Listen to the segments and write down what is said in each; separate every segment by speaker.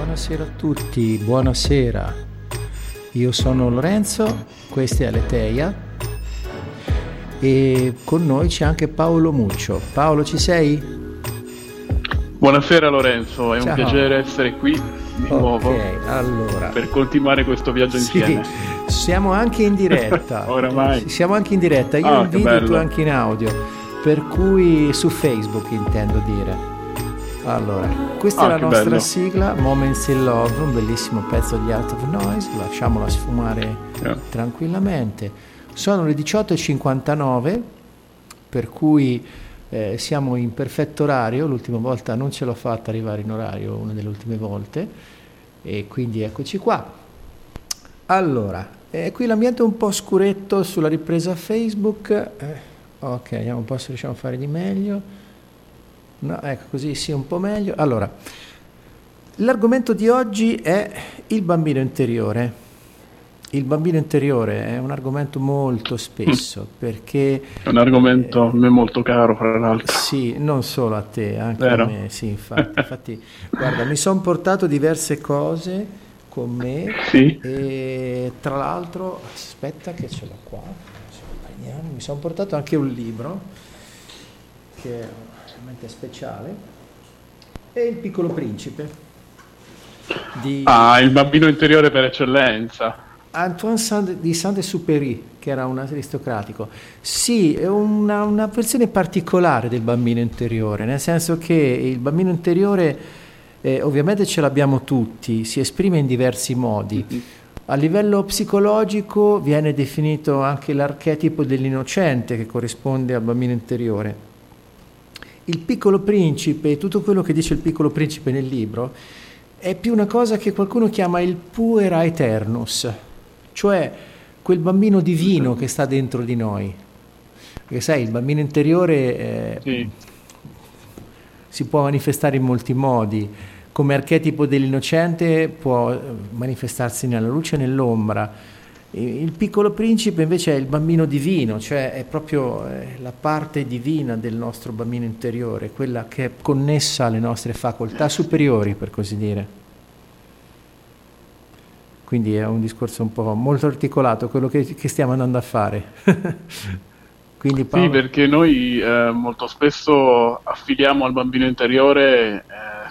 Speaker 1: Buonasera a tutti, buonasera. Io sono Lorenzo, questa è Aleteia e con noi c'è anche Paolo Muccio. Paolo, ci sei?
Speaker 2: Buonasera Lorenzo, è un piacere essere qui di nuovo
Speaker 1: allora,
Speaker 2: per continuare questo viaggio insieme.
Speaker 1: Siamo anche in diretta.
Speaker 2: Oramai.
Speaker 1: Siamo anche in diretta, io in video e tu anche in audio, per cui su Facebook intendo dire. Allora, questa è la nostra sigla, Moments in Love, un bellissimo pezzo di Art of Noise, lasciamola sfumare tranquillamente. Sono le 18:59, per cui siamo in perfetto orario. L'ultima volta non ce l'ho fatta arrivare in orario, una delle ultime volte, e quindi eccoci qua. Allora, qui l'ambiente è un po' scuretto sulla ripresa Facebook, ok, vediamo un po' se riusciamo a fare di meglio. No, ecco, così sì, un po' meglio. Allora, l'argomento di oggi è il bambino interiore. Il bambino interiore è un argomento molto spesso, perché
Speaker 2: è un argomento a me molto caro, fra l'altro.
Speaker 1: Sì, non solo a te, anche a me, sì, infatti guarda, mi sono portato diverse cose con me,
Speaker 2: sì.
Speaker 1: E tra l'altro, aspetta che ce l'ho qua, mi sono portato anche un libro che è speciale, è Il Piccolo Principe
Speaker 2: il bambino interiore per eccellenza,
Speaker 1: Antoine di Saint-Exupéry, che era un aristocratico. Sì, è una versione particolare del bambino interiore, nel senso che il bambino interiore ovviamente ce l'abbiamo tutti, si esprime in diversi modi. A livello psicologico viene definito anche l'archetipo dell'innocente che corrisponde al bambino interiore. Il Piccolo Principe, tutto quello che dice il Piccolo Principe nel libro, è più una cosa che qualcuno chiama il puer aeternus, cioè quel bambino divino che sta dentro di noi. Perché sai, il bambino interiore si può manifestare in molti modi. Come archetipo dell'innocente può manifestarsi nella luce e nell'ombra. Il Piccolo Principe invece è il bambino divino, cioè è proprio la parte divina del nostro bambino interiore, quella che è connessa alle nostre facoltà superiori, per così dire. Quindi è un discorso un po' molto articolato quello che stiamo andando a fare. Quindi, Paolo...
Speaker 2: Sì, perché noi molto spesso affiliamo al bambino interiore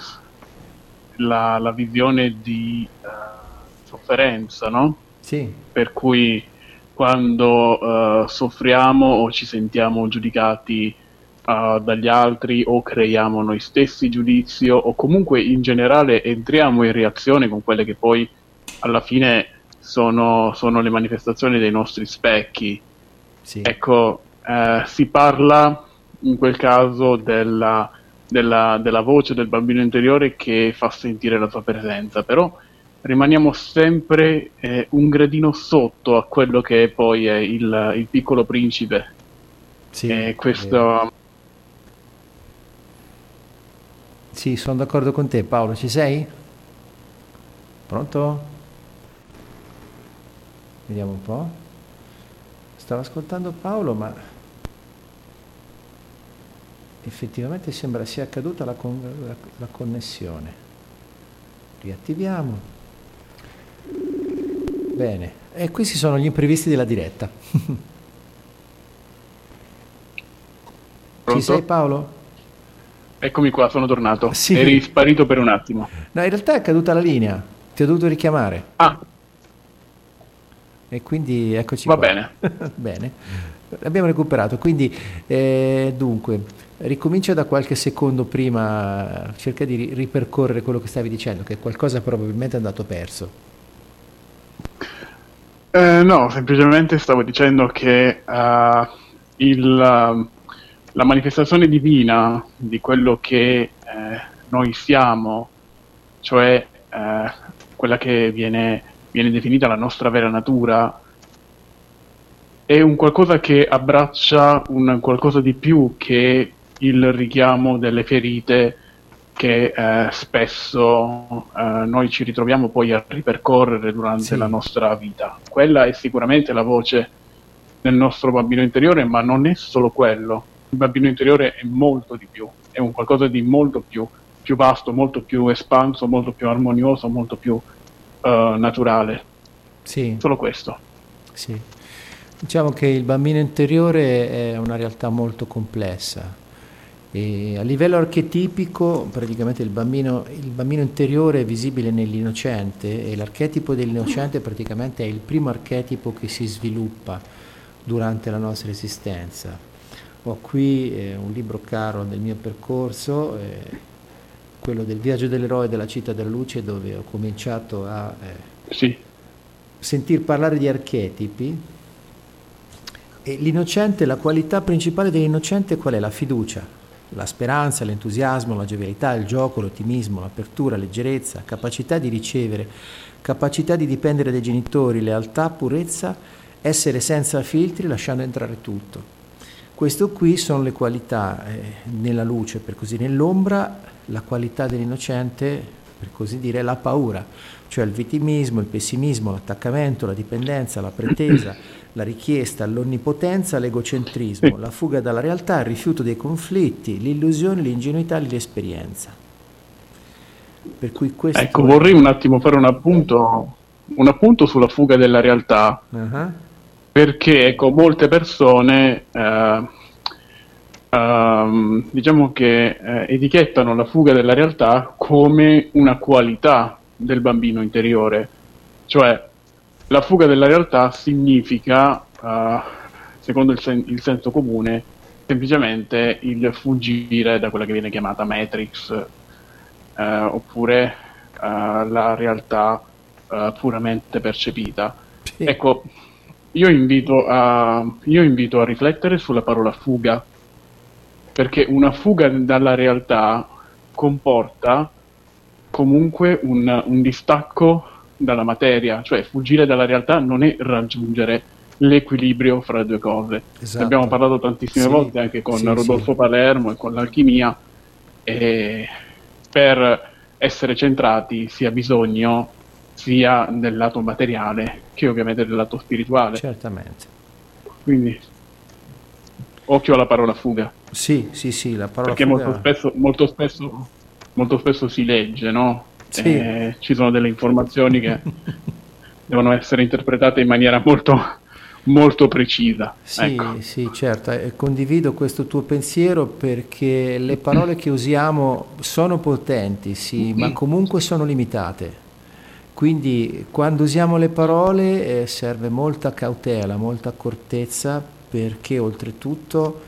Speaker 2: la visione di sofferenza, no?
Speaker 1: Sì.
Speaker 2: Per cui quando soffriamo o ci sentiamo giudicati dagli altri o creiamo noi stessi giudizio o comunque in generale entriamo in reazione con quelle che poi alla fine sono le manifestazioni dei nostri specchi.
Speaker 1: Sì.
Speaker 2: Ecco, si parla in quel caso della voce del bambino interiore che fa sentire la sua presenza, però rimaniamo sempre un gradino sotto a quello che poi è il Piccolo Principe.
Speaker 1: Sì,
Speaker 2: questo...
Speaker 1: Sì, sono d'accordo con te. Paolo, ci sei? Pronto? Vediamo un po'. Stavo ascoltando Paolo, ma effettivamente sembra sia caduta la connessione. Riattiviamo. Bene, e questi sono gli imprevisti della diretta.
Speaker 2: Pronto?
Speaker 1: Ci sei, Paolo?
Speaker 2: Eccomi qua, sono tornato.
Speaker 1: Sì.
Speaker 2: Eri sparito per un attimo.
Speaker 1: No, in realtà è caduta la linea, ti ho dovuto richiamare. E quindi eccoci
Speaker 2: qua.
Speaker 1: Va
Speaker 2: bene.
Speaker 1: Bene, abbiamo recuperato. Quindi dunque, ricomincia da qualche secondo prima, cerca di ripercorrere quello che stavi dicendo, che qualcosa probabilmente è andato perso.
Speaker 2: No, semplicemente stavo dicendo che la manifestazione divina di quello che noi siamo, cioè quella che viene definita la nostra vera natura, è un qualcosa che abbraccia un qualcosa di più che il richiamo delle ferite che spesso noi ci ritroviamo poi a ripercorrere durante la nostra vita. Quella è sicuramente la voce del nostro bambino interiore, ma non è solo quello. Il bambino interiore è molto di più, è un qualcosa di molto più più vasto, molto più espanso, molto più armonioso, molto più naturale.
Speaker 1: Sì.
Speaker 2: Solo questo.
Speaker 1: Sì. Diciamo che il bambino interiore è una realtà molto complessa e a livello archetipico praticamente il bambino interiore è visibile nell'innocente e l'archetipo dell'innocente praticamente è il primo archetipo che si sviluppa durante la nostra esistenza. Ho qui un libro caro del mio percorso, quello del viaggio dell'eroe della città della luce, dove ho cominciato a sentir parlare di archetipi. E l'innocente, la qualità principale dell'innocente qual è? La fiducia, la speranza, l'entusiasmo, la giovialità, il gioco, l'ottimismo, l'apertura, leggerezza, capacità di ricevere, capacità di dipendere dai genitori, lealtà, purezza, essere senza filtri, lasciando entrare tutto. Questo qui sono le qualità nella luce, per così nell'ombra, la qualità dell'innocente, per così dire, è la paura, cioè il vittimismo, il pessimismo, l'attaccamento, la dipendenza, la pretesa, la richiesta, l'onnipotenza, l'egocentrismo, la fuga dalla realtà, il rifiuto dei conflitti, l'illusione, l'ingenuità, l'esperienza. Per cui questo
Speaker 2: ecco, vorrei un attimo fare un appunto sulla fuga della realtà, perché ecco, molte persone diciamo che etichettano la fuga della realtà come una qualità del bambino interiore, cioè la fuga della realtà significa, secondo il senso comune, semplicemente il fuggire da quella che viene chiamata Matrix, oppure la realtà puramente percepita.
Speaker 1: Sì.
Speaker 2: Ecco, io invito a riflettere sulla parola fuga, perché una fuga dalla realtà comporta comunque un distacco dalla materia, cioè fuggire dalla realtà non è raggiungere l'equilibrio fra le due cose.
Speaker 1: Esatto.
Speaker 2: Ne abbiamo parlato tantissime volte anche con Rodolfo Palermo e con l'alchimia, e per essere centrati si ha bisogno sia del lato materiale che ovviamente del lato spirituale.
Speaker 1: Certamente.
Speaker 2: Quindi occhio alla parola fuga.
Speaker 1: Sì, la parola
Speaker 2: perché
Speaker 1: fuga...
Speaker 2: molto spesso si legge, no?
Speaker 1: Sì.
Speaker 2: Ci sono delle informazioni che devono essere interpretate in maniera molto, molto precisa.
Speaker 1: Sì,
Speaker 2: ecco.
Speaker 1: Sì, certo, condivido questo tuo pensiero perché le parole che usiamo sono potenti, sì, ma comunque sono limitate. Quindi quando usiamo le parole serve molta cautela, molta accortezza, perché oltretutto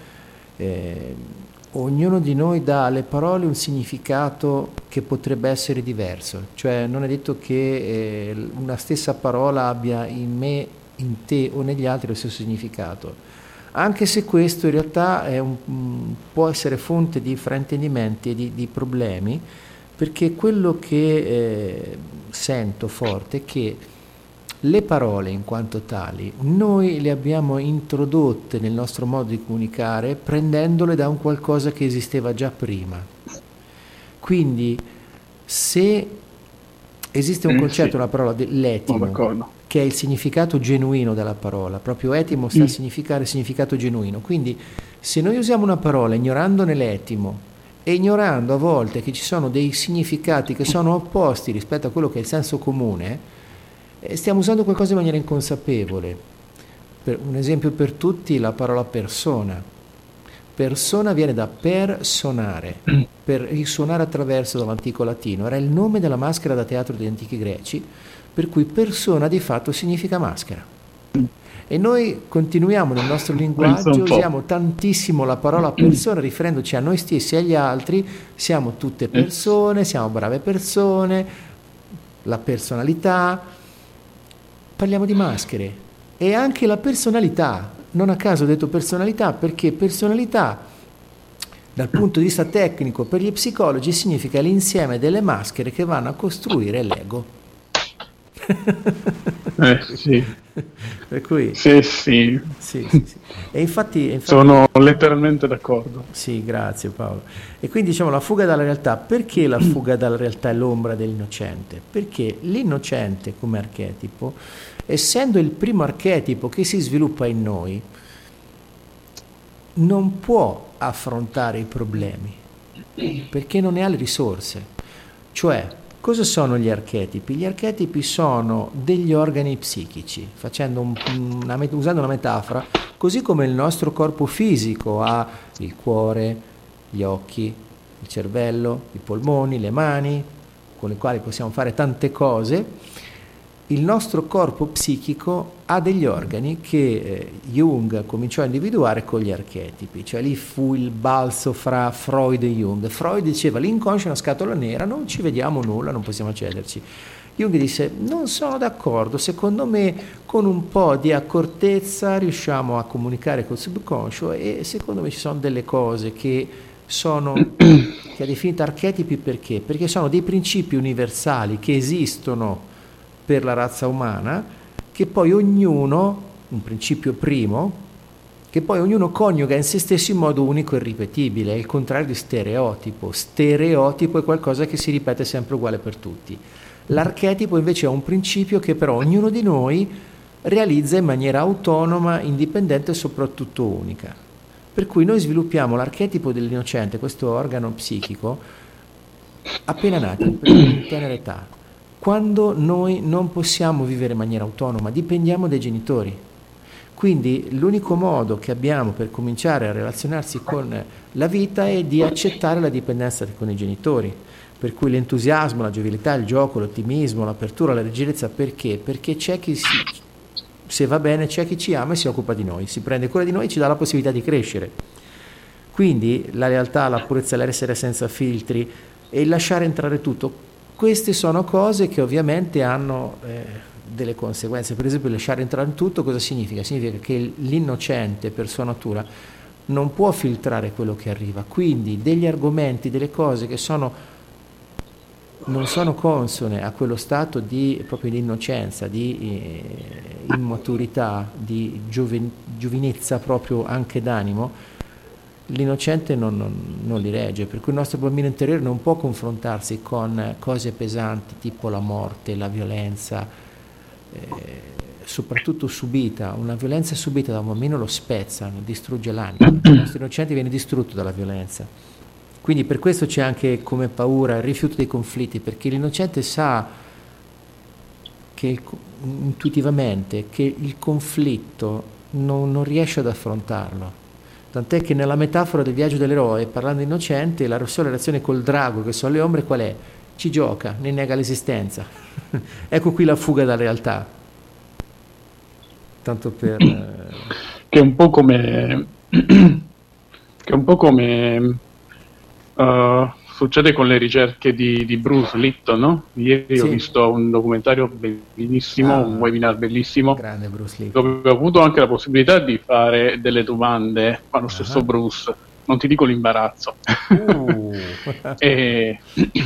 Speaker 1: ognuno di noi dà alle parole un significato che potrebbe essere diverso, cioè non è detto che una stessa parola abbia in me, in te o negli altri lo stesso significato, anche se questo in realtà può essere fonte di fraintendimenti e di problemi, perché quello che sento forte è che le parole in quanto tali noi le abbiamo introdotte nel nostro modo di comunicare prendendole da un qualcosa che esisteva già prima. Quindi se esiste un concetto, una parola, l'etimo, che è il significato genuino della parola, proprio etimo sta a significare significato genuino, quindi se noi usiamo una parola ignorandone l'etimo e ignorando a volte che ci sono dei significati che sono opposti rispetto a quello che è il senso comune, stiamo usando qualcosa in maniera inconsapevole. Per un esempio per tutti, la parola persona. Persona viene da personare, per risuonare attraverso dall'antico latino. Era il nome della maschera da teatro degli antichi greci, per cui persona di fatto significa maschera. E noi continuiamo nel nostro linguaggio, usiamo tantissimo la parola persona riferendoci a noi stessi e agli altri, siamo tutte persone, siamo brave persone, la personalità, parliamo di maschere e anche la personalità, non a caso ho detto personalità perché personalità dal punto di vista tecnico per gli psicologi significa l'insieme delle maschere che vanno a costruire l'ego.
Speaker 2: Sì.
Speaker 1: Per cui
Speaker 2: sì.
Speaker 1: E infatti
Speaker 2: sono letteralmente d'accordo.
Speaker 1: Sì, grazie Paolo. E quindi diciamo la fuga dalla realtà. Perché la fuga dalla realtà è l'ombra dell'innocente? Perché l'innocente come archetipo, essendo il primo archetipo che si sviluppa in noi, non può affrontare i problemi, perché non ne ha le risorse. Cioè, cosa sono gli archetipi? Gli archetipi sono degli organi psichici, usando una metafora, così come il nostro corpo fisico ha il cuore, gli occhi, il cervello, i polmoni, le mani, con le quali possiamo fare tante cose. Il nostro corpo psichico ha degli organi che Jung cominciò a individuare con gli archetipi, cioè lì fu il balzo fra Freud e Jung. Freud diceva l'inconscio è una scatola nera, non ci vediamo nulla, non possiamo accederci. Jung disse non sono d'accordo, secondo me con un po' di accortezza riusciamo a comunicare col subconscio e secondo me ci sono delle cose che ha definito archetipi perché sono dei principi universali che esistono per la razza umana, che poi ognuno, un principio primo, che poi ognuno coniuga in se stesso in modo unico e irripetibile, è il contrario di stereotipo. Stereotipo è qualcosa che si ripete sempre uguale per tutti. L'archetipo invece è un principio che però ognuno di noi realizza in maniera autonoma, indipendente e soprattutto unica. Per cui noi sviluppiamo l'archetipo dell'innocente, questo organo psichico, appena nati, in tenera età. Quando noi non possiamo vivere in maniera autonoma, dipendiamo dai genitori. Quindi l'unico modo che abbiamo per cominciare a relazionarsi con la vita è di accettare la dipendenza con i genitori. Per cui l'entusiasmo, la giovialità, il gioco, l'ottimismo, l'apertura, la leggerezza, perché? Perché c'è chi, se va bene, c'è chi ci ama e si occupa di noi, si prende cura di noi e ci dà la possibilità di crescere. Quindi la lealtà, la purezza, l'essere senza filtri e il lasciare entrare tutto. Queste sono cose che ovviamente hanno delle conseguenze. Per esempio lasciare entrare in tutto cosa significa? Significa che l'innocente per sua natura non può filtrare quello che arriva, quindi degli argomenti, delle cose che non sono consone a quello stato proprio di innocenza, di immaturità, di giovinezza proprio anche d'animo, l'innocente non li regge, per cui il nostro bambino interiore non può confrontarsi con cose pesanti tipo la morte, la violenza, soprattutto subita. Una violenza subita da un bambino lo spezza, distrugge l'anima. Il nostro innocente viene distrutto dalla violenza. Quindi per questo c'è anche come paura il rifiuto dei conflitti, perché l'innocente sa che intuitivamente che il conflitto non riesce ad affrontarlo. Tant'è che nella metafora del viaggio dell'eroe, parlando di innocente, la sola relazione col drago, che sono le ombre, qual è? Ci gioca, ne nega l'esistenza. Ecco qui la fuga dalla realtà. Tanto per...
Speaker 2: Che è un po' come succede con le ricerche di Bruce Lipton, no? Ieri ho visto un documentario bellissimo, un webinar bellissimo,
Speaker 1: grande Bruce Lipton,
Speaker 2: dove ho avuto anche la possibilità di fare delle domande allo stesso Bruce, non ti dico l'imbarazzo. E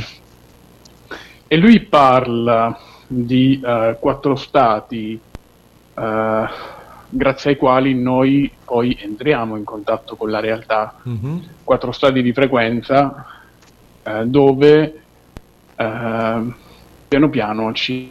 Speaker 2: lui parla di 4 stati grazie ai quali noi poi entriamo in contatto con la realtà. 4 stati di frequenza dove piano piano ci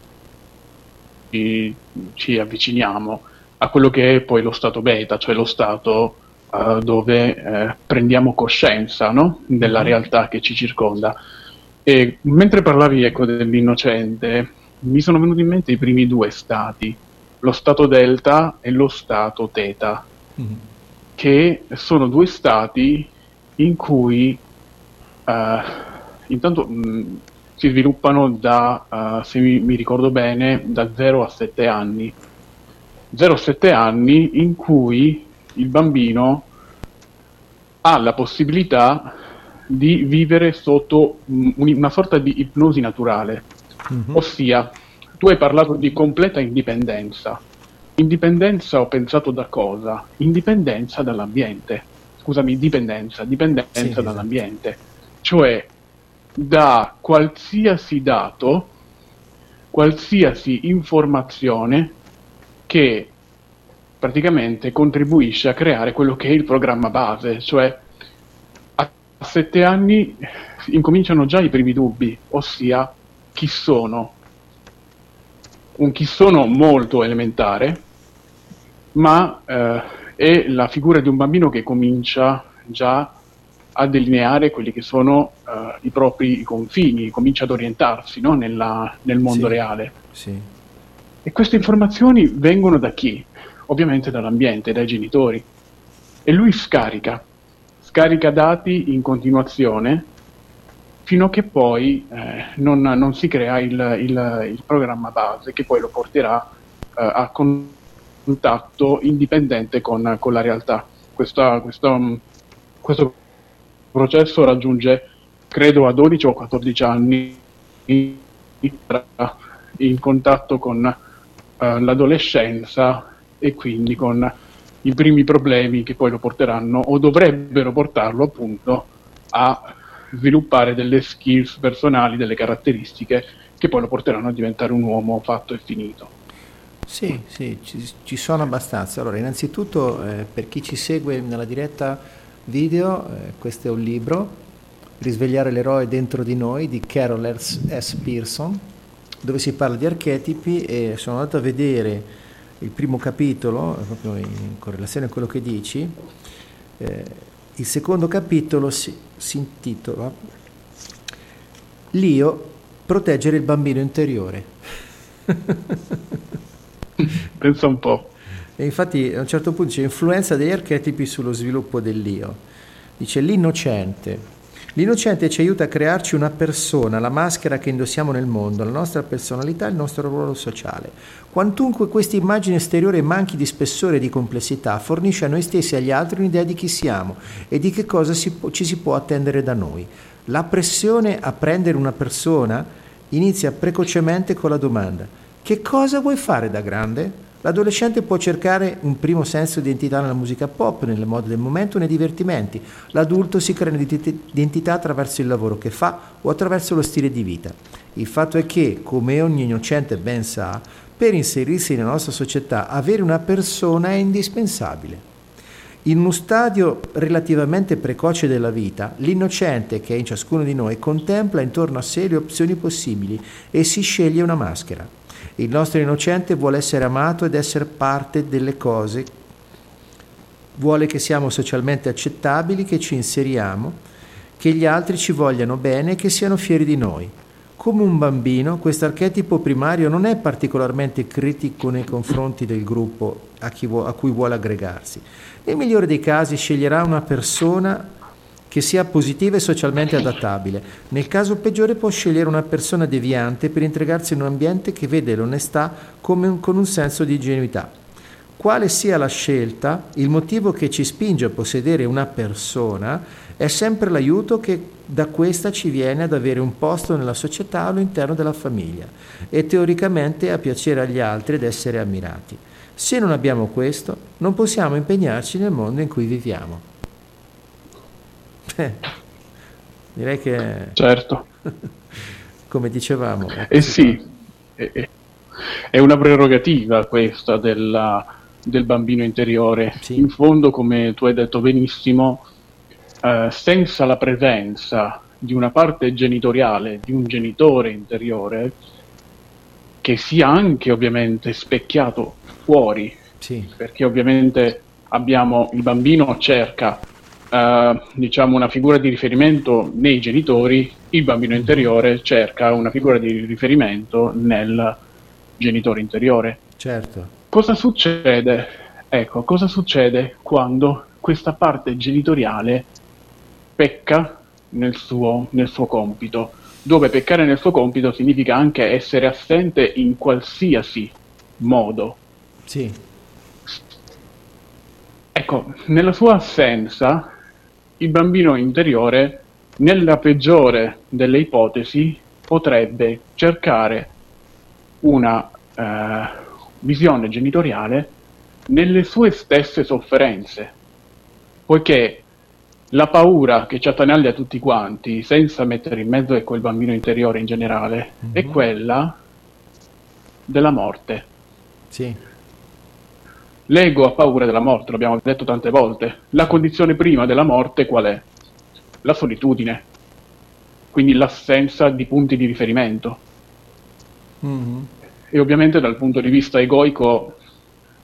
Speaker 2: avviciniamo a quello che è poi lo stato beta, cioè lo stato dove prendiamo coscienza, no? Della realtà che ci circonda. E mentre parlavi, ecco, dell'innocente, mi sono venuti in mente i primi 2 stati, lo stato delta e lo stato theta, che sono 2 stati in cui intanto si sviluppano da, se mi ricordo bene, da 0 a 7 anni. 0 a 7 anni in cui il bambino ha la possibilità di vivere sotto una sorta di ipnosi naturale, ossia tu hai parlato di completa indipendenza. Indipendenza ho pensato da cosa? Indipendenza dall'ambiente. Scusami, dipendenza sì, dall'ambiente. Cioè da qualsiasi dato, qualsiasi informazione che praticamente contribuisce a creare quello che è il programma base, cioè a 7 anni incominciano già i primi dubbi, ossia chi sono. Un chi sono molto elementare, ma è la figura di un bambino che comincia già a delineare quelli che sono i propri confini, comincia ad orientarsi, no? Nel mondo reale.
Speaker 1: Sì.
Speaker 2: E queste informazioni vengono da chi? Ovviamente dall'ambiente, dai genitori. E lui scarica dati in continuazione fino a che poi non si crea il programma base che poi lo porterà a contatto indipendente con la realtà. Questo processo raggiunge, credo, a 12 o 14 anni in contatto con l'adolescenza e quindi con i primi problemi che poi lo porteranno o dovrebbero portarlo appunto a sviluppare delle skills personali, delle caratteristiche che poi lo porteranno a diventare un uomo fatto e finito.
Speaker 1: Sì, ci sono abbastanza. Allora, innanzitutto per chi ci segue nella diretta video, questo è un libro, Risvegliare l'eroe dentro di noi, di Carol S. Pearson, dove si parla di archetipi, e sono andato a vedere il primo capitolo, proprio in correlazione con quello che dici. Il secondo capitolo si intitola L'io, proteggere il bambino interiore.
Speaker 2: Pensa un po'.
Speaker 1: E infatti a un certo punto c'è influenza degli archetipi sullo sviluppo dell'io. Dice l'innocente. L'innocente ci aiuta a crearci una persona, la maschera che indossiamo nel mondo, la nostra personalità, il nostro ruolo sociale. Quantunque questa immagine esteriore manchi di spessore e di complessità, fornisce a noi stessi e agli altri un'idea di chi siamo e di che cosa ci si può attendere da noi. La pressione a prendere una persona inizia precocemente con la domanda: che cosa vuoi fare da grande? L'adolescente può cercare un primo senso di identità nella musica pop, nelle mode del momento, nei divertimenti. L'adulto si crea un'identità attraverso il lavoro che fa o attraverso lo stile di vita. Il fatto è che, come ogni innocente ben sa, per inserirsi nella nostra società, avere una persona è indispensabile. In uno stadio relativamente precoce della vita, l'innocente che è in ciascuno di noi contempla intorno a sé le opzioni possibili e si sceglie una maschera. Il nostro innocente vuole essere amato ed essere parte delle cose, vuole che siamo socialmente accettabili, che ci inseriamo, che gli altri ci vogliano bene e che siano fieri di noi. Come un bambino, questo archetipo primario non è particolarmente critico nei confronti del gruppo a cui vuole aggregarsi. Nel migliore dei casi sceglierà una persona che sia positiva e socialmente adattabile. Nel caso peggiore può scegliere una persona deviante per integrarsi in un ambiente che vede l'onestà con un senso di ingenuità. Quale sia la scelta, il motivo che ci spinge a possedere una persona è sempre l'aiuto che da questa ci viene ad avere un posto nella società o all'interno della famiglia e teoricamente a piacere agli altri ed essere ammirati. Se non abbiamo questo, non possiamo impegnarci nel mondo in cui viviamo. Direi che
Speaker 2: certo,
Speaker 1: come dicevamo,
Speaker 2: sì, è una prerogativa questa del bambino interiore.
Speaker 1: Sì.
Speaker 2: In fondo, come tu hai detto benissimo, senza la presenza di una parte genitoriale, di un genitore interiore che sia anche ovviamente specchiato fuori,
Speaker 1: sì,
Speaker 2: perché ovviamente il bambino cerca diciamo una figura di riferimento nei genitori, il bambino interiore cerca una figura di riferimento nel genitore interiore.
Speaker 1: certo.
Speaker 2: Cosa succede? Ecco, cosa succede quando questa parte genitoriale pecca nel suo compito? Dove peccare nel suo compito significa anche essere assente in qualsiasi modo.
Speaker 1: Sì.
Speaker 2: Ecco, nella sua assenza, il bambino interiore, nella peggiore delle ipotesi, potrebbe cercare una visione genitoriale nelle sue stesse sofferenze, poiché la paura che ci attanaglia a tutti quanti, senza mettere in mezzo quel bambino interiore in generale, è quella della morte.
Speaker 1: Sì.
Speaker 2: L'ego ha paura della morte, l'abbiamo detto tante volte. La condizione prima della morte qual è? La solitudine, quindi l'assenza di punti di riferimento. E ovviamente dal punto di vista egoico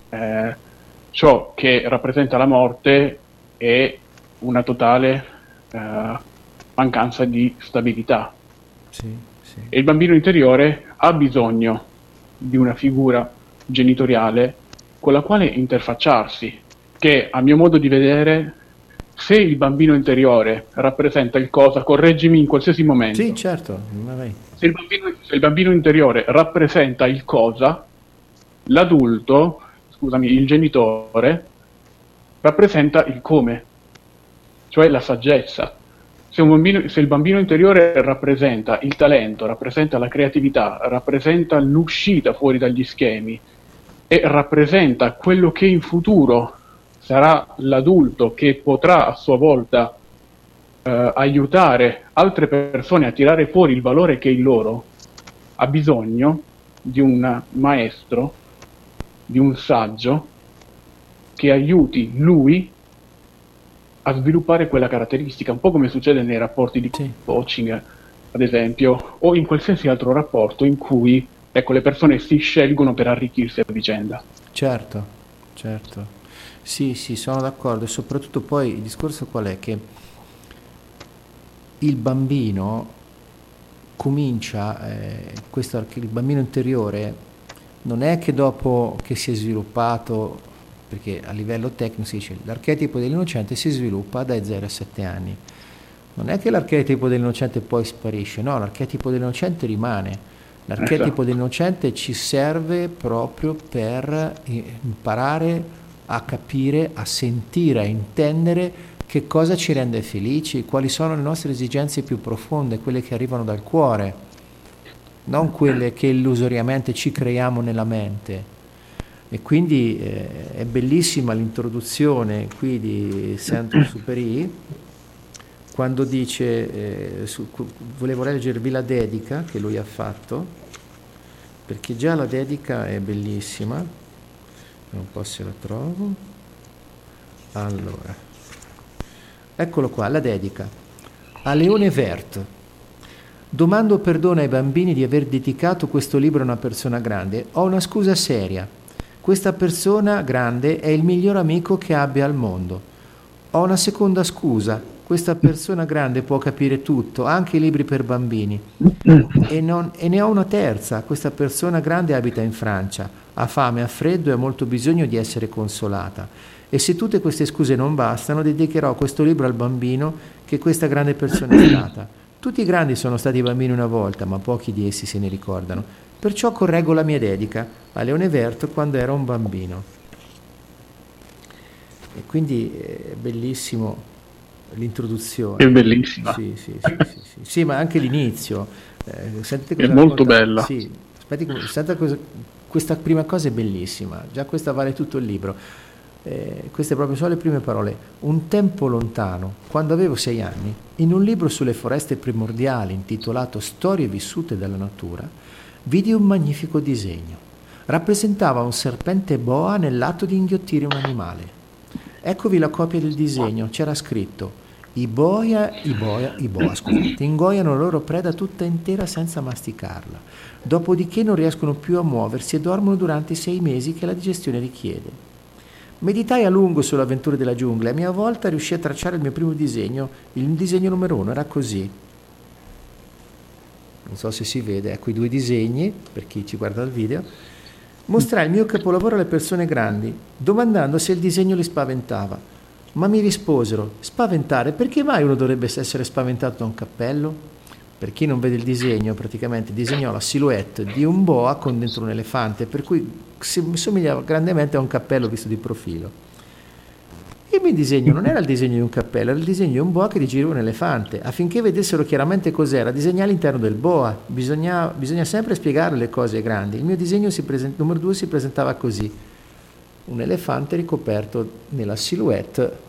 Speaker 2: ciò che rappresenta la morte è una totale mancanza di stabilità.
Speaker 1: Sì, sì.
Speaker 2: E il bambino interiore ha bisogno di una figura genitoriale con la quale interfacciarsi, che a mio modo di vedere, se il bambino interiore rappresenta il cosa, correggimi in qualsiasi momento.
Speaker 1: Sì, certo.
Speaker 2: Se il bambino interiore rappresenta il cosa, l'adulto, scusami, il genitore, rappresenta il come, cioè la saggezza. Se il bambino interiore rappresenta il talento, rappresenta la creatività, rappresenta l'uscita fuori dagli schemi e rappresenta quello che in futuro sarà l'adulto che potrà a sua volta aiutare altre persone a tirare fuori il valore che è il loro, ha bisogno di un maestro, di un saggio che aiuti lui a sviluppare quella caratteristica, un po' come succede nei rapporti di coaching, ad esempio, o in qualsiasi altro rapporto in cui, ecco, le persone si scelgono per arricchirsi a vicenda.
Speaker 1: Certo, certo. Sì, sono d'accordo, e soprattutto poi il discorso qual è? Che il bambino comincia, il bambino interiore non è che dopo che si è sviluppato, perché a livello tecnico si dice l'archetipo dell'innocente si sviluppa dai 0 ai 7 anni. Non è che l'archetipo dell'innocente poi sparisce, no, l'archetipo dell'innocente rimane. L'archetipo dell'innocente ci serve proprio per imparare a capire, a sentire, a intendere che cosa ci rende felici, quali sono le nostre esigenze più profonde, quelle che arrivano dal cuore, non quelle che illusoriamente ci creiamo nella mente. E quindi è bellissima l'introduzione qui di Saint-Exupéry, quando dice, volevo leggervi la dedica che lui ha fatto, perché già la dedica è bellissima, non so se la trovo. Allora, eccolo qua, la dedica. A Leone Vert. Domando perdono ai bambini di aver dedicato questo libro a una persona grande. Ho una scusa seria. Questa persona grande è il miglior amico che abbia al mondo. Ho una seconda scusa. Questa persona grande può capire tutto, anche i libri per bambini. E ne ho una terza. Questa persona grande abita in Francia, ha fame, ha freddo e ha molto bisogno di essere consolata. E se tutte queste scuse non bastano, dedicherò questo libro al bambino che questa grande persona è stata. Tutti i grandi sono stati bambini una volta, ma pochi di essi se ne ricordano. Perciò correggo la mia dedica a Leone Vert quando era un bambino. E quindi è bellissimo l'introduzione.
Speaker 2: È bellissima.
Speaker 1: Sì, ma anche l'inizio.
Speaker 2: È molto bella.
Speaker 1: Sì, questa prima cosa è bellissima, già questa vale tutto il libro. Queste proprio sono le prime parole. Un tempo lontano, quando avevo 6 anni, in un libro sulle foreste primordiali intitolato Storie vissute dalla natura, vidi un magnifico disegno. Rappresentava un serpente boa nell'atto di inghiottire un animale. Eccovi la copia del disegno. C'era scritto: i boa ingoiano la loro preda tutta intera senza masticarla, dopodiché non riescono più a muoversi e dormono durante i 6 mesi che la digestione richiede. Meditai a lungo sull'avventura della giungla e a mia volta riuscii a tracciare il mio primo disegno. Il disegno numero 1 era così. Non so se si vede, ecco i 2 disegni, per chi ci guarda il video. Mostrai il mio capolavoro alle persone grandi, domandando se il disegno li spaventava. Ma mi risposero: spaventare? Perché mai uno dovrebbe essere spaventato da un cappello? Per chi non vede il disegno, praticamente disegnò la silhouette di un boa con dentro un elefante, per cui somigliava grandemente a un cappello visto di profilo. Il mio disegno non era il disegno di un cappello, era il disegno di un boa che digeriva un elefante. Affinché vedessero chiaramente cos'era, disegnai l'interno del boa. Bisogna sempre spiegare le cose ai grandi. Il mio disegno numero 2 si presentava così: un elefante ricoperto nella silhouette.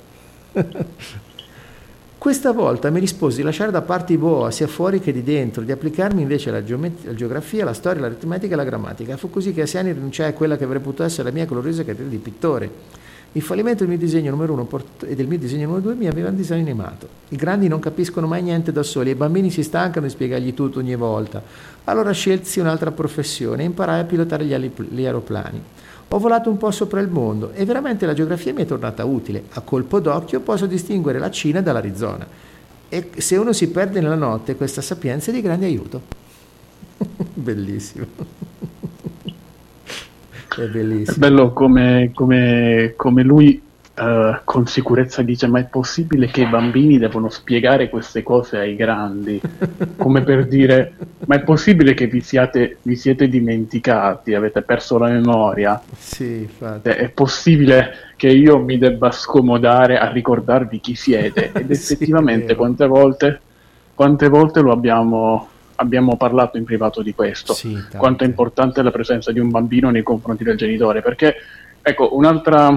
Speaker 1: Questa volta mi risposi di lasciare da parte i boa sia fuori che di dentro, di applicarmi invece alla geografia, la storia, l'aritmetica e la grammatica. Fu così che a 6 anni rinunciai a quella che avrebbe potuto essere la mia gloriosa carriera di pittore. Il fallimento del mio disegno numero 1 e del mio disegno numero 2 mi avevano disanimato. I grandi non capiscono mai niente da soli e i bambini si stancano di spiegargli tutto ogni volta. Allora scelsi un'altra professione e imparai a pilotare gli aeroplani. Ho volato un po' sopra il mondo e veramente la geografia mi è tornata utile. A colpo d'occhio posso distinguere la Cina dall'Arizona. E se uno si perde nella notte, questa sapienza è di grande aiuto. Bellissimo. È bellissimo.
Speaker 2: È bello come lui con sicurezza dice: ma è possibile che i bambini devono spiegare queste cose ai grandi? Come per dire: ma è possibile che vi siete dimenticati, avete perso la memoria?
Speaker 1: Sì, infatti.
Speaker 2: È possibile che io mi debba scomodare a ricordarvi chi siete? Ed effettivamente
Speaker 1: sì,
Speaker 2: quante volte lo abbiamo parlato in privato di questo,
Speaker 1: sì,
Speaker 2: quanto è importante la presenza di un bambino nei confronti del genitore, perché ecco, un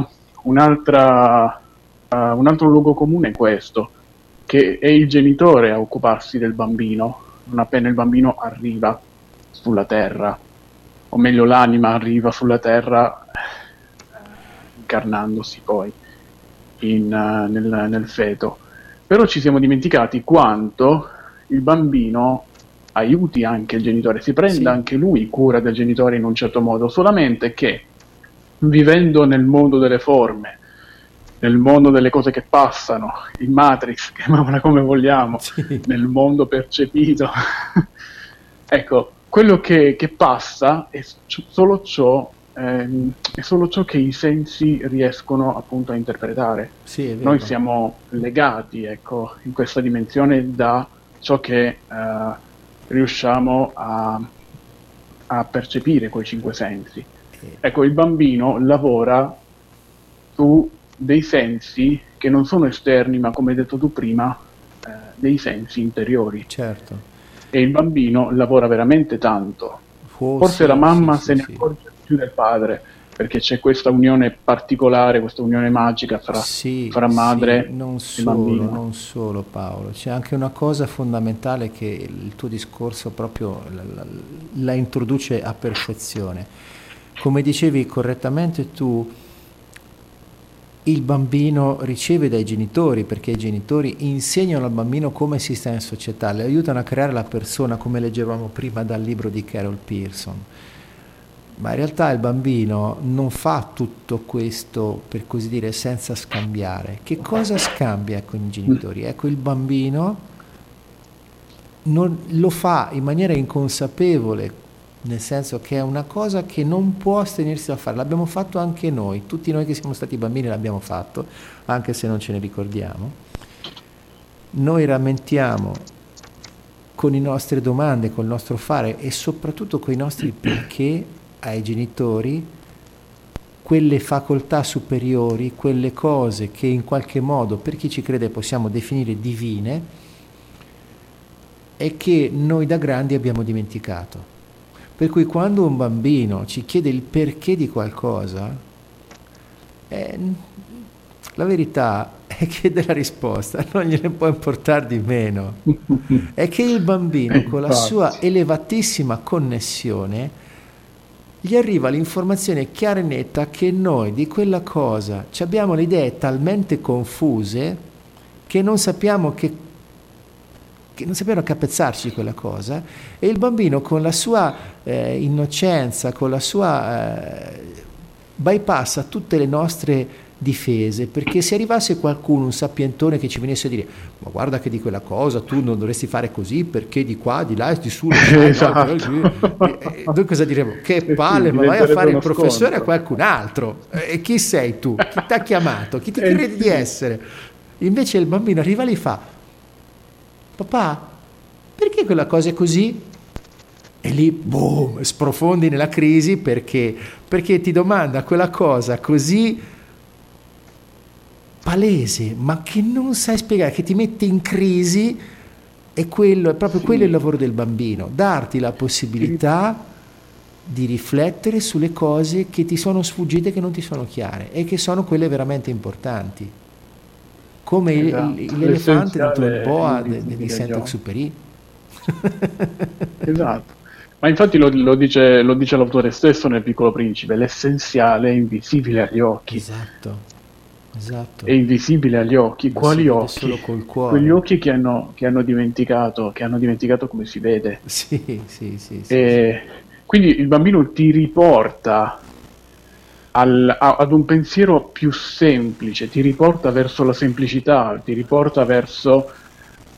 Speaker 2: altro luogo comune è questo, che è il genitore a occuparsi del bambino non appena il bambino arriva sulla terra, o meglio l'anima arriva sulla terra incarnandosi poi nel feto. Però ci siamo dimenticati quanto il bambino aiuti anche il genitore, si prenda anche lui cura del genitore in un certo modo, solamente che vivendo nel mondo delle forme, nel mondo delle cose che passano, in Matrix, chiamiamola come vogliamo, nel mondo percepito, ecco, quello che passa è solo ciò che i sensi riescono appunto a interpretare. Noi siamo legati, ecco, in questa dimensione da ciò che riusciamo a percepire coi 5 sensi. Ecco, il bambino lavora su dei sensi che non sono esterni, ma come hai detto tu prima, dei sensi interiori.
Speaker 1: Certo.
Speaker 2: E il bambino lavora veramente tanto. Forse la mamma se ne accorge più del padre, perché c'è questa unione particolare, questa unione magica fra madre e bambino.
Speaker 1: Non solo, Paolo, c'è anche una cosa fondamentale che il tuo discorso proprio la introduce a perfezione. Come dicevi correttamente tu, il bambino riceve dai genitori, perché i genitori insegnano al bambino come si sta in società, le aiutano a creare la persona, come leggevamo prima dal libro di Carol Pearson. Ma in realtà il bambino non fa tutto questo, per così dire, senza scambiare. Che cosa scambia con i genitori? Ecco, il bambino non lo fa in maniera inconsapevole, nel senso che è una cosa che non può astenersi da fare. L'abbiamo fatto anche noi, tutti noi che siamo stati bambini l'abbiamo fatto, anche se non ce ne ricordiamo. Noi rammentiamo con le nostre domande, col nostro fare e soprattutto con i nostri perché ai genitori quelle facoltà superiori, quelle cose che in qualche modo, per chi ci crede, possiamo definire divine e che noi da grandi abbiamo dimenticato. Per cui quando un bambino ci chiede il perché di qualcosa, la verità è che della risposta non gliene può importare di meno. È che il bambino con la sua elevatissima connessione gli arriva l'informazione chiara e netta che noi di quella cosa abbiamo le idee talmente confuse che non sappiamo che non sappiamo accapezzarci di quella cosa, e il bambino con la sua innocenza, con la sua bypassa tutte le nostre difese, perché se arrivasse qualcuno, un sapientone che ci venisse a dire ma guarda che di quella cosa tu non dovresti fare così perché di qua, di là, di su, esatto. Noi cosa diremo? Che palle, ma vai a fare il professore a qualcun altro, e chi sei tu? Chi ti ha chiamato? Chi ti credi di essere? Invece il bambino arriva lì e fa: papà, perché quella cosa è così? E lì, boom, sprofondi nella crisi perché ti domanda quella cosa così palese, ma che non sai spiegare, che ti mette in crisi, e quello è proprio quello il lavoro del bambino, darti la possibilità di riflettere sulle cose che ti sono sfuggite, che non ti sono chiare e che sono quelle veramente importanti. Come l'elefante dentro il boa di Saint-Exupéry.
Speaker 2: Esatto. Ma infatti lo dice l'autore stesso nel Piccolo Principe: l'essenziale è invisibile agli occhi.
Speaker 1: Esatto.
Speaker 2: È invisibile agli occhi. Quali occhi?
Speaker 1: Solo col cuore.
Speaker 2: Quegli occhi che hanno dimenticato come si vede.
Speaker 1: Sì.
Speaker 2: Quindi il bambino ti riporta ad un pensiero più semplice, ti riporta verso la semplicità, ti riporta verso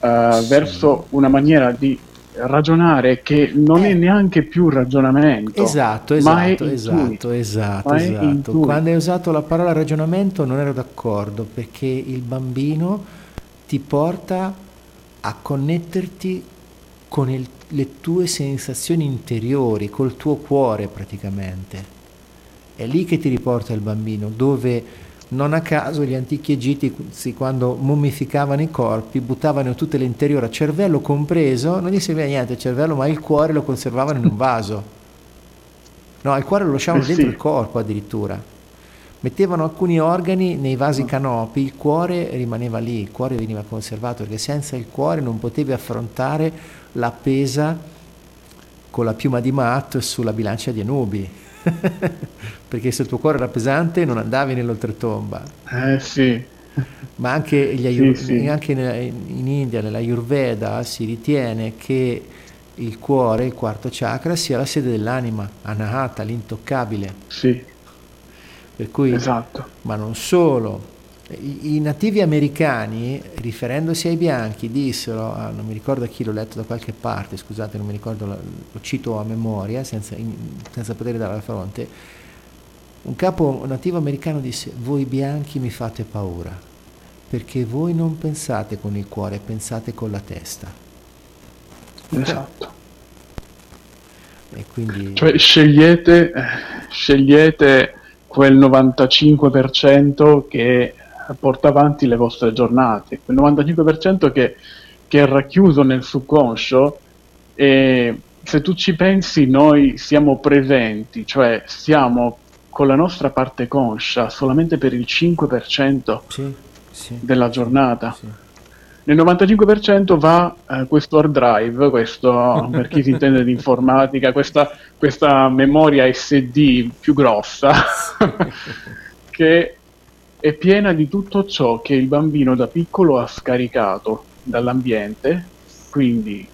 Speaker 2: verso una maniera di ragionare che non è neanche più ragionamento.
Speaker 1: Esatto. Quando hai usato la parola ragionamento non ero d'accordo, perché il bambino ti porta a connetterti con le tue sensazioni interiori, col tuo cuore praticamente. È lì che ti riporta il bambino, dove non a caso gli antichi egizi, quando mummificavano i corpi, buttavano tutte le interiora, cervello compreso, non gli serviva niente il cervello, ma il cuore lo conservavano in un vaso. No, il cuore lo lasciavano dentro il corpo addirittura. Mettevano alcuni organi nei vasi canopi, il cuore rimaneva lì, il cuore veniva conservato, perché senza il cuore non potevi affrontare la pesa con la piuma di Maat sulla bilancia di Anubi. Perché se il tuo cuore era pesante non andavi nell'oltretomba.
Speaker 2: Sì.
Speaker 1: Ma anche, anche in India, nell'Ayurveda, si ritiene che il cuore, il quarto chakra, sia la sede dell'anima, Anahata, l'intoccabile.
Speaker 2: Sì.
Speaker 1: Per cui,
Speaker 2: esatto.
Speaker 1: Ma non solo. I nativi americani, riferendosi ai bianchi, dissero, non mi ricordo chi, l'ho letto da qualche parte, scusate, non mi ricordo, lo cito a memoria senza poter dare la fronte. Un capo nativo americano disse: voi bianchi mi fate paura, perché voi non pensate con il cuore, pensate con la testa.
Speaker 2: Esatto.
Speaker 1: E quindi...
Speaker 2: Cioè scegliete quel 95% che porta avanti le vostre giornate, quel 95% che è racchiuso nel subconscio, e se tu ci pensi noi siamo presenti, cioè siamo con la nostra parte conscia solamente per il 5% della giornata. Sì. Nel 95% va questo hard drive, questo, per chi si intende di informatica, questa memoria SD più grossa, che è piena di tutto ciò che il bambino da piccolo ha scaricato dall'ambiente, quindi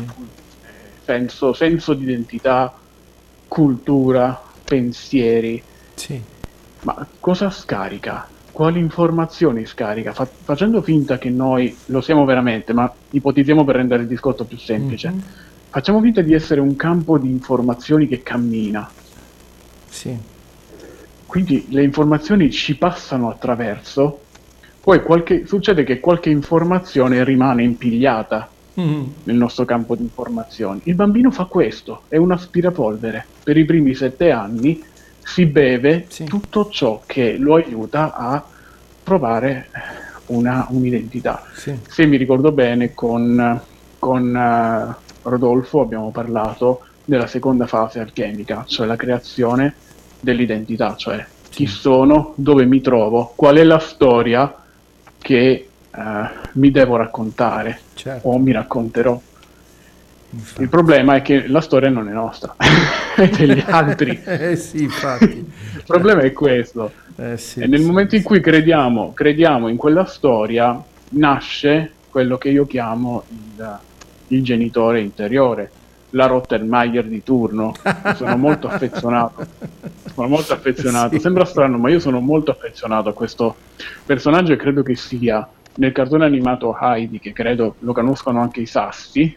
Speaker 2: senso di identità, cultura, pensieri.
Speaker 1: Sì.
Speaker 2: Ma cosa scarica? Quali informazioni scarica? Facendo finta che noi lo siamo veramente, ma ipotizziamo per rendere il discorso più semplice. Mm-hmm. Facciamo finta di essere un campo di informazioni che cammina.
Speaker 1: Sì.
Speaker 2: Quindi le informazioni ci passano attraverso, poi succede che qualche informazione rimane impigliata nel nostro campo di informazioni. Il bambino fa questo, è un aspirapolvere. Per i primi 7 anni si beve tutto ciò che lo aiuta a provare un'identità. Sì. Se mi ricordo bene, con Rodolfo abbiamo parlato della seconda fase alchemica, cioè la creazione dell'identità, cioè chi sono, dove mi trovo, qual è la storia che mi devo raccontare o mi racconterò. Infatti. Il problema è che la storia non è nostra, è degli altri.
Speaker 1: Sì, infatti.
Speaker 2: Il problema è questo. E nel momento in cui crediamo in quella storia, nasce quello che io chiamo il genitore interiore, la Rottenmeier di turno. Sono molto affezionato. Sì. Sembra strano, ma io sono molto affezionato a questo personaggio, e credo che sia nel cartone animato Heidi, che credo lo conoscono anche i sassi,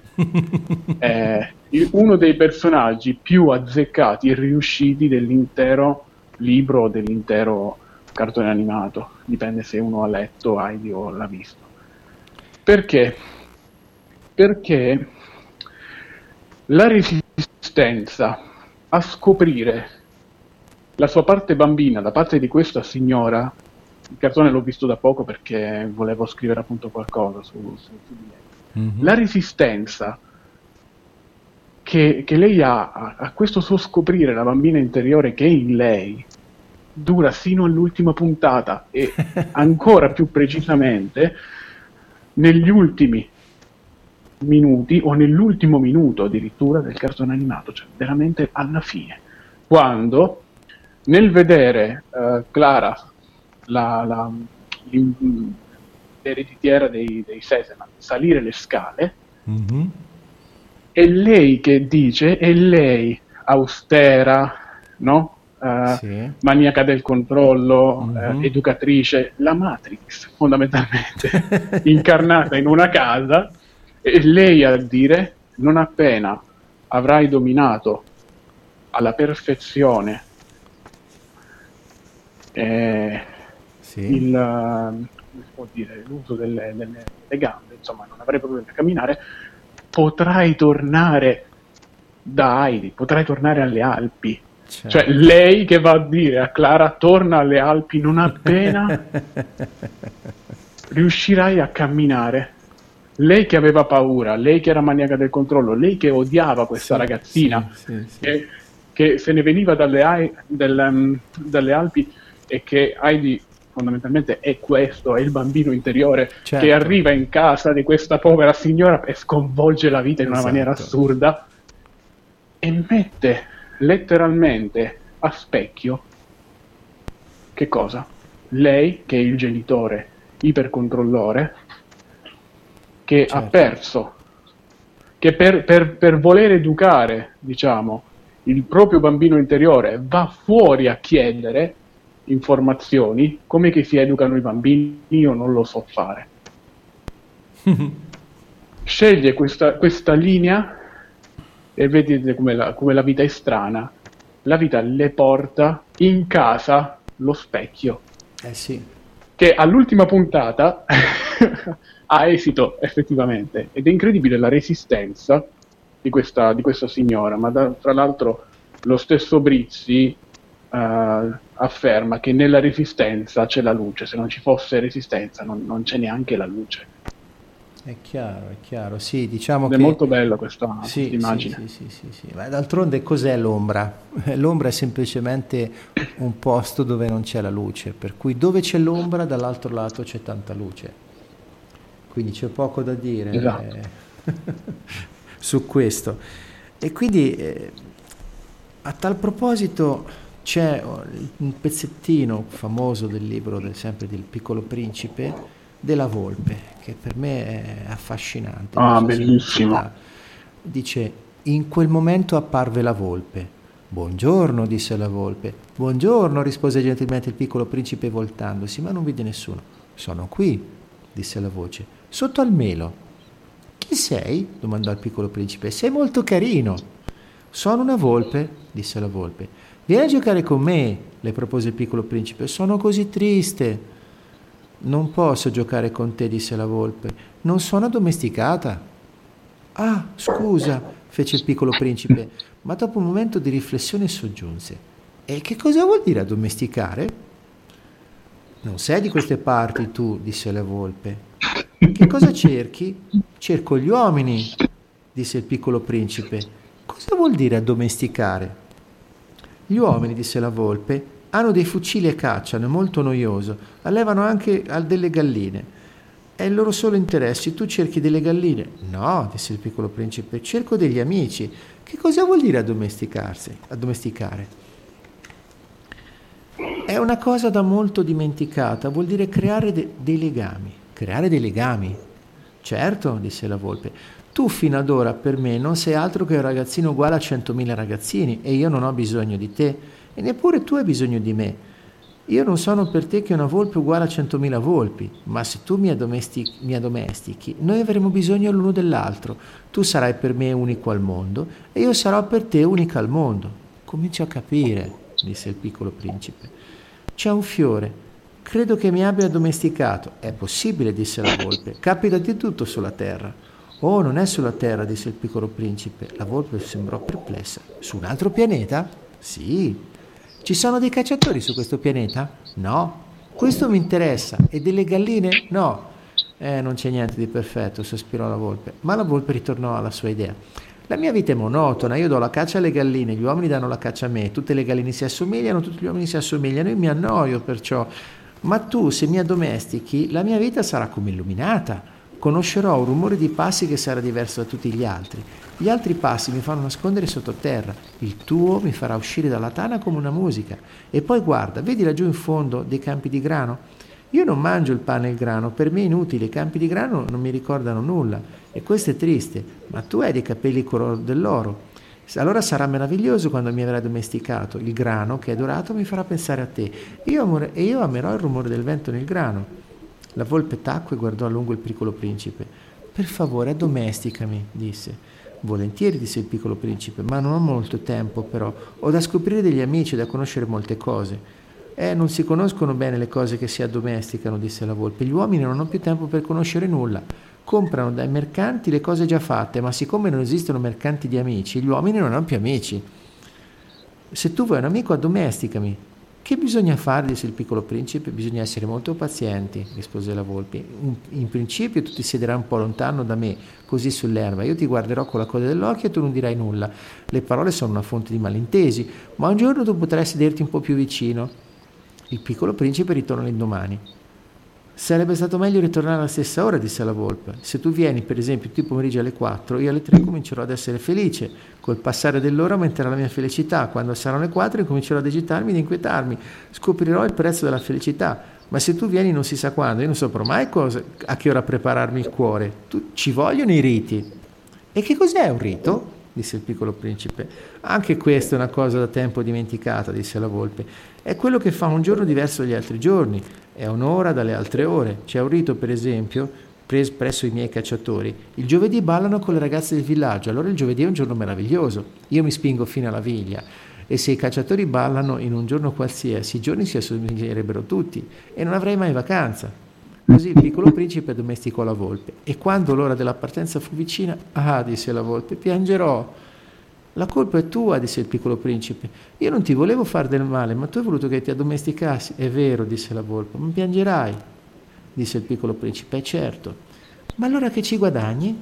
Speaker 2: uno dei personaggi più azzeccati e riusciti dell'intero libro o dell'intero cartone animato, dipende se uno ha letto Heidi o l'ha visto. Perché? Perché la resistenza a scoprire la sua parte bambina da parte di questa signora, il cartone l'ho visto da poco perché volevo scrivere appunto qualcosa su di lei. Mm-hmm. La resistenza che lei ha a questo suo scoprire la bambina interiore che è in lei dura sino all'ultima puntata, e ancora più precisamente negli ultimi minuti o nell'ultimo minuto addirittura del cartone animato, cioè veramente alla fine, quando nel vedere Clara, l'ereditiera dei Sesemann, salire le scale, è lei che dice, è lei austera, no? Maniaca del controllo, educatrice, la Matrix fondamentalmente incarnata in una casa, E lei a dire, non appena avrai dominato alla perfezione
Speaker 1: sì.
Speaker 2: come si può dire, l'uso delle gambe, insomma, non avrai problemi a camminare, potrai tornare da Heidi, potrai tornare alle Alpi.
Speaker 1: Certo.
Speaker 2: Cioè, lei che va a dire a Clara, torna alle Alpi non appena riuscirai a camminare. Lei che aveva paura, lei che era maniaca del controllo, lei che odiava questa ragazzina,
Speaker 1: sì.
Speaker 2: che se ne veniva dalle Alpi, e che Heidi fondamentalmente è questo, è il bambino interiore,
Speaker 1: certo,
Speaker 2: che arriva in casa di questa povera signora e sconvolge la vita in una maniera assurda, e mette letteralmente a specchio che cosa? Lei, che è il genitore ipercontrollore, che ha perso, che per voler educare, diciamo, il proprio bambino interiore, va fuori a chiedere informazioni. Come che si educano i bambini? Io non lo so fare. Sceglie questa linea, e vedete come la vita è strana. La vita le porta in casa lo specchio.
Speaker 1: Sì.
Speaker 2: Che all'ultima puntata ha esito effettivamente, ed è incredibile la resistenza di questa signora. Ma tra l'altro lo stesso Brizzi afferma che nella resistenza c'è la luce, se non ci fosse resistenza non c'è neanche la luce.
Speaker 1: È chiaro, sì, diciamo
Speaker 2: Ed
Speaker 1: che...
Speaker 2: È molto bella questa immagine.
Speaker 1: Sì. Ma d'altronde cos'è l'ombra? L'ombra è semplicemente un posto dove non c'è la luce, per cui dove c'è l'ombra dall'altro lato c'è tanta luce. Quindi c'è poco da dire su questo. E quindi a tal proposito c'è un pezzettino famoso del libro sempre del Piccolo Principe, della volpe, che per me è affascinante.
Speaker 2: Bellissimo.
Speaker 1: Dice: in quel momento apparve la volpe. Buongiorno, disse la volpe. Buongiorno, rispose gentilmente il Piccolo Principe voltandosi, ma non vide nessuno. Sono qui, disse la voce, sotto al melo. Chi sei? Domandò il Piccolo Principe. Sei molto carino. Sono una volpe, disse la volpe. Vieni a giocare con me, le propose il Piccolo Principe. Sono così triste. Non posso giocare con te, disse la volpe. Non sono addomesticata. Ah, scusa, fece il Piccolo Principe, ma dopo un momento di riflessione soggiunse. E che cosa vuol dire addomesticare? Non sei di queste parti tu, disse la volpe. Che cosa cerchi? Cerco gli uomini, disse il Piccolo Principe. Cosa vuol dire addomesticare? Gli uomini, disse la volpe, hanno dei fucili e cacciano, è molto noioso, allevano anche delle galline. È il loro solo interesse. Tu cerchi delle galline? No, disse il Piccolo Principe, cerco degli amici. Che cosa vuol dire addomesticare? È una cosa da molto dimenticata, vuol dire creare dei legami. Creare dei legami? Certo, disse la volpe. Tu fino ad ora per me non sei altro che un ragazzino uguale a 100.000 ragazzini e io non ho bisogno di te e neppure tu hai bisogno di me. Io non sono per te che una volpe uguale a 100.000 volpi, ma se tu mi addomestichi, noi avremo bisogno l'uno dell'altro. Tu sarai per me unico al mondo e io sarò per te unica al mondo. Cominci a capire, disse il Piccolo Principe. C'è un fiore, credo che mi abbia addomesticato. È possibile, disse la volpe, capita di tutto sulla terra. Oh, non è sulla terra, disse il Piccolo Principe. La volpe sembrò perplessa. Su un altro pianeta? Sì. Ci sono dei cacciatori su questo pianeta? No. Questo mi interessa. E delle galline? No. Non c'è niente di perfetto, sospirò la volpe. Ma la volpe ritornò alla sua idea. La mia vita è monotona, io do la caccia alle galline, gli uomini danno la caccia a me, tutte le galline si assomigliano, tutti gli uomini si assomigliano, io mi annoio perciò. Ma tu, se mi addomestichi, la mia vita sarà come illuminata. Conoscerò un rumore di passi che sarà diverso da tutti gli altri. Gli altri passi mi fanno nascondere sottoterra, il tuo mi farà uscire dalla tana come una musica. E poi guarda, vedi laggiù in fondo dei campi di grano? Io non mangio il pane e il grano, per me è inutile, i campi di grano non mi ricordano nulla. E questo è triste, ma tu hai dei capelli color dell'oro. Allora sarà meraviglioso quando mi avrai domesticato. Il grano che è dorato mi farà pensare a te. Io amerò il rumore del vento nel grano. La volpe tacque e guardò a lungo il Piccolo Principe. Per favore, addomesticami, disse. Volentieri, disse il piccolo principe, ma non ho molto tempo però. Ho da scoprire degli amici, da conoscere molte cose. Non si conoscono bene le cose che si addomesticano, disse la volpe. Gli uomini non hanno più tempo per conoscere nulla. Comprano dai mercanti le cose già fatte, ma siccome non esistono mercanti di amici, gli uomini non hanno più amici. Se tu vuoi un amico, addomesticami. Che bisogna fare, disse il piccolo principe? Bisogna essere molto pazienti, rispose la volpe. In principio tu ti siederai un po' lontano da me, così sull'erba. Io ti guarderò con la coda dell'occhio e tu non dirai nulla. Le parole sono una fonte di malintesi, ma un giorno tu potrai sederti un po' più vicino. Il piccolo principe ritorna l'indomani. Sarebbe stato meglio ritornare alla stessa ora, disse la volpe. Se tu vieni, per esempio, tutti i pomeriggi alle 4, io alle 3 comincerò ad essere felice. Col passare dell'ora aumenterà la mia felicità. Quando saranno le 4 comincerò ad agitarmi e ad inquietarmi. Scoprirò il prezzo della felicità. Ma se tu vieni non si sa quando, io non saprò mai a che ora prepararmi il cuore. Ci vogliono i riti. E che cos'è un rito? Disse il piccolo principe. Anche questa è una cosa da tempo dimenticata, disse la volpe. È quello che fa un giorno diverso dagli altri giorni, è un'ora dalle altre ore. C'è un rito, per esempio, presso i miei cacciatori. Il giovedì ballano con le ragazze del villaggio, allora il giovedì è un giorno meraviglioso. Io mi spingo fino alla viglia. E se i cacciatori ballano in un giorno qualsiasi, i giorni si assomiglierebbero tutti e non avrei mai vacanza. Così il piccolo principe domesticò la volpe. E quando l'ora della partenza fu vicina, disse la volpe, piangerò. La colpa è tua, disse il piccolo principe. Io non ti volevo far del male, ma tu hai voluto che ti addomesticassi. È vero, disse la volpe, ma piangerai, disse il piccolo principe. Certo. Ma allora che ci guadagni?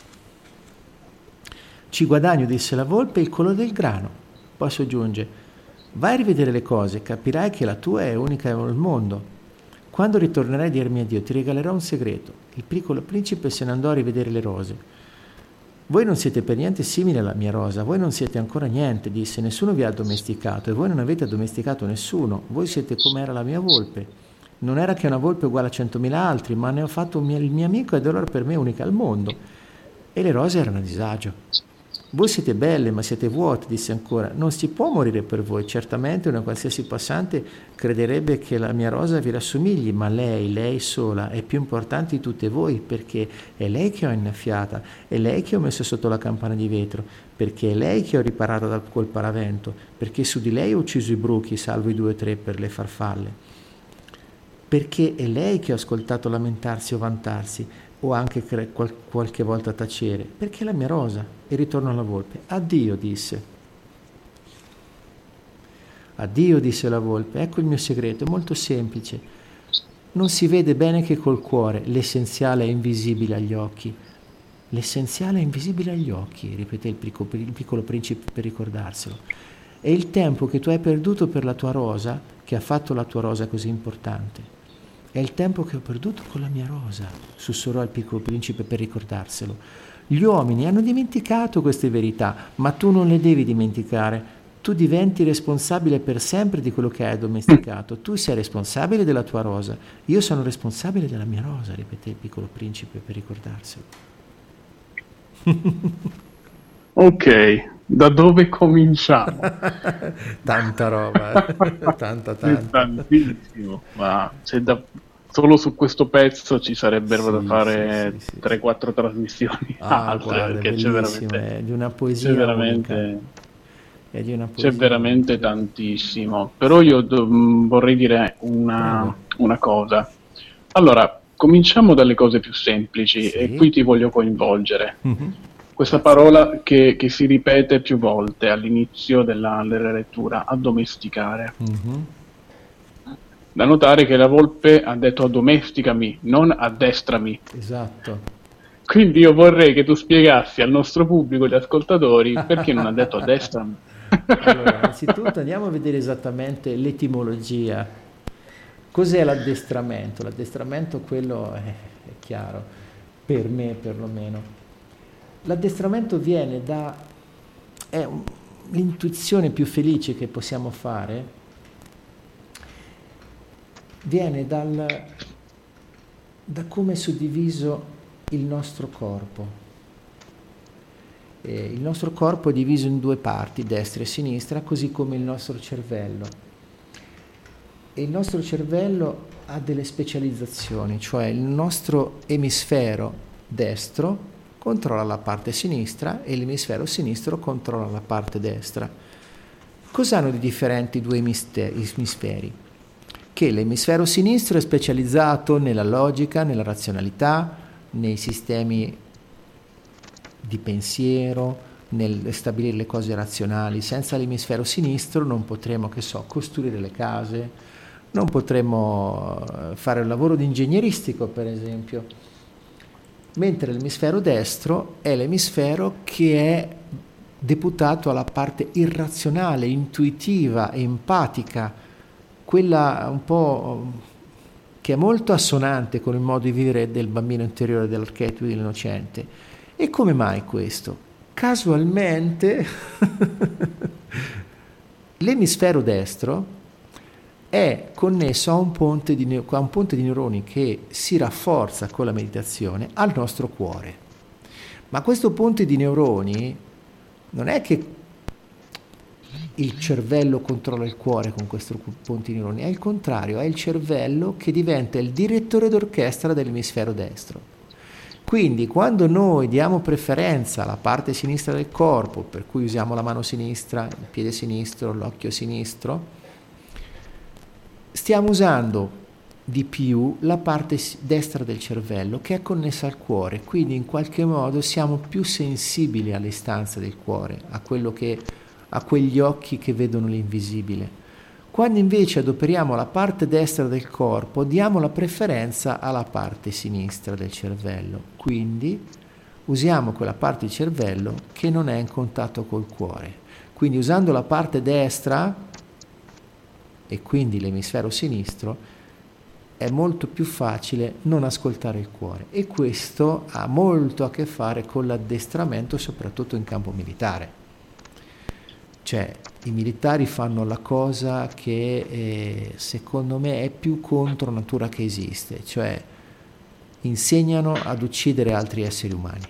Speaker 1: Ci guadagno, disse la volpe, il colore del grano. Poi soggiunge, vai a rivedere le cose, capirai che la tua è unica nel mondo. Quando ritornerai a dirmi addio, ti regalerò un segreto. Il piccolo principe se ne andò a rivedere le rose. Voi non siete per niente simili alla mia rosa, voi non siete ancora niente, disse, nessuno vi ha addomesticato e voi non avete addomesticato nessuno, voi siete come era la mia volpe. Non era che una volpe uguale a 100.000 altri, ma ne ho fatto il mio amico ed allora per me unica al mondo. E le rose erano a disagio. Voi siete belle, ma siete vuote, disse ancora. Non si può morire per voi. Certamente una qualsiasi passante crederebbe che la mia rosa vi rassomigli, ma lei sola, è più importante di tutte voi, perché è lei che ho innaffiata, è lei che ho messo sotto la campana di vetro, perché è lei che ho riparato col paravento, perché su di lei ho ucciso i bruchi, salvo i 2 o 3 per le farfalle, perché è lei che ho ascoltato lamentarsi o vantarsi, o anche qualche volta tacere, perché è la mia rosa. E ritorno alla volpe. Addio, disse. Addio, disse la volpe. Ecco il mio segreto, è molto semplice. Non si vede bene che col cuore, l'essenziale è invisibile agli occhi. L'essenziale è invisibile agli occhi, ripeté il piccolo principe per ricordarselo. È il tempo che tu hai perduto per la tua rosa che ha fatto la tua rosa così importante. È il tempo che ho perduto con la mia rosa, sussurrò il piccolo principe per ricordarselo. Gli uomini hanno dimenticato queste verità, ma tu non le devi dimenticare. Tu diventi responsabile per sempre di quello che hai addomesticato. Tu sei responsabile della tua rosa. Io sono responsabile della mia rosa, ripeté il piccolo principe per ricordarselo.
Speaker 2: Ok, da dove cominciamo?
Speaker 1: Tanta roba, tanta.
Speaker 2: Tantissimo, ma solo su questo pezzo ci sarebbero da fare 3-4 trasmissioni altre,
Speaker 1: guarda,
Speaker 2: perché c'è veramente,
Speaker 1: è di una poesia
Speaker 2: c'è veramente tantissimo. Però io vorrei dire una cosa. Allora, cominciamo dalle cose più semplici, e qui ti voglio coinvolgere. Mm-hmm. Questa parola che si ripete più volte all'inizio della lettura, addomesticare. Mm-hmm. Da notare che la volpe ha detto addomesticami, non addestrami.
Speaker 1: Esatto.
Speaker 2: Quindi io vorrei che tu spiegassi al nostro pubblico, gli ascoltatori, perché non ha detto addestrami.
Speaker 1: Allora, innanzitutto andiamo a vedere esattamente l'etimologia. Cos'è l'addestramento? L'addestramento, quello è chiaro, per me perlomeno. L'addestramento viene l'intuizione più felice che possiamo fare, viene da come è suddiviso il nostro corpo. Il nostro corpo è diviso in 2 parti, destra e sinistra, così come il nostro cervello. E il nostro cervello ha delle specializzazioni, cioè il nostro emisfero destro controlla la parte sinistra e l'emisfero sinistro controlla la parte destra. Cosa hanno di differenti i due emisferi? Che l'emisfero sinistro è specializzato nella logica, nella razionalità, nei sistemi di pensiero, nel stabilire le cose razionali. Senza l'emisfero sinistro non potremo, costruire le case, non potremo fare un lavoro di ingegneristico, per esempio. Mentre l'emisfero destro è l'emisfero che è deputato alla parte irrazionale, intuitiva, empatica, quella un po' che è molto assonante con il modo di vivere del bambino interiore, dell'archetipo dell'innocente. E come mai questo? Casualmente l'emisfero destro è connesso a un ponte di neuroni che si rafforza con la meditazione al nostro cuore. Ma questo ponte di neuroni non è che il cervello controlla il cuore con questo ponte di neuroni, è il contrario, è il cervello che diventa il direttore d'orchestra dell'emisfero destro. Quindi quando noi diamo preferenza alla parte sinistra del corpo, per cui usiamo la mano sinistra, il piede sinistro, l'occhio sinistro, stiamo usando di più la parte destra del cervello che è connessa al cuore, quindi in qualche modo siamo più sensibili alle istanze del cuore, a quegli occhi che vedono l'invisibile. Quando invece adoperiamo la parte destra del corpo, diamo la preferenza alla parte sinistra del cervello, quindi usiamo quella parte di cervello che non è in contatto col cuore. Quindi usando la parte destra e quindi l'emisfero sinistro è molto più facile non ascoltare il cuore, e questo ha molto a che fare con l'addestramento, soprattutto in campo militare. Cioè i militari fanno la cosa che secondo me è più contro natura che esiste, cioè insegnano ad uccidere altri esseri umani,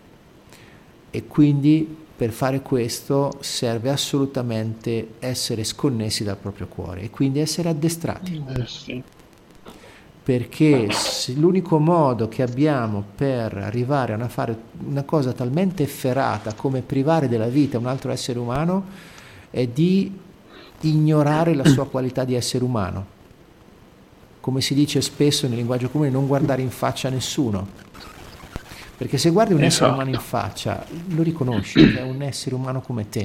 Speaker 1: e quindi per fare questo serve assolutamente essere sconnessi dal proprio cuore e quindi essere addestrati.
Speaker 2: Sì.
Speaker 1: Perché l'unico modo che abbiamo per arrivare a fare una cosa talmente efferata come privare della vita un altro essere umano è di ignorare la sua qualità di essere umano. Come si dice spesso nel linguaggio comune, non guardare in faccia a nessuno. Perché se guardi un essere umano in faccia, lo riconosci che è un essere umano come te.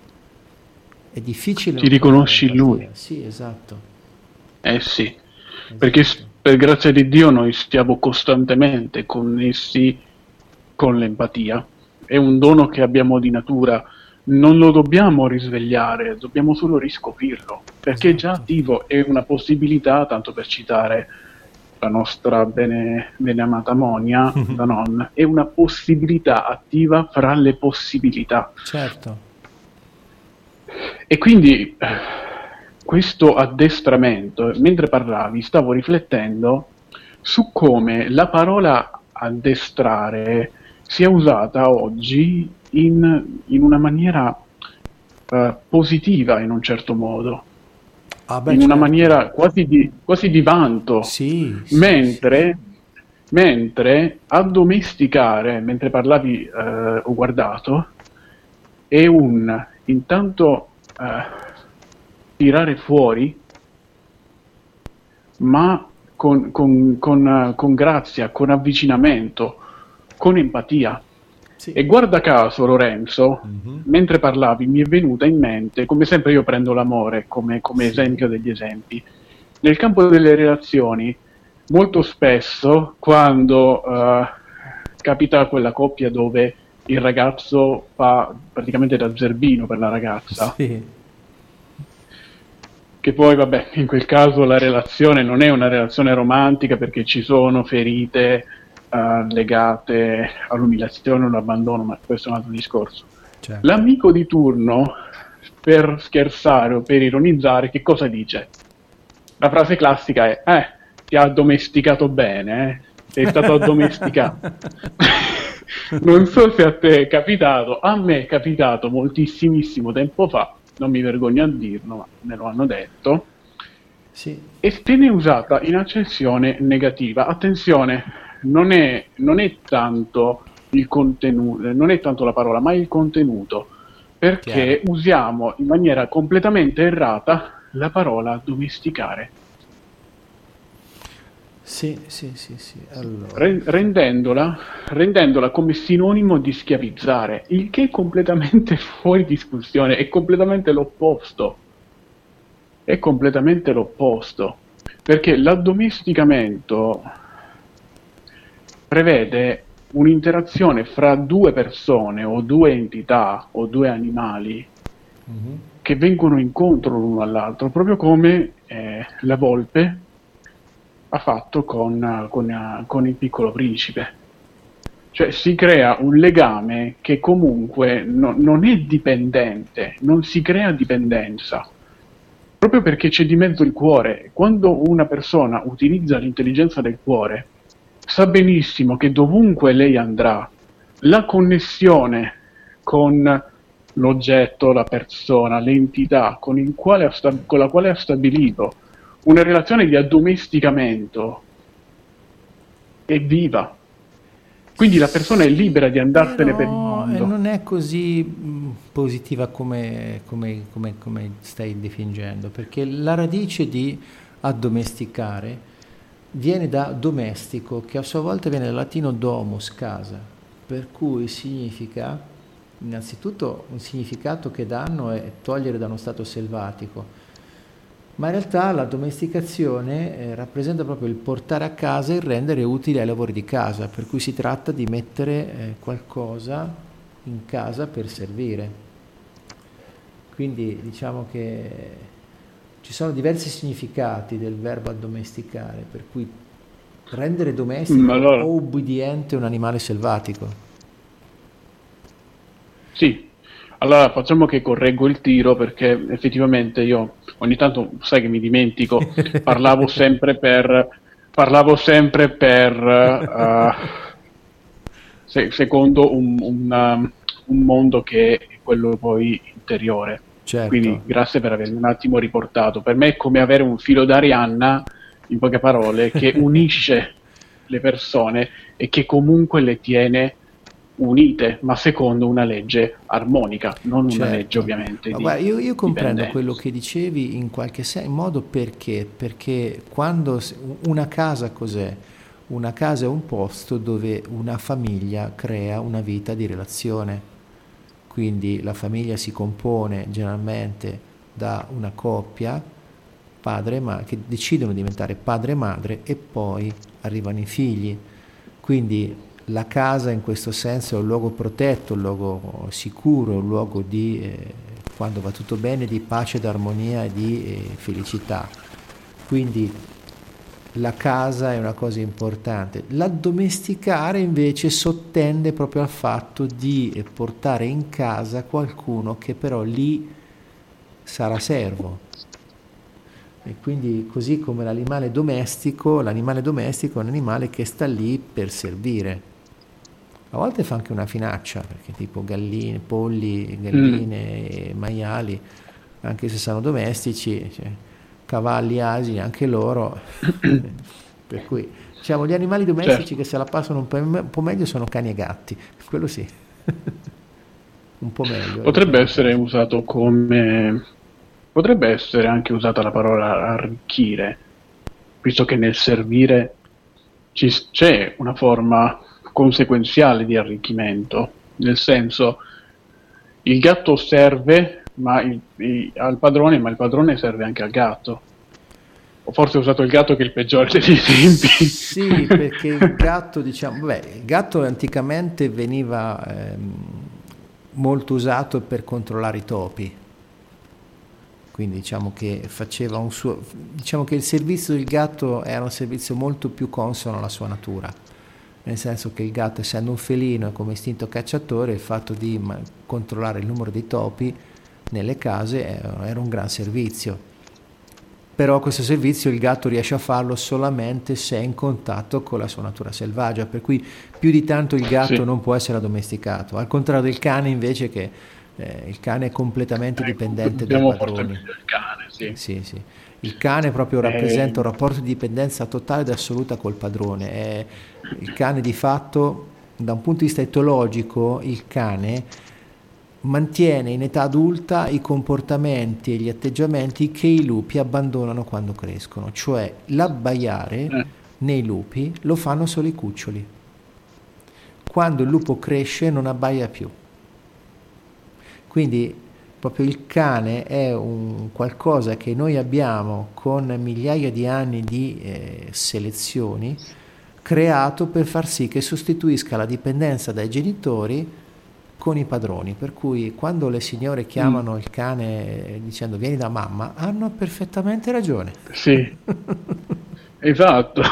Speaker 1: È difficile.
Speaker 2: Ti riconosci lui.
Speaker 1: Sì, esatto.
Speaker 2: Sì. Esatto. Perché per grazia di Dio noi stiamo costantemente connessi con l'empatia. È un dono che abbiamo di natura, non lo dobbiamo risvegliare, dobbiamo solo riscoprirlo, perché è già attivo, è una possibilità, tanto per citare la nostra bene amata Monia, la nonna, è una possibilità attiva fra le possibilità.
Speaker 1: Certo.
Speaker 2: E quindi questo addestramento, mentre parlavi, stavo riflettendo su come la parola addestrare sia usata oggi in una maniera positiva, in un certo modo. Una maniera quasi di vanto.
Speaker 1: Sì,
Speaker 2: mentre addomesticare, mentre parlavi ho guardato, è intanto tirare fuori, ma con grazia, con avvicinamento, con empatia. Sì. E guarda caso, Lorenzo, mentre parlavi mi è venuta in mente, come sempre io prendo l'amore come esempio degli esempi. Nel campo delle relazioni, molto spesso, quando capita quella coppia dove il ragazzo fa praticamente da zerbino per la ragazza, sì, che poi, vabbè, in quel caso la relazione non è una relazione romantica perché ci sono ferite legate all'umiliazione o all'abbandono, ma questo è un altro discorso. Certo. L'amico di turno, per scherzare o per ironizzare, che cosa dice? La frase classica è ti ha addomesticato bene, sei stato addomesticato. Non so se a te è capitato, a me è capitato moltissimissimo tempo fa, non mi vergogno a dirlo, ma me lo hanno detto, sì, e viene usata in accezione negativa. Attenzione, non è tanto il contenuto, non è tanto la parola, ma il contenuto, perché usiamo in maniera completamente errata la parola domesticare.
Speaker 1: Sì. Allora.
Speaker 2: Rendendola come sinonimo di schiavizzare, il che è completamente fuori discussione, è completamente l'opposto. È completamente l'opposto, perché l'addomesticamento prevede un'interazione fra due persone o due entità o due animali che vengono incontro l'uno all'altro, proprio come la volpe ha fatto con il Piccolo Principe. Cioè si crea un legame che comunque non è dipendente, non si crea dipendenza, proprio perché c'è di mezzo il cuore. Quando una persona utilizza l'intelligenza del cuore, sa benissimo che dovunque lei andrà, la connessione con l'oggetto, la persona, l'entità con la quale ha stabilito una relazione di addomesticamento è viva. Quindi la persona è libera di andarsene per il mondo.
Speaker 1: Non è così positiva come stai dipingendo, perché la radice di addomesticare viene da domestico, che a sua volta viene dal latino domus, casa, per cui significa, innanzitutto un significato che danno è togliere da uno stato selvatico, ma in realtà la domesticazione rappresenta proprio il portare a casa e il rendere utile ai lavori di casa, per cui si tratta di mettere qualcosa in casa per servire. Quindi diciamo che ci sono diversi significati del verbo addomesticare, per cui rendere domestico o ubbidiente un animale selvatico.
Speaker 2: Sì. Allora facciamo che correggo il tiro, perché effettivamente io ogni tanto, sai che mi dimentico, parlavo sempre per secondo un mondo che è quello poi interiore.
Speaker 1: Certo.
Speaker 2: Quindi grazie per avermi un attimo riportato. Per me è come avere un filo d'Arianna, in poche parole, che unisce le persone e che comunque le tiene unite, ma secondo una legge armonica, non una legge ovviamente di
Speaker 1: guarda, io comprendo quello che dicevi in qualche modo, perché quando una casa cos'è? Una casa è un posto dove una famiglia crea una vita di relazione, quindi la famiglia si compone generalmente da una coppia, padre e madre, che decidono di diventare padre e madre, e poi arrivano i figli. Quindi la casa in questo senso è un luogo protetto, un luogo sicuro, un luogo di, quando va tutto bene, di pace, di armonia e di felicità. Quindi la casa è una cosa importante. L'addomesticare invece sottende proprio al fatto di portare in casa qualcuno che però lì sarà servo. E quindi così come l'animale domestico è un animale che sta lì per servire. A volte fa anche una finaccia, perché tipo galline, polli, galline, maiali, anche se sono domestici, cioè, cavalli, asini, anche loro. Per cui diciamo gli animali domestici che se la passano un po' meglio sono cani e gatti, quello sì. Un po' meglio.
Speaker 2: Potrebbe essere usato come... Potrebbe essere anche usata la parola arricchire, visto che nel servire c'è una forma conseguenziale di arricchimento, nel senso il gatto serve al padrone, ma il padrone serve anche al gatto. O forse ho usato il gatto che è il peggiore degli esempi.
Speaker 1: Sì, perché il gatto, il gatto anticamente veniva molto usato per controllare i topi. Quindi diciamo che faceva diciamo che il servizio del gatto era un servizio molto più consono alla sua natura, nel senso che il gatto, essendo un felino e come istinto cacciatore, il fatto di controllare il numero dei topi nelle case era un gran servizio. Però questo servizio il gatto riesce a farlo solamente se è in contatto con la sua natura selvaggia, per cui più di tanto il gatto non può essere addomesticato, al contrario del cane invece, che il cane è completamente dipendente dai padroni.
Speaker 2: Il cane, sì. sì.
Speaker 1: Sì, sì. Il cane proprio rappresenta un rapporto di dipendenza totale ed assoluta col padrone. Il cane di fatto, da un punto di vista etologico, il cane mantiene in età adulta i comportamenti e gli atteggiamenti che i lupi abbandonano quando crescono, cioè l'abbaiare nei lupi lo fanno solo i cuccioli. Quando il lupo cresce non abbaia più. Quindi proprio il cane è un qualcosa che noi abbiamo con migliaia di anni di selezioni creato per far sì che sostituisca la dipendenza dai genitori con i padroni, per cui quando le signore chiamano il cane dicendo vieni da mamma, hanno perfettamente ragione.
Speaker 2: Sì, esatto.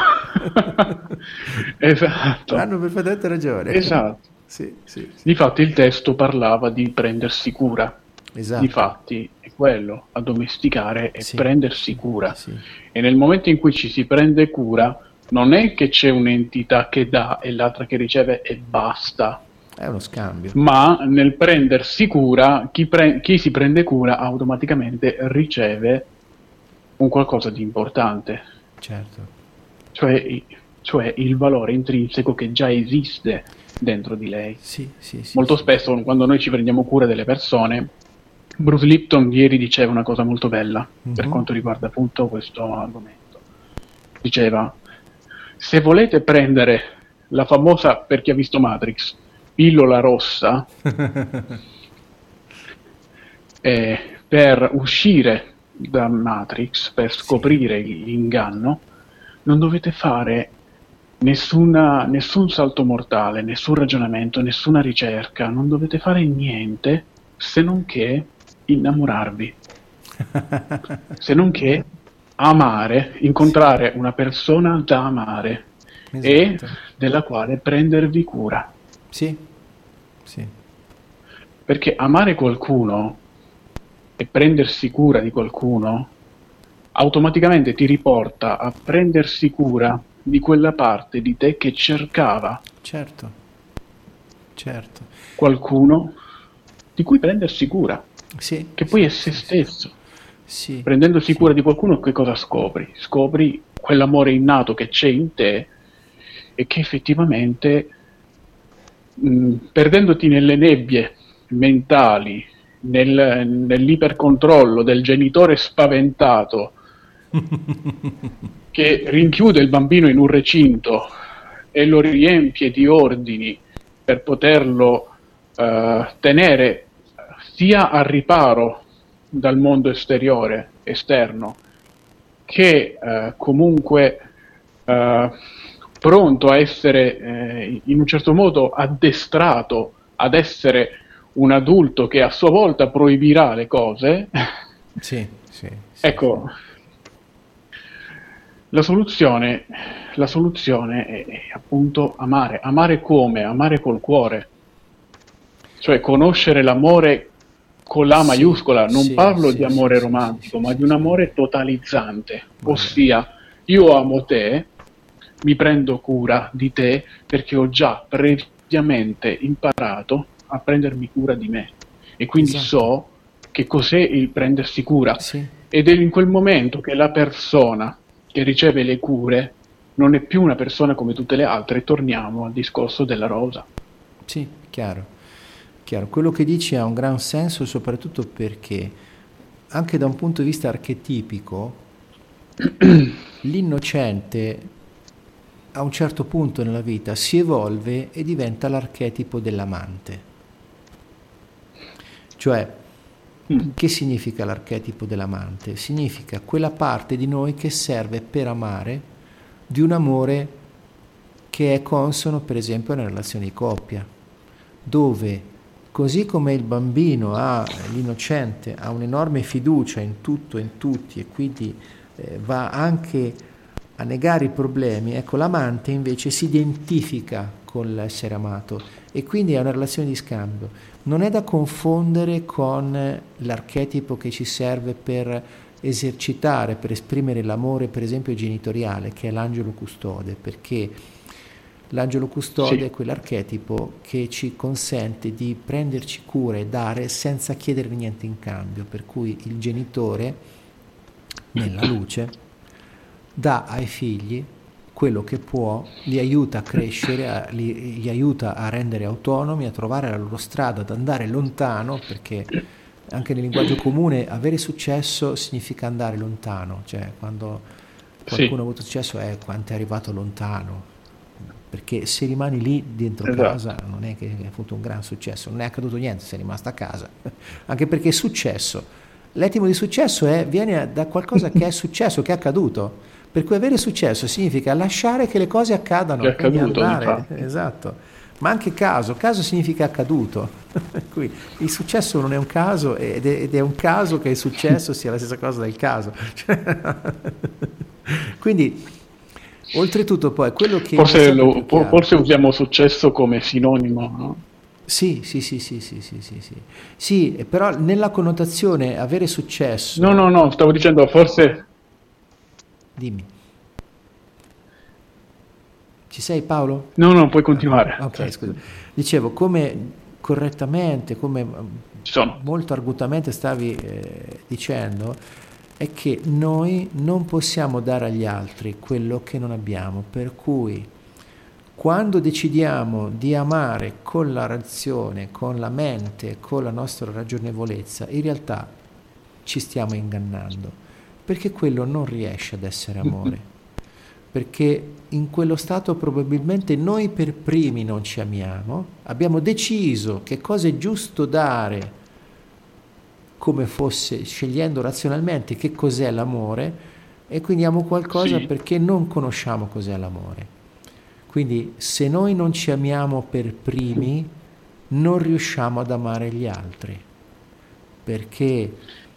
Speaker 2: Esatto.
Speaker 1: Hanno perfettamente ragione.
Speaker 2: Esatto.
Speaker 1: Sì, sì, sì.
Speaker 2: Difatti il testo parlava di prendersi cura.
Speaker 1: Esatto.
Speaker 2: Difatti è quello, addomesticare e
Speaker 1: Sì.
Speaker 2: prendersi cura.
Speaker 1: Sì.
Speaker 2: E nel momento in cui ci si prende cura, non è che c'è un'entità che dà e l'altra che riceve e basta.
Speaker 1: È uno scambio.
Speaker 2: Ma nel prendersi cura, chi si prende cura automaticamente riceve un qualcosa di importante.
Speaker 1: Certo.
Speaker 2: Cioè il valore intrinseco che già esiste dentro di lei.
Speaker 1: Sì, sì, sì,
Speaker 2: Molto
Speaker 1: sì.
Speaker 2: spesso quando noi ci prendiamo cura delle persone, Bruce Lipton ieri diceva una cosa molto bella per quanto riguarda appunto questo argomento. Diceva: se volete prendere la famosa, per chi ha visto Matrix, pillola rossa per uscire da Matrix, per scoprire l'inganno, non dovete fare nessun salto mortale, nessun ragionamento, nessuna ricerca, non dovete fare niente se non che innamorarvi, se non che amare, incontrare una persona da amare e della quale prendervi cura.
Speaker 1: Sì, sì.
Speaker 2: Perché amare qualcuno e prendersi cura di qualcuno automaticamente ti riporta a prendersi cura di quella parte di te che cercava
Speaker 1: Certo, certo.
Speaker 2: qualcuno di cui prendersi cura,
Speaker 1: Sì,
Speaker 2: che poi
Speaker 1: sì,
Speaker 2: è se
Speaker 1: sì,
Speaker 2: stesso.
Speaker 1: sì,
Speaker 2: Prendendosi
Speaker 1: sì.
Speaker 2: cura di qualcuno, che cosa scopri? Scopri quell'amore innato che c'è in te e che effettivamente, perdendoti nelle nebbie mentali, nell'ipercontrollo del genitore spaventato che rinchiude il bambino in un recinto e lo riempie di ordini per poterlo tenere sia al riparo dal mondo esterno, che comunque pronto a essere in un certo modo addestrato ad essere un adulto che a sua volta proibirà le cose.
Speaker 1: Sì, sì, sì,
Speaker 2: ecco,
Speaker 1: sì.
Speaker 2: La soluzione è appunto amare come? Amare col cuore, cioè conoscere l'amore con la maiuscola. Non parlo di amore romantico, ma di un amore totalizzante, ossia io amo te, mi prendo cura di te perché ho già previamente imparato a prendermi cura di me e quindi so che cos'è il prendersi cura, ed è in quel momento che la persona che riceve le cure non è più una persona come tutte le altre. Torniamo al discorso della rosa.
Speaker 1: Sì, chiaro. Quello che dici ha un gran senso, soprattutto perché anche da un punto di vista archetipico l'innocente a un certo punto nella vita si evolve e diventa l'archetipo dell'amante. Cioè, che significa l'archetipo dell'amante? Significa quella parte di noi che serve per amare, di un amore che è consono per esempio a una relazione di coppia, dove così come il bambino l'innocente ha un'enorme fiducia in tutto e in tutti e quindi va anche a negare i problemi, ecco, l'amante invece si identifica con l'essere amato e quindi è una relazione di scambio. Non è da confondere con l'archetipo che ci serve per esercitare, per esprimere l'amore per esempio genitoriale, che è l'angelo custode, perché l'angelo custode è quell'archetipo che ci consente di prenderci cura e dare senza chiedere niente in cambio, per cui il genitore nella luce, dà ai figli quello che può, li aiuta a crescere, li aiuta a rendere autonomi, a trovare la loro strada, ad andare lontano, perché anche nel linguaggio comune avere successo significa andare lontano, cioè quando qualcuno ha avuto successo è quanto è arrivato lontano, perché se rimani lì dentro casa non è che hai avuto un gran successo, non è accaduto niente, sei rimasto a casa, anche perché successo, l'etimo di successo viene da qualcosa che è successo, che è accaduto. Per cui avere successo significa lasciare che le cose accadano,
Speaker 2: è accaduto,
Speaker 1: andare, esatto. Ma anche caso significa accaduto. Qui il successo non è un caso ed è un caso che il successo sia la stessa cosa del caso. Quindi, oltretutto, poi quello che
Speaker 2: forse usiamo successo come sinonimo, no?
Speaker 1: Sì, però nella connotazione avere successo.
Speaker 2: No, stavo dicendo forse.
Speaker 1: Dimmi. Ci sei, Paolo?
Speaker 2: No, puoi continuare.
Speaker 1: Ok, scusa. Dicevo, come correttamente, come molto argutamente stavi dicendo, è che noi non possiamo dare agli altri quello che non abbiamo, per cui quando decidiamo di amare con la ragione, con la mente, con la nostra ragionevolezza, in realtà ci stiamo ingannando. Perché quello non riesce ad essere amore, perché in quello stato probabilmente noi per primi non ci amiamo, abbiamo deciso che cosa è giusto dare, come fosse, scegliendo razionalmente che cos'è l'amore, e quindi amo qualcosa perché non conosciamo cos'è l'amore. Quindi se noi non ci amiamo per primi, non riusciamo ad amare gli altri, perché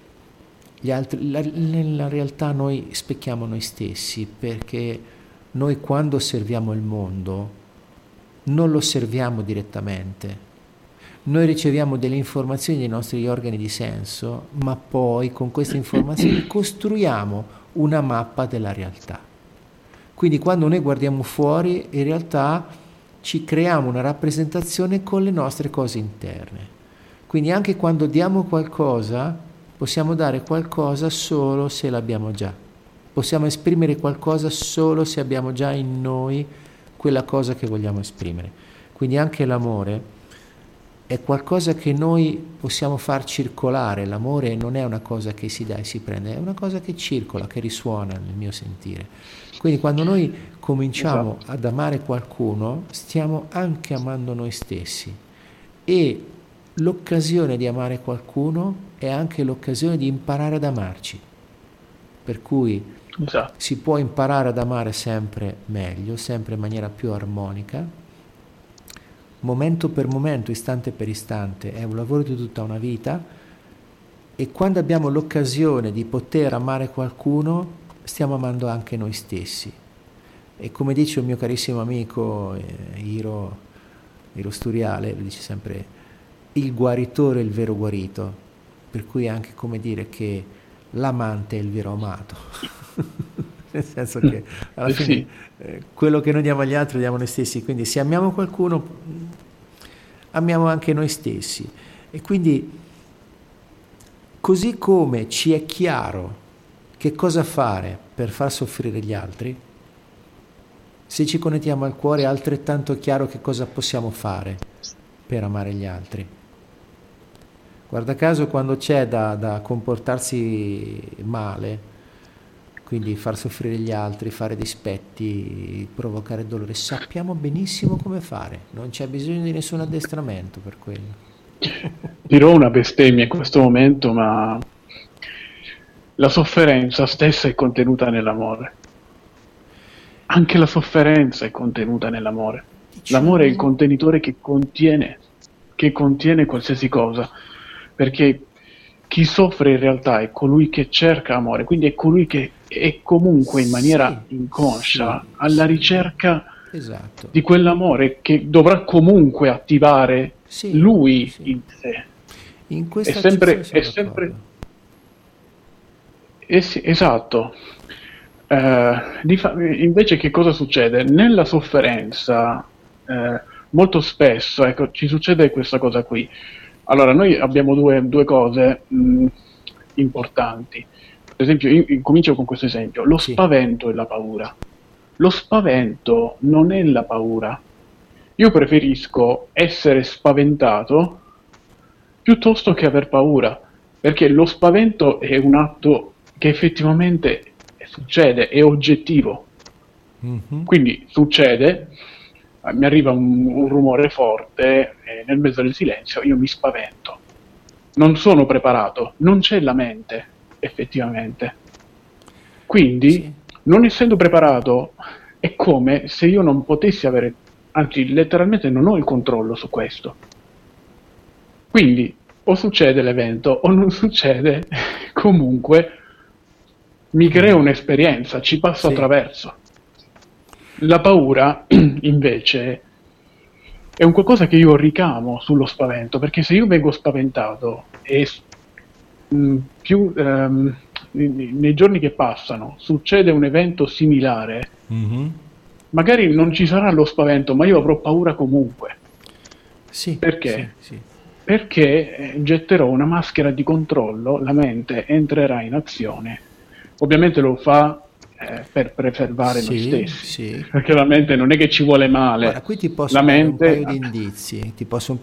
Speaker 1: nella realtà noi specchiamo noi stessi, perché noi quando osserviamo il mondo non lo osserviamo direttamente, noi riceviamo delle informazioni dai nostri organi di senso, ma poi con queste informazioni costruiamo una mappa della realtà. Quindi quando noi guardiamo fuori, in realtà ci creiamo una rappresentazione con le nostre cose interne. Quindi anche quando diamo qualcosa, possiamo dare qualcosa solo se l'abbiamo già. Possiamo esprimere qualcosa solo se abbiamo già in noi quella cosa che vogliamo esprimere. Quindi anche l'amore è qualcosa che noi possiamo far circolare. L'amore non è una cosa che si dà e si prende, è una cosa che circola, che risuona nel mio sentire. Quindi quando noi cominciamo ad amare qualcuno, stiamo anche amando noi stessi. E l'occasione di amare qualcuno è anche l'occasione di imparare ad amarci, per cui si può imparare ad amare sempre meglio, sempre in maniera più armonica, momento per momento, istante per istante, è un lavoro di tutta una vita, e quando abbiamo l'occasione di poter amare qualcuno stiamo amando anche noi stessi. E come dice un mio carissimo amico Iro Sturiale, lui dice sempre: il guaritore è il vero guarito, per cui è anche come dire che l'amante è il vero amato. Nel senso che alla fine quello che noi diamo agli altri diamo noi stessi, quindi se amiamo qualcuno amiamo anche noi stessi. E quindi, così come ci è chiaro che cosa fare per far soffrire gli altri, se ci connettiamo al cuore è altrettanto chiaro che cosa possiamo fare per amare gli altri. Guarda caso, quando c'è da comportarsi male, quindi far soffrire gli altri, fare dispetti, provocare dolore, sappiamo benissimo come fare, non c'è bisogno di nessun addestramento per quello.
Speaker 2: Dirò una bestemmia in questo momento, ma la sofferenza stessa è contenuta nell'amore. Anche la sofferenza è contenuta nell'amore. L'amore è il contenitore che contiene qualsiasi cosa, perché chi soffre in realtà è colui che cerca amore, quindi è colui che è comunque in maniera inconscia alla ricerca di quell'amore che dovrà comunque attivare lui in sé.
Speaker 1: In questa
Speaker 2: è sempre esatto. Invece che cosa succede? Nella sofferenza molto spesso, ecco, ci succede questa cosa qui. Allora, noi abbiamo due cose importanti. esempio, io comincio con questo esempio, lo spavento e la paura. Lo spavento non è la paura. Io preferisco essere spaventato piuttosto che aver paura, perché lo spavento è un atto che effettivamente succede, è oggettivo. Quindi succede, mi arriva un rumore forte e nel mezzo del silenzio io mi spavento. Non sono preparato, non c'è la mente, effettivamente. Quindi, non essendo preparato, è come se io non potessi avere, anzi, letteralmente non ho il controllo su questo. Quindi, o succede l'evento o non succede, comunque mi creo un'esperienza, ci passo attraverso. La paura, invece, è un qualcosa che io ricamo sullo spavento, perché se io vengo spaventato e nei giorni che passano succede un evento similare, magari non ci sarà lo spavento, ma io avrò paura comunque. Perché? Perché getterò una maschera di controllo, la mente entrerà in azione. Ovviamente lo fa per preservare noi stessi, perché la mente non è che ci vuole male.
Speaker 1: Guarda, qui ti posso dare un paio di indizi,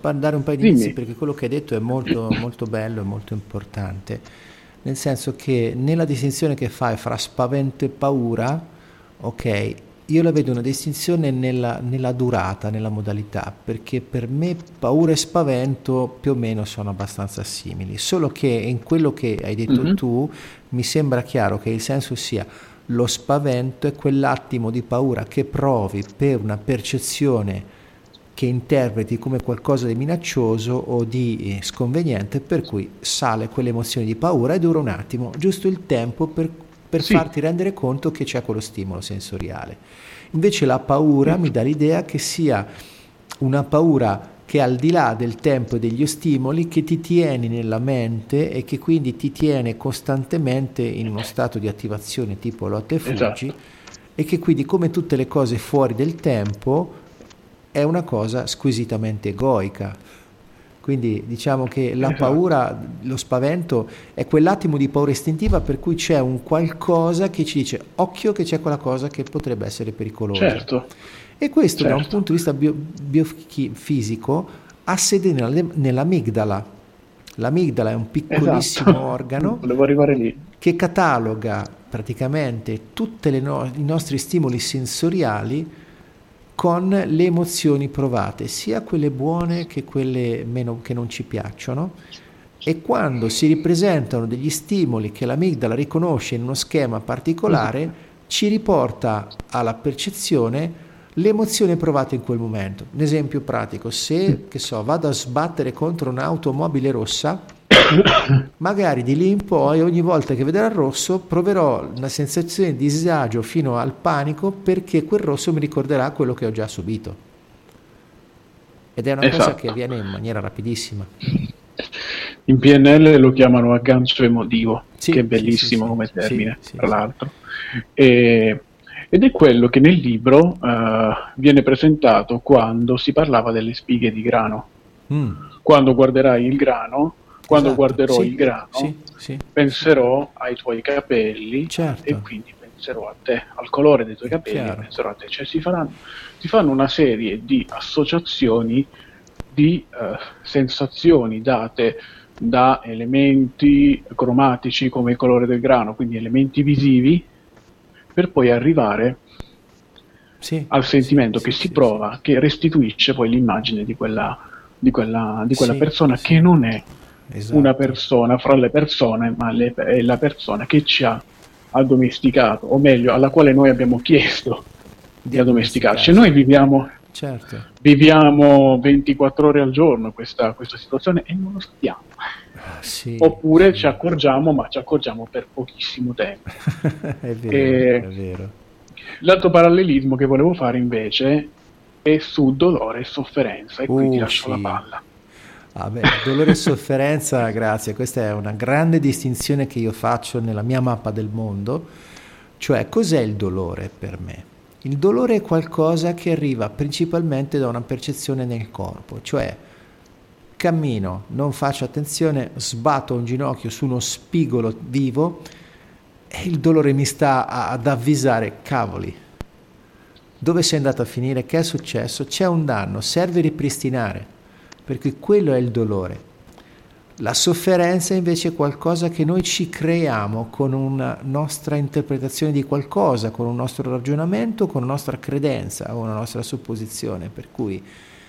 Speaker 1: perché quello che hai detto è molto, molto bello e molto importante, nel senso che nella distinzione che fai fra spavento e paura, ok, io la vedo una distinzione nella durata, nella modalità, perché per me paura e spavento più o meno sono abbastanza simili, solo che in quello che hai detto tu mi sembra chiaro che il senso sia: lo spavento è quell'attimo di paura che provi per una percezione che interpreti come qualcosa di minaccioso o di sconveniente, per cui sale quell'emozione di paura e dura un attimo, giusto il tempo per farti rendere conto che c'è quello stimolo sensoriale. Invece la paura mi dà l'idea che sia una paura che al di là del tempo e degli stimoli, che ti tieni nella mente e che quindi ti tiene costantemente in uno stato di attivazione tipo lotta e fuggi, e che quindi, come tutte le cose fuori del tempo, è una cosa squisitamente egoica. Quindi diciamo che la paura, lo spavento è quell'attimo di paura istintiva per cui c'è un qualcosa che ci dice: occhio che c'è quella cosa che potrebbe essere pericolosa. E questo da un punto di vista biofisico ha sede nell'amigdala. L'amigdala è un piccolissimo organo che cataloga praticamente tutti i nostri stimoli sensoriali con le emozioni provate, sia quelle buone che quelle meno, che non ci piacciono, e quando si ripresentano degli stimoli che l'amigdala riconosce in uno schema particolare, ci riporta alla percezione l'emozione provata in quel momento. Un esempio pratico: se vado a sbattere contro un'automobile rossa, magari di lì in poi ogni volta che vedrò il rosso proverò una sensazione di disagio fino al panico, perché quel rosso mi ricorderà quello che ho già subito, ed è una cosa che avviene in maniera rapidissima.
Speaker 2: In PNL lo chiamano aggancio emotivo, che è bellissimo come termine, tra l'altro. Ed è quello che nel libro viene presentato quando si parlava delle spighe di grano. Quando guarderai il grano, quando guarderò il grano, penserò ai tuoi capelli, e quindi penserò a te, al colore dei tuoi capelli, penserò a te. Cioè si fanno una serie di associazioni di sensazioni date da elementi cromatici come il colore del grano, quindi elementi visivi, per poi arrivare al sentimento che si prova, che restituisce poi l'immagine di quella persona, che non è una persona fra le persone, ma è la persona che ci ha addomesticato, o meglio, alla quale noi abbiamo chiesto di addomesticarci. Noi viviamo 24 ore al giorno questa situazione e non lo sappiamo. Oppure ci accorgiamo, ma ci accorgiamo per pochissimo tempo.
Speaker 1: È vero.
Speaker 2: L'altro parallelismo che volevo fare invece è su dolore e sofferenza, e qui ti lascio la palla.
Speaker 1: Dolore e sofferenza, grazie. Questa è una grande distinzione che io faccio nella mia mappa del mondo. Cioè, cos'è il dolore per me? Il dolore è qualcosa che arriva principalmente da una percezione nel corpo, cioè cammino, non faccio attenzione, sbatto un ginocchio su uno spigolo vivo e il dolore mi sta ad avvisare, cavoli, dove sei andato a finire, che è successo, c'è un danno, serve ripristinare, perché quello è il dolore. La sofferenza invece è qualcosa che noi ci creiamo con una nostra interpretazione di qualcosa, con un nostro ragionamento, con una nostra credenza o una nostra supposizione, per cui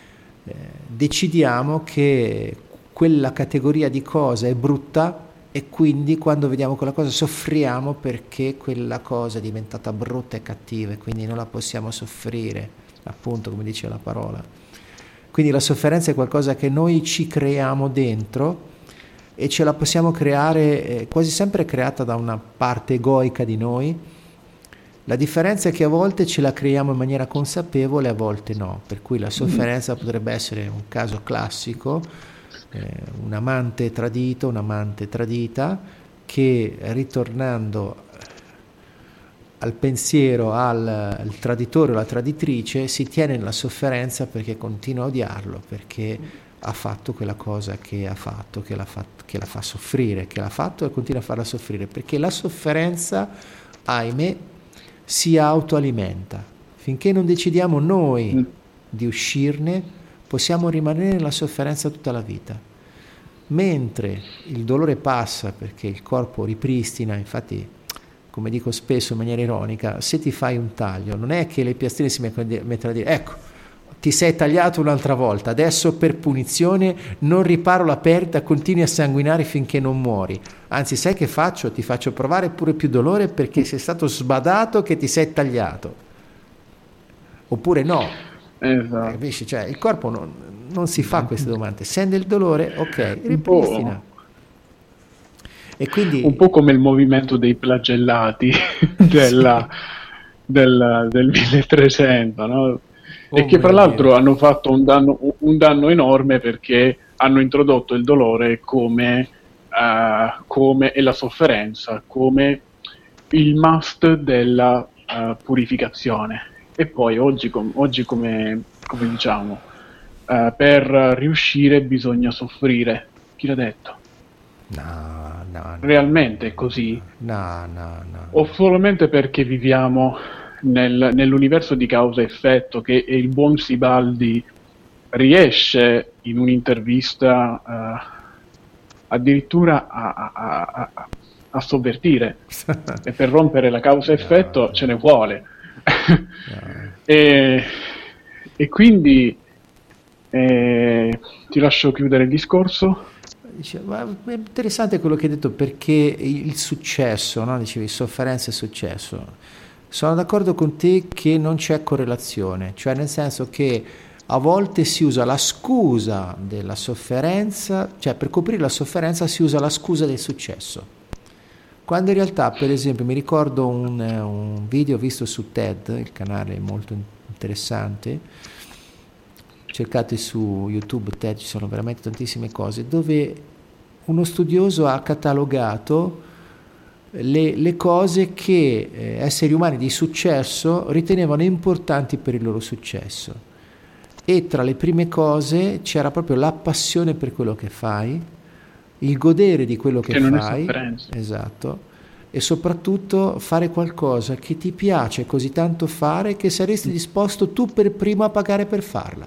Speaker 1: decidiamo che quella categoria di cosa è brutta e quindi quando vediamo quella cosa soffriamo perché quella cosa è diventata brutta e cattiva e quindi non la possiamo soffrire, appunto come dice la parola. Quindi la sofferenza è qualcosa che noi ci creiamo dentro e ce la possiamo creare, quasi sempre creata da una parte egoica di noi. La differenza è che a volte ce la creiamo in maniera consapevole, a volte no, per cui la sofferenza potrebbe essere un caso classico, un amante tradito, un'amante tradita che ritornando al pensiero al traditore o alla traditrice si tiene nella sofferenza perché continua a odiarlo, perché ha fatto quella cosa che ha fatto, che la fa soffrire, che l'ha fatto e continua a farla soffrire, perché la sofferenza, ahimè, si autoalimenta. Finché non decidiamo noi di uscirne, possiamo rimanere nella sofferenza tutta la vita. Mentre il dolore passa perché il corpo ripristina, infatti, come dico spesso in maniera ironica, se ti fai un taglio, non è che le piastrine si mettono a dire, ecco, ti sei tagliato un'altra volta, adesso per punizione non riparo la perdita, continui a sanguinare finché non muori. Anzi, sai che faccio? Ti faccio provare pure più dolore perché sei stato sbadato che ti sei tagliato. Oppure no.
Speaker 2: Esatto.
Speaker 1: Invece, cioè, il corpo non si fa queste domande. Sente il dolore, ok, ripristina. E quindi
Speaker 2: un po' come il movimento dei flagellati del 1300, no? E che fra l'altro hanno fatto un danno enorme perché hanno introdotto il dolore come e la sofferenza come il must della purificazione. E poi oggi come diciamo, per riuscire bisogna soffrire. Chi l'ha detto?
Speaker 1: No.
Speaker 2: Realmente è così?
Speaker 1: No.
Speaker 2: O solamente perché viviamo nell'universo di causa e effetto che il buon Sibaldi riesce in un'intervista addirittura a sovvertire e per rompere la causa e effetto ce ne vuole. e quindi ti lascio chiudere il discorso.
Speaker 1: Ma è interessante quello che hai detto, perché il successo, no? Dicevi sofferenza e successo. Sono d'accordo con te che non c'è correlazione, cioè nel senso che a volte si usa la scusa della sofferenza, cioè per coprire la sofferenza si usa la scusa del successo. Quando in realtà, per esempio, mi ricordo un video visto su TED, il canale è molto interessante, cercate su YouTube TED, ci sono veramente tantissime cose, dove uno studioso ha catalogato le cose che esseri umani di successo ritenevano importanti per il loro successo, e tra le prime cose c'era proprio la passione per quello che fai, il godere di quello che fai, esatto, e soprattutto fare qualcosa che ti piace così tanto fare che saresti disposto tu per primo a pagare per farla.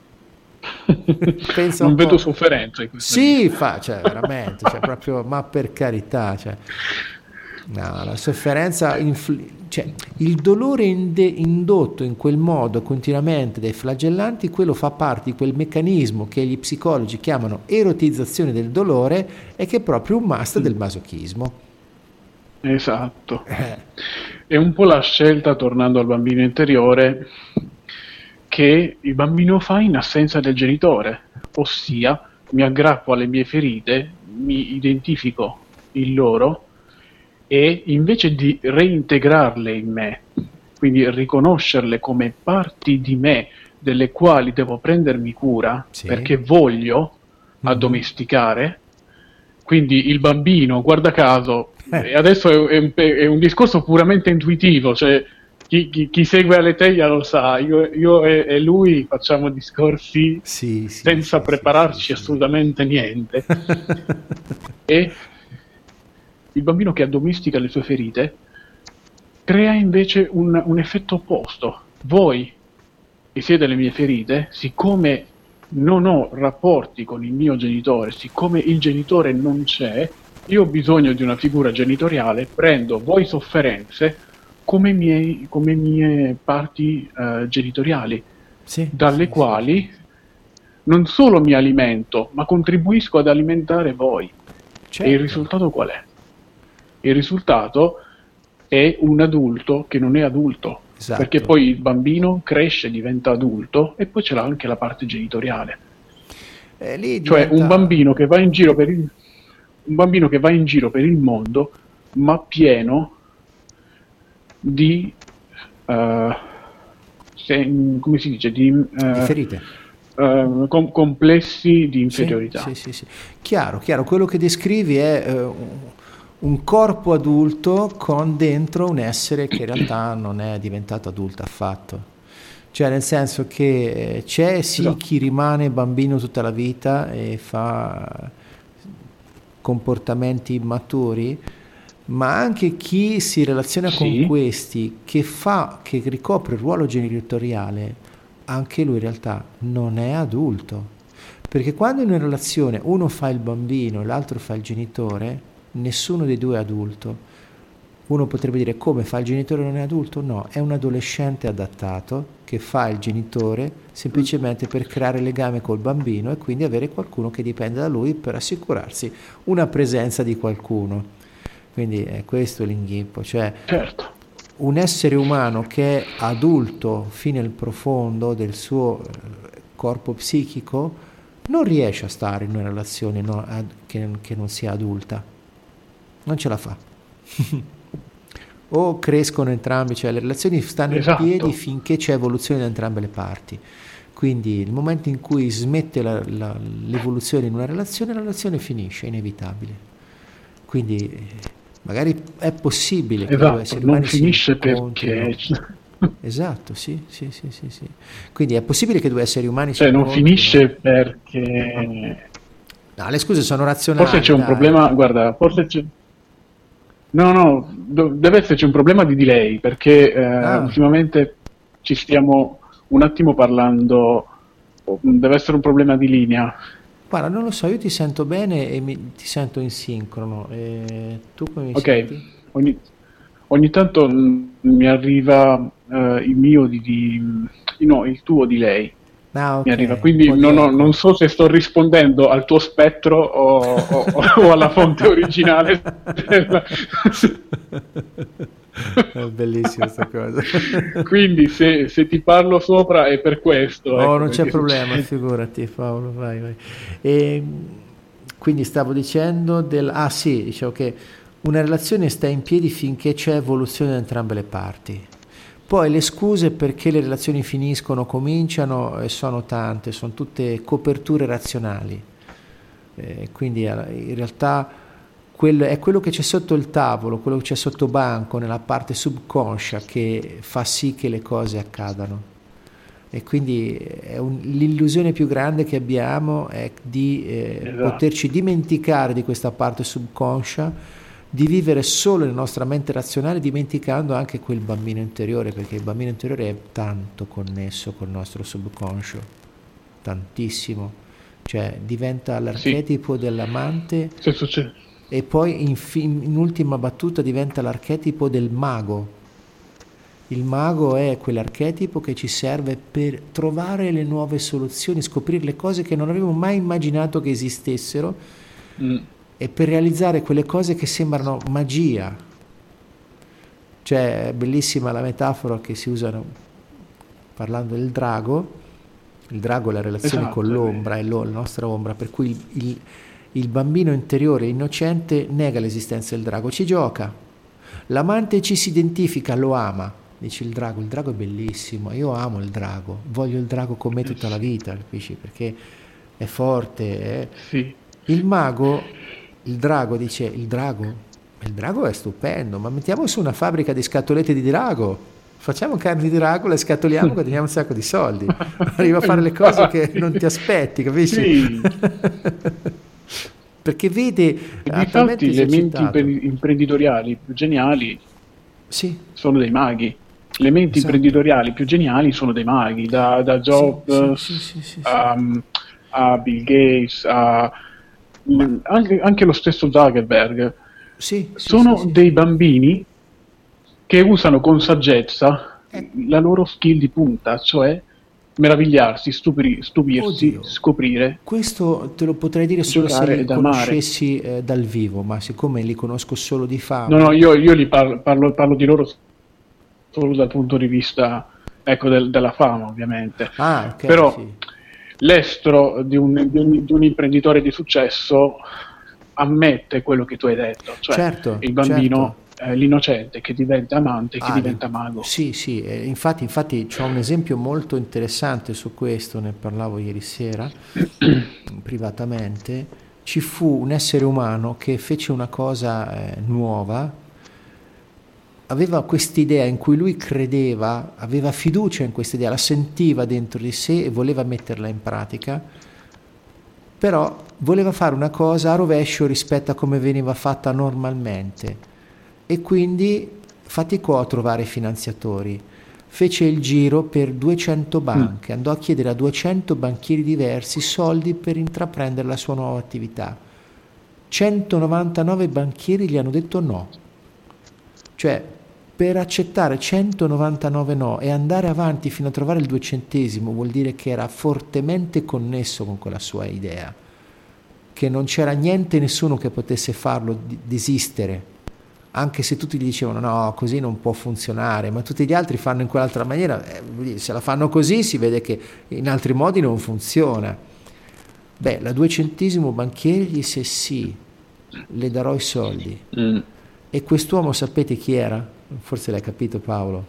Speaker 2: Pensa non vedo sofferenza in questo.
Speaker 1: Sì, cioè veramente, cioè proprio, ma per carità, cioè no, la sofferenza, cioè il dolore indotto in quel modo continuamente dai flagellanti, quello fa parte di quel meccanismo che gli psicologi chiamano erotizzazione del dolore e che è proprio un must del masochismo.
Speaker 2: Esatto. È un po' la scelta, tornando al bambino interiore, che il bambino fa in assenza del genitore, ossia mi aggrappo alle mie ferite, mi identifico in loro e invece di reintegrarle in me, quindi riconoscerle come parti di me delle quali devo prendermi cura, sì, perché voglio addomesticare, quindi il bambino, guarda caso, adesso è un discorso puramente intuitivo, cioè chi segue Aletheia lo sa, io e lui facciamo discorsi senza prepararci assolutamente niente. il bambino che addomestica le sue ferite crea invece un effetto opposto. Voi che siete le mie ferite, siccome non ho rapporti con il mio genitore, siccome il genitore non c'è, io ho bisogno di una figura genitoriale, prendo voi sofferenze come mie parti genitoriali, dalle quali non solo mi alimento, ma contribuisco ad alimentare voi.
Speaker 1: Certo.
Speaker 2: E il risultato qual è? Il risultato è un adulto che non è adulto,
Speaker 1: esatto.
Speaker 2: Perché poi il bambino cresce, diventa adulto e poi ce l'ha anche la parte genitoriale. Cioè un bambino che va in giro per il mondo, ma pieno di come si dice, di
Speaker 1: ferite,
Speaker 2: complessi di inferiorità.
Speaker 1: Sì. Chiaro, quello che descrivi è un corpo adulto con dentro un essere che in realtà non è diventato adulto affatto. Cioè, nel senso che c'è chi rimane bambino tutta la vita e fa comportamenti immaturi, ma anche chi si relaziona con questi, che ricopre il ruolo genitoriale, anche lui in realtà non è adulto. Perché quando in una relazione uno fa il bambino e l'altro fa il genitore, nessuno dei due è adulto. Uno potrebbe dire: come fa il genitore non è adulto? No, è un adolescente adattato che fa il genitore semplicemente per creare legame col bambino e quindi avere qualcuno che dipende da lui per assicurarsi una presenza di qualcuno. Quindi è questo l'inghippo, cioè un essere umano che è adulto fino al profondo del suo corpo psichico non riesce a stare in una relazione che non sia adulta, non ce la fa. O crescono entrambi, cioè le relazioni stanno in piedi finché c'è evoluzione da entrambe le parti. Quindi il momento in cui smette l'evoluzione in una relazione, la relazione finisce, è inevitabile. Quindi magari è possibile che due esseri umani
Speaker 2: non finisce perché
Speaker 1: esatto, sì. Quindi è possibile che due esseri umani
Speaker 2: non finisce perché
Speaker 1: no, le scuse sono razionali.
Speaker 2: Forse c'è un problema, guarda, forse c'è deve esserci un problema di delay, perché ultimamente ci stiamo un attimo parlando, deve essere un problema di linea.
Speaker 1: Guarda, non lo so, io ti sento bene e ti sento in sincrono. Tu come mi senti?
Speaker 2: Ogni tanto mi arriva il mio il tuo delay. Mi arriva, quindi non so se sto rispondendo al tuo spettro o alla fonte originale.
Speaker 1: È bellissima questa cosa.
Speaker 2: Quindi se ti parlo sopra è per questo.
Speaker 1: No, non c'è problema, figurati Paolo, vai. E quindi stavo dicendo dicevo che una relazione sta in piedi finché c'è evoluzione da entrambe le parti. Poi le scuse perché le relazioni finiscono o cominciano sono tante, sono tutte coperture razionali. Quindi in realtà è quello che c'è sotto il tavolo, quello che c'è sotto banco, nella parte subconscia, che fa sì che le cose accadano. E quindi l'illusione più grande che abbiamo è di poterci dimenticare di questa parte subconscia, di vivere solo nella nostra mente razionale, dimenticando anche quel bambino interiore, perché il bambino interiore è tanto connesso col nostro subconscio, tantissimo, cioè diventa l'archetipo dell'amante e poi in ultima battuta diventa l'archetipo del mago. Il mago è quell'archetipo che ci serve per trovare le nuove soluzioni, scoprire le cose che non avevamo mai immaginato che esistessero, e per realizzare quelle cose che sembrano magia. Cioè, è bellissima la metafora che si usano parlando del drago. Il drago è la relazione con l'ombra, è la nostra ombra, per cui il bambino interiore innocente nega l'esistenza del drago, ci gioca. L'amante ci si identifica, lo ama. Dice il drago è bellissimo, io amo il drago, voglio il drago con me tutta la vita, capisci? Perché è forte. Il mago, il drago dice: il drago è stupendo, ma mettiamo su una fabbrica di scatolette di drago, facciamo carne di drago, le scatoliamo, guadagniamo un sacco di soldi, arriva a fare le cose che non ti aspetti, capisci? perché vede
Speaker 2: infatti le menti imprenditoriali più geniali sono dei maghi. Le menti imprenditoriali più geniali sono dei maghi, da Jobs a Bill Gates, anche lo stesso Zuckerberg. Sono dei bambini che usano con saggezza la loro skill di punta, cioè meravigliarsi, stupirsi, scoprire.
Speaker 1: Questo te lo potrei dire solo se li conoscessi dal vivo, ma siccome li conosco solo di fama.
Speaker 2: No, io li parlo di loro solo dal punto di vista, ecco, della fama, ovviamente. Però l'estro di un imprenditore di successo ammette quello che tu hai detto, cioè il bambino, l'innocente che diventa amante, che diventa mago.
Speaker 1: Sì, infatti c'ho un esempio molto interessante su questo, ne parlavo ieri sera privatamente. Ci fu un essere umano che fece una cosa nuova, aveva quest'idea in cui lui credeva, aveva fiducia in quest'idea, la sentiva dentro di sé e voleva metterla in pratica, però voleva fare una cosa a rovescio rispetto a come veniva fatta normalmente e quindi faticò a trovare finanziatori. Fece il giro per 200 banche, andò a chiedere a 200 banchieri diversi soldi per intraprendere la sua nuova attività. 199 banchieri gli hanno detto no. Cioè, per accettare 199 no e andare avanti fino a trovare il 200° vuol dire che era fortemente connesso con quella sua idea, che non c'era niente, nessuno che potesse farlo desistere, anche se tutti gli dicevano no, così non può funzionare, ma tutti gli altri fanno in quell'altra maniera, se la fanno così si vede che in altri modi non funziona. Beh, la 200° banchiere gli disse sì, le darò i soldi. E quest'uomo sapete chi era? Forse l'hai capito, Paolo.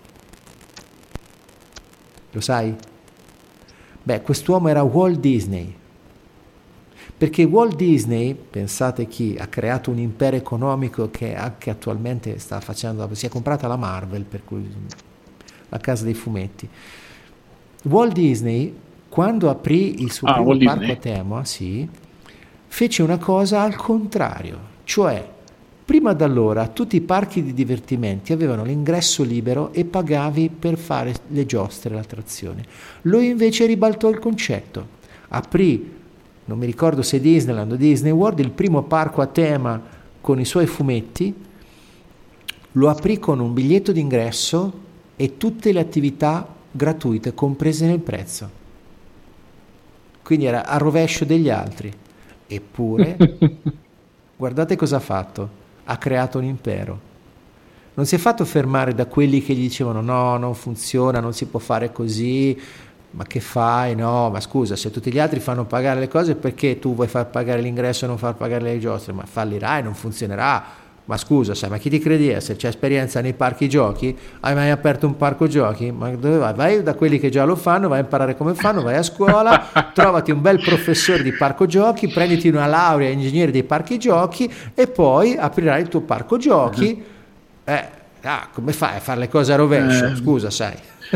Speaker 1: Lo sai? Beh, quest'uomo era Walt Disney. Perché Walt Disney, pensate chi, ha creato un impero economico che anche attualmente sta facendo, si è comprata la Marvel, per cui la casa dei fumetti. Walt Disney, quando aprì il suo primo parco a tema, fece una cosa al contrario, cioè prima d'allora tutti i parchi di divertimenti avevano l'ingresso libero e pagavi per fare le giostre, l'attrazione. Lui invece ribaltò il concetto, aprì, non mi ricordo se Disneyland o Disney World, il primo parco a tema con i suoi fumetti, lo aprì con un biglietto d'ingresso e tutte le attività gratuite comprese nel prezzo. Quindi era a rovescio degli altri. Eppure, guardate cosa ha fatto. Ha creato un impero. Non si è fatto fermare da quelli che gli dicevano no, non funziona, non si può fare così, ma che fai? No, ma scusa, se tutti gli altri fanno pagare le cose, perché tu vuoi far pagare l'ingresso e non far pagare le giostre? Ma fallirai, non funzionerà. Ma scusa, sai, ma chi ti credi essere? C'è esperienza nei parchi giochi? Hai mai aperto un parco giochi? Ma dove vai? Vai da quelli che già lo fanno, vai a imparare come fanno, vai a scuola, trovati un bel professore di parco giochi, prenditi una laurea ingegnere dei parchi giochi e poi aprirai il tuo parco giochi. Come fai a fare le cose a rovescio? Scusa, sai.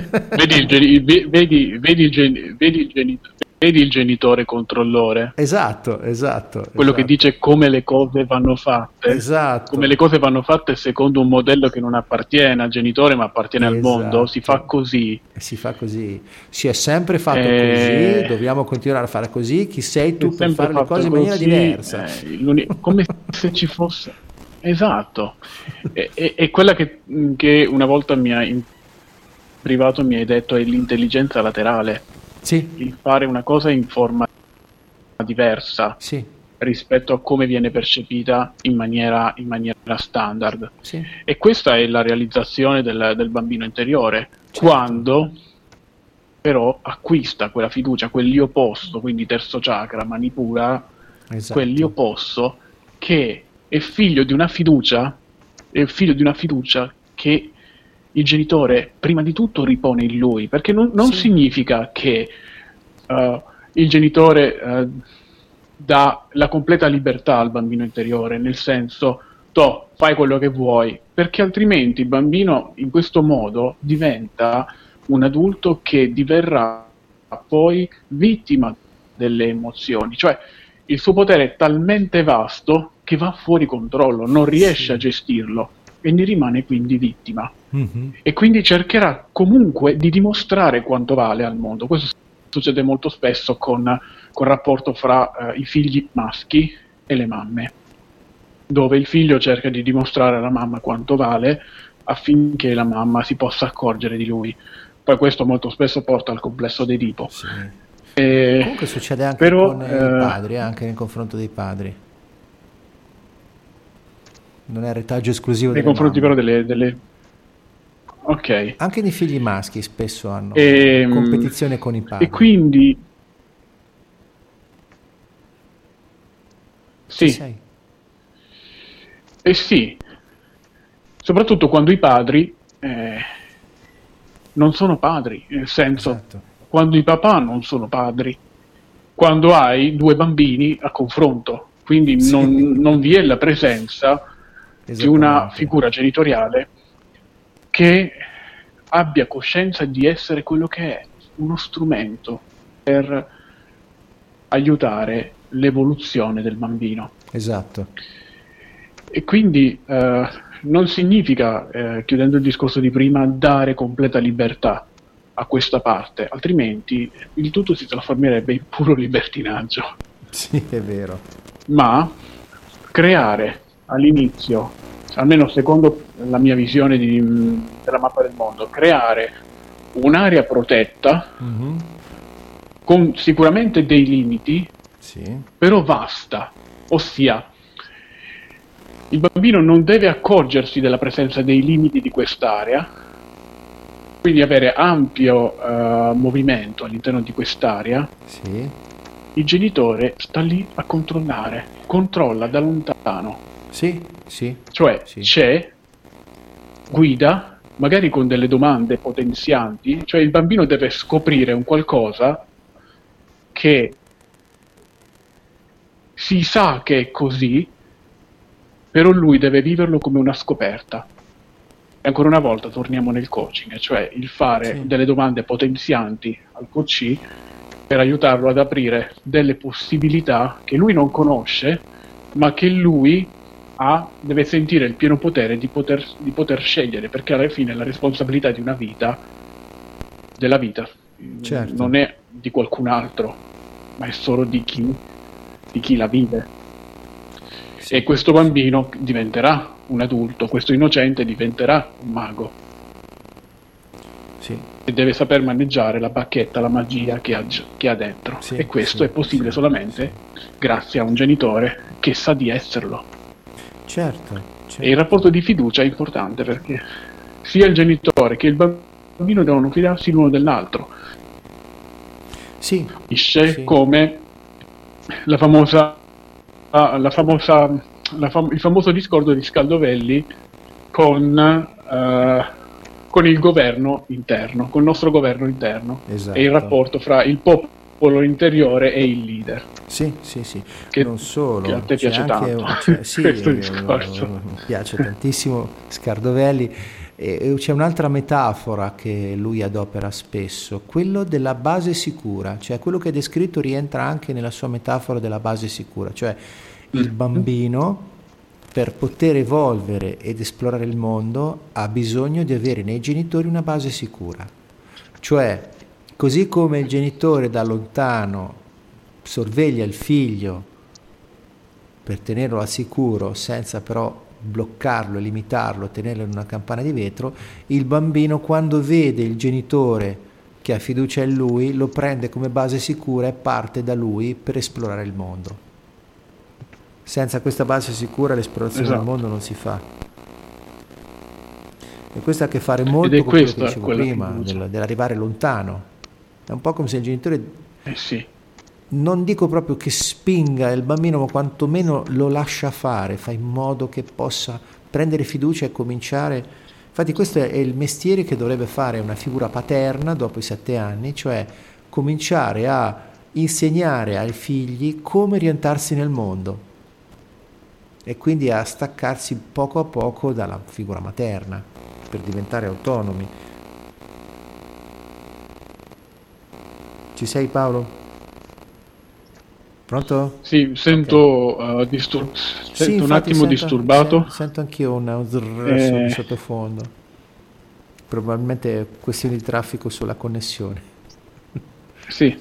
Speaker 2: Vedi il genitore controllore.
Speaker 1: Esatto.
Speaker 2: Quello che dice come le cose vanno fatte.
Speaker 1: Esatto.
Speaker 2: Come le cose vanno fatte secondo un modello che non appartiene al genitore ma appartiene al mondo. Si fa così.
Speaker 1: Si fa così. Si è sempre fatto così, dobbiamo continuare a fare così. Chi sei tu per fare le cose in maniera diversa?
Speaker 2: Come se ci fosse... Esatto. È quella che una volta in privato mi hai detto è l'intelligenza laterale.
Speaker 1: Sì.
Speaker 2: Il fare una cosa in forma diversa rispetto a come viene percepita in maniera standard. E questa è la realizzazione del bambino interiore, quando però acquista quella fiducia, quell'io posso, quindi terzo chakra, manipura, quell'io posso che è figlio di una fiducia che il genitore prima di tutto ripone in lui, perché non significa che il genitore dà la completa libertà al bambino interiore, nel senso fai quello che vuoi, perché altrimenti il bambino in questo modo diventa un adulto che diverrà poi vittima delle emozioni, cioè il suo potere è talmente vasto che va fuori controllo, non riesce a gestirlo e ne rimane quindi vittima. E quindi cercherà comunque di dimostrare quanto vale al mondo. Questo succede molto spesso con il rapporto fra i figli maschi e le mamme, dove il figlio cerca di dimostrare alla mamma quanto vale affinché la mamma si possa accorgere di lui. Poi questo molto spesso porta al complesso d'Edipo.
Speaker 1: Sì. Comunque succede anche con i padri, anche nel confronto dei padri. Non è il retaggio esclusivo
Speaker 2: nei
Speaker 1: delle
Speaker 2: confronti
Speaker 1: mamme.
Speaker 2: però delle... Ok.
Speaker 1: Anche i figli maschi spesso hanno competizione con i padri.
Speaker 2: E quindi... Sì.
Speaker 1: Sei?
Speaker 2: Sì, soprattutto quando i padri non sono padri, nel senso,
Speaker 1: Esatto.
Speaker 2: quando i papà non sono padri, quando hai due bambini a confronto, quindi
Speaker 1: Sì.
Speaker 2: non vi è la presenza di una figura genitoriale che abbia coscienza di essere quello che è, uno strumento per aiutare l'evoluzione del bambino.
Speaker 1: Esatto.
Speaker 2: E quindi non significa, chiudendo il discorso di prima, dare completa libertà a questa parte, altrimenti il tutto si trasformerebbe in puro libertinaggio.
Speaker 1: Sì, è vero.
Speaker 2: Ma creare all'inizio, almeno secondo la mia visione della mappa del mondo, creare un'area protetta con sicuramente dei limiti,
Speaker 1: sì,
Speaker 2: però vasta, ossia il bambino non deve accorgersi della presenza dei limiti di quest'area, quindi avere ampio movimento all'interno di quest'area.
Speaker 1: sì.
Speaker 2: Il genitore sta lì a controllare, controlla da lontano.
Speaker 1: Sì, sì.
Speaker 2: Cioè
Speaker 1: sì.
Speaker 2: c'è, guida, magari con delle domande potenzianti, cioè il bambino deve scoprire un qualcosa che si sa che è così, però lui deve viverlo come una scoperta. E ancora una volta torniamo nel coaching, cioè il fare delle domande potenzianti al coach per aiutarlo ad aprire delle possibilità che lui non conosce, ma che lui deve sentire il pieno potere di poter scegliere, perché alla fine la responsabilità di una vita, della vita, non è di qualcun altro, ma è solo di chi la vive. E questo bambino diventerà un adulto, questo innocente diventerà un mago.
Speaker 1: Sì.
Speaker 2: E deve saper maneggiare la bacchetta, la magia che ha dentro.
Speaker 1: Sì,
Speaker 2: e questo è possibile solamente grazie a un genitore che sa di esserlo.
Speaker 1: Certo.
Speaker 2: E il rapporto di fiducia è importante, perché sia il genitore che il bambino devono fidarsi l'uno dell'altro.
Speaker 1: Sì.
Speaker 2: Come il famoso discordo di Scaldovelli con il governo interno, con il nostro governo interno.
Speaker 1: Esatto.
Speaker 2: E il rapporto fra il popolo interiore e il leader.
Speaker 1: Sì. Che non solo,
Speaker 2: che a te piace tanto.
Speaker 1: Sì,
Speaker 2: questo discorso.
Speaker 1: Mi piace tantissimo Scardovelli. E c'è un'altra metafora che lui adopera spesso, quello della base sicura, cioè quello che è descritto rientra anche nella sua metafora della base sicura, cioè il bambino per poter evolvere ed esplorare il mondo ha bisogno di avere nei genitori una base sicura, cioè così come il genitore da lontano sorveglia il figlio per tenerlo al sicuro senza però bloccarlo, limitarlo, tenerlo in una campana di vetro, il bambino quando vede il genitore che ha fiducia in lui lo prende come base sicura e parte da lui per esplorare il mondo. Senza questa base sicura l'esplorazione del mondo non si fa. E questo ha a che fare molto con quello che dicevo prima, dell'arrivare lontano. È un po' come se il genitore, non dico proprio che spinga il bambino, ma quantomeno lo lascia fare, fa in modo che possa prendere fiducia e cominciare. Infatti questo è il mestiere che dovrebbe fare una figura paterna dopo i 7 anni, cioè cominciare a insegnare ai figli come orientarsi nel mondo e quindi a staccarsi poco a poco dalla figura materna per diventare autonomi. Ci sei, Paolo? Pronto?
Speaker 2: Sì, sento,
Speaker 1: Okay. Sì,
Speaker 2: sento un
Speaker 1: infatti
Speaker 2: attimo disturbato.
Speaker 1: sento anch'io un zrrr di
Speaker 2: Eh,
Speaker 1: sottofondo. Probabilmente è questione di traffico sulla connessione.
Speaker 2: sì,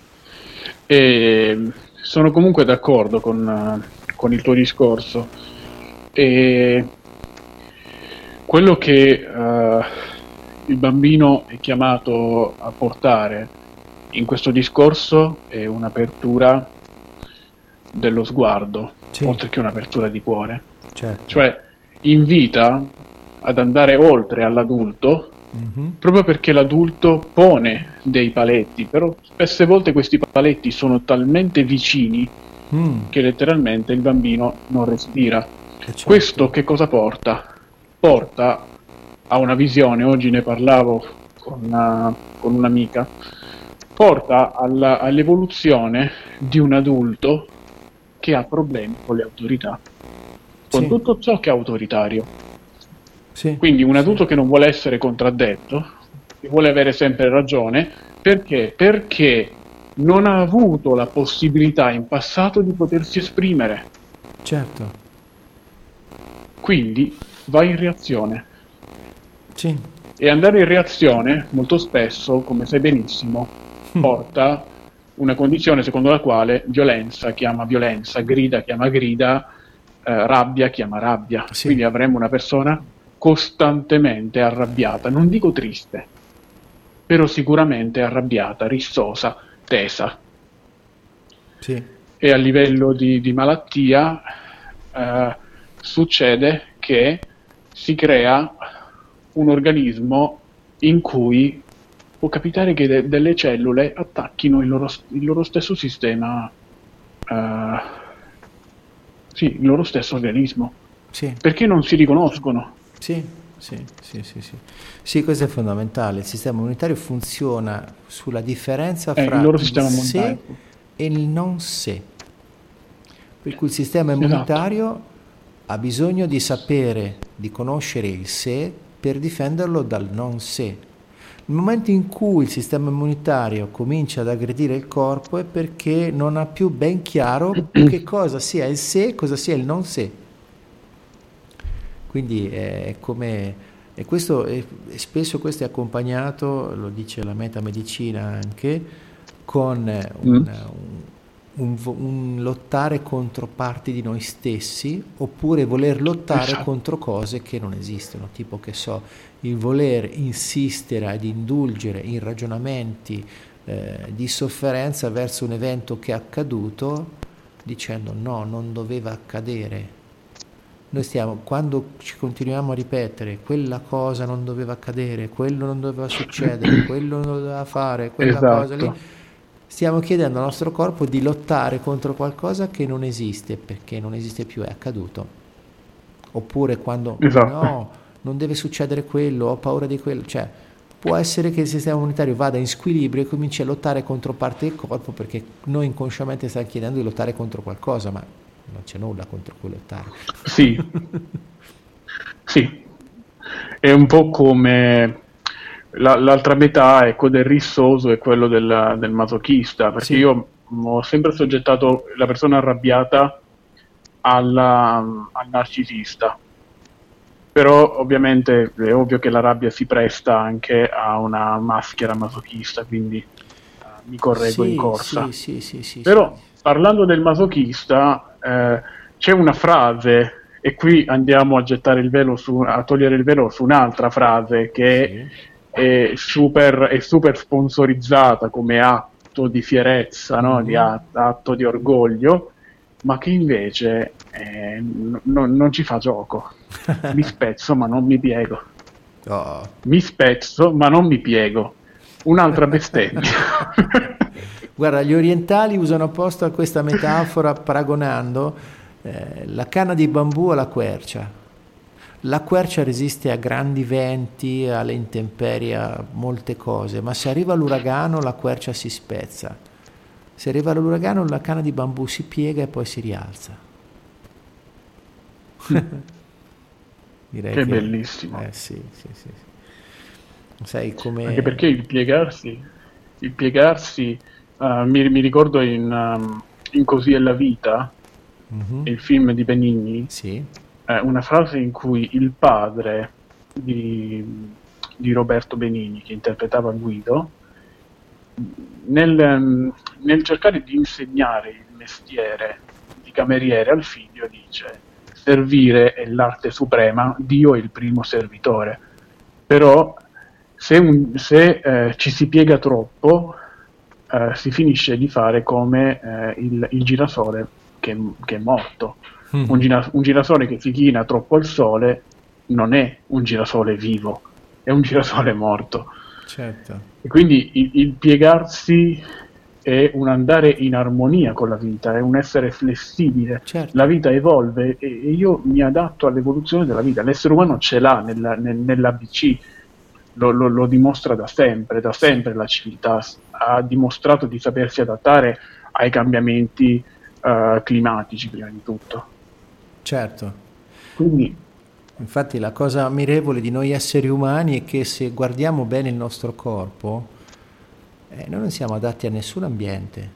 Speaker 2: e sono comunque d'accordo con il tuo discorso. E quello che il bambino è chiamato a portare in questo discorso è un'apertura dello sguardo,
Speaker 1: Sì,
Speaker 2: oltre che un'apertura di cuore.
Speaker 1: certo.
Speaker 2: Cioè, invita ad andare oltre all'adulto,
Speaker 1: Mhm.
Speaker 2: proprio perché l'adulto pone dei paletti, però spesse volte questi paletti sono talmente vicini
Speaker 1: Mm,
Speaker 2: che letteralmente il bambino non respira. Questo
Speaker 1: certo.
Speaker 2: che cosa porta? Porta a una visione, oggi ne parlavo con un'amica, porta all'evoluzione di un adulto che ha problemi con le autorità, con
Speaker 1: Sì,
Speaker 2: tutto ciò che è autoritario.
Speaker 1: sì,
Speaker 2: Quindi un
Speaker 1: sì.
Speaker 2: adulto che non vuole essere contraddetto, che vuole avere sempre ragione, perché? Perché non ha avuto la possibilità in passato di potersi esprimere,
Speaker 1: Certo.
Speaker 2: quindi va in reazione.
Speaker 1: Sì.
Speaker 2: E andare in reazione, molto spesso, come sai benissimo, porta una condizione secondo la quale violenza chiama violenza, grida chiama grida, rabbia chiama rabbia.
Speaker 1: Sì,
Speaker 2: Quindi avremo una persona costantemente arrabbiata, non dico triste, però sicuramente arrabbiata, rissosa, tesa.
Speaker 1: sì,
Speaker 2: E a livello di malattia eh, succede che si crea un organismo in cui può capitare che delle cellule attacchino il loro stesso sistema, eh, sì, il loro stesso organismo,
Speaker 1: sì.
Speaker 2: perché non si riconoscono.
Speaker 1: Sì, sì, sì, sì, sì. Sì, questo è fondamentale. Il sistema immunitario funziona sulla differenza
Speaker 2: Il
Speaker 1: fra
Speaker 2: loro
Speaker 1: il
Speaker 2: sistema
Speaker 1: se
Speaker 2: immunitario.
Speaker 1: e il non se. Per cui il sistema
Speaker 2: Esatto,
Speaker 1: immunitario ha bisogno di sapere, di conoscere il se per difenderlo dal non se. Nel momento in cui il sistema immunitario comincia ad aggredire il corpo è perché non ha più ben chiaro che cosa sia il se e cosa sia il non se. Quindi è come... E spesso questo è accompagnato, lo dice la metamedicina anche, con
Speaker 2: mm,
Speaker 1: un lottare contro parti di noi stessi oppure voler lottare
Speaker 2: esatto,
Speaker 1: contro cose che non esistono, tipo che so, il voler insistere ad indulgere in ragionamenti di sofferenza verso un evento che è accaduto dicendo no, non doveva accadere. Noi stiamo, quando ci continuiamo a ripetere quella cosa non doveva accadere, quello non doveva succedere, quello non doveva fare, quella cosa lì,
Speaker 2: esatto,
Speaker 1: stiamo chiedendo al nostro corpo di lottare contro qualcosa che non esiste perché non esiste più, è accaduto. Oppure quando
Speaker 2: esatto.
Speaker 1: no, non deve succedere quello, ho paura di quello, cioè può essere che il sistema immunitario vada in squilibrio e cominci a lottare contro parte del corpo perché noi inconsciamente stiamo chiedendo di lottare contro qualcosa, ma non c'è nulla contro cui lottare.
Speaker 2: Sì, sì, è un po' come l'altra metà, ecco, del rissoso è quello del masochista, perché
Speaker 1: Sì,
Speaker 2: io ho sempre soggettato la persona arrabbiata al narcisista, però ovviamente è ovvio che la rabbia si presta anche a una maschera masochista, quindi mi correggo in
Speaker 1: sì,
Speaker 2: corsa.
Speaker 1: sì, sì, sì, sì, sì.
Speaker 2: Però parlando del masochista, c'è una frase, e qui andiamo a gettare il velo a togliere il velo su un'altra frase che
Speaker 1: Sì.
Speaker 2: è super sponsorizzata come atto di fierezza, no?
Speaker 1: Mhm.
Speaker 2: Atto di orgoglio, ma che invece non ci fa gioco. Mi spezzo ma non mi piego.
Speaker 1: Oh.
Speaker 2: Mi spezzo ma non mi piego. Un'altra bestemmia.
Speaker 1: Guarda, gli orientali usano apposta questa metafora paragonando la canna di bambù alla quercia. La quercia resiste a grandi venti, alle intemperie, a molte cose, ma se arriva l'uragano la quercia si spezza. Se arriva l'uragano la canna di bambù si piega e poi si rialza. Direi
Speaker 2: Che
Speaker 1: che...
Speaker 2: bellissimo.
Speaker 1: sì, sì, sì, sì. Sai
Speaker 2: Anche perché
Speaker 1: come...
Speaker 2: il piegarsi mi ricordo in Così è la vita, il film di Benigni,
Speaker 1: sì.
Speaker 2: Una frase in cui il padre di Roberto Benigni, che interpretava Guido, nel cercare di insegnare il mestiere di cameriere al figlio, dice: servire è l'arte suprema, Dio è il primo servitore. Però se ci si piega troppo, si finisce di fare come il girasole che è morto. Un girasole che si china troppo al sole non è un girasole vivo, è un girasole morto.
Speaker 1: Certo.
Speaker 2: E quindi il piegarsi è un andare in armonia con la vita, è un essere flessibile.
Speaker 1: Certo.
Speaker 2: La vita evolve e io mi adatto all'evoluzione della vita. L'essere umano ce l'ha nell'ABC, lo dimostra da sempre la civiltà ha dimostrato di sapersi adattare ai cambiamenti climatici, prima di tutto.
Speaker 1: Certo.
Speaker 2: Quindi,
Speaker 1: infatti la cosa ammirevole di noi esseri umani è che se guardiamo bene il nostro corpo, noi non siamo adatti a nessun ambiente.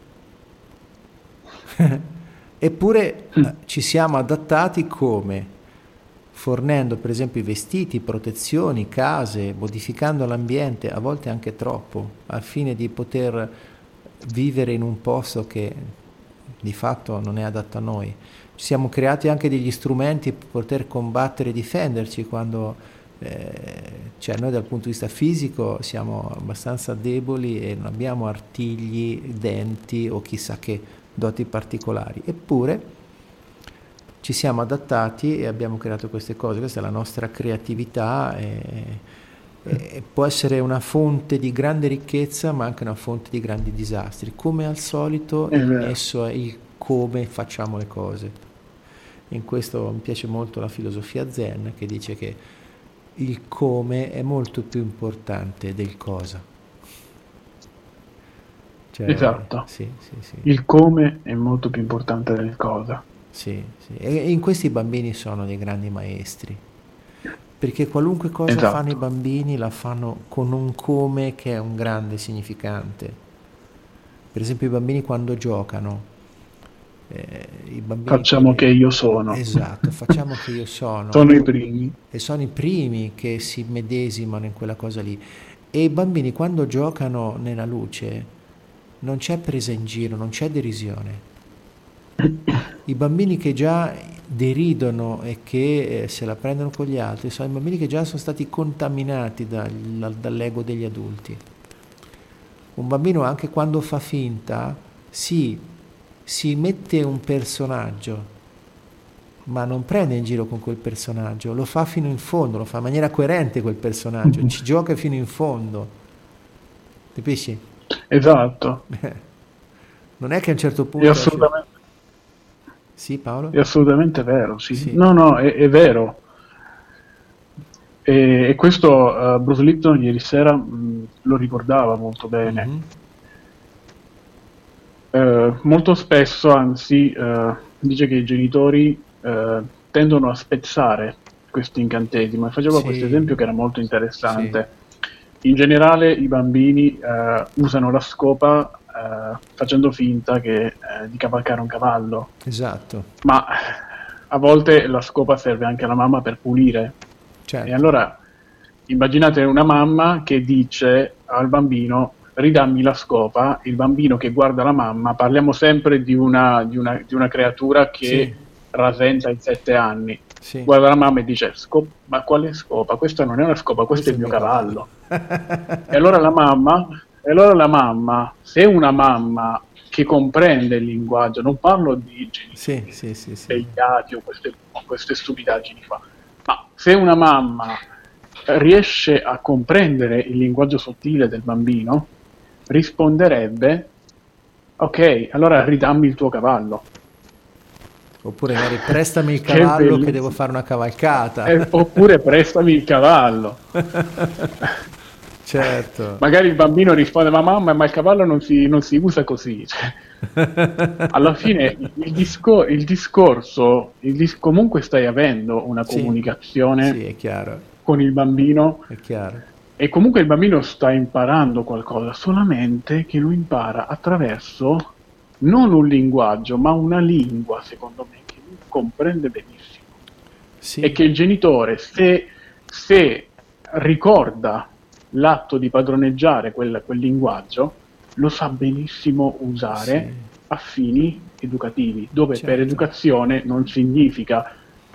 Speaker 1: Eppure ci siamo adattati come? Fornendo per esempio i vestiti, protezioni, case, modificando l'ambiente, a volte anche troppo, al fine di poter vivere in un posto che di fatto non è adatto a noi. Ci siamo creati anche degli strumenti per poter combattere e difenderci quando cioè noi dal punto di vista fisico siamo abbastanza deboli e non abbiamo artigli, denti o chissà che doti particolari, eppure ci siamo adattati e abbiamo creato queste cose. Questa è la nostra creatività e può essere una fonte di grande ricchezza ma anche una fonte di grandi disastri. Come al solito il nesso è il come facciamo le cose. In questo mi piace molto la filosofia Zen, che dice che il come è molto più importante del cosa. Cioè,
Speaker 2: esatto.
Speaker 1: Sì.
Speaker 2: Il come è molto più importante del cosa.
Speaker 1: Sì. E in questi i bambini sono dei grandi maestri, perché qualunque cosa
Speaker 2: esatto.
Speaker 1: fanno i bambini la fanno con un come che è un grande significante. Per esempio i bambini quando giocano, i bambini
Speaker 2: facciamo che io sono.
Speaker 1: Esatto, facciamo che io sono.
Speaker 2: Sono i primi.
Speaker 1: E sono i primi che si medesimano in quella cosa lì. E i bambini quando giocano nella luce non c'è presa in giro, non c'è derisione. I bambini che già deridono e che se la prendono con gli altri sono i bambini che già sono stati contaminati dall'ego degli adulti. Un bambino anche quando fa finta si mette un personaggio, ma non prende in giro con quel personaggio, lo fa fino in fondo, lo fa in maniera coerente quel personaggio, ci gioca fino in fondo. Capisci?
Speaker 2: Esatto.
Speaker 1: Non è che a un certo punto...
Speaker 2: È assolutamente...
Speaker 1: Sì, Paolo?
Speaker 2: È assolutamente vero, sì. No, è vero. E questo Bruce Lipton ieri sera lo ricordava molto bene. Molto spesso, anzi, dice che i genitori tendono a spezzare questo incantesimo e faceva questo esempio che era molto interessante. In generale i bambini usano la scopa facendo finta di cavalcare un cavallo.
Speaker 1: Esatto.
Speaker 2: Ma a volte la scopa serve anche alla mamma per pulire.
Speaker 1: Certo.
Speaker 2: E allora immaginate una mamma che dice al bambino: ridammi la scopa. Il bambino che guarda la mamma, parliamo sempre di una creatura che rasenta i 7 anni. Guarda la mamma e dice: ma quale scopa? Questa non è una scopa, questo è il mio cavallo. E allora la mamma, se una mamma che comprende il linguaggio, non parlo di genitori svegliati o queste stupidaggini qua, ma se una mamma riesce a comprendere il linguaggio sottile del bambino, risponderebbe: ok, allora ridammi il tuo cavallo.
Speaker 1: Oppure magari prestami il cavallo che devo fare una cavalcata.
Speaker 2: Oppure prestami il cavallo.
Speaker 1: Certo.
Speaker 2: Magari il bambino risponde: ma il cavallo non si usa così. Alla fine il discorso, comunque stai avendo una comunicazione
Speaker 1: è chiaro.
Speaker 2: Con il bambino.
Speaker 1: È chiaro.
Speaker 2: E comunque il bambino sta imparando qualcosa, solamente che lo impara attraverso non un linguaggio, ma una lingua, secondo me, che lui comprende benissimo.
Speaker 1: Sì.
Speaker 2: E che il genitore, se ricorda l'atto di padroneggiare quel linguaggio, lo sa benissimo usare a fini educativi, dove per educazione non significa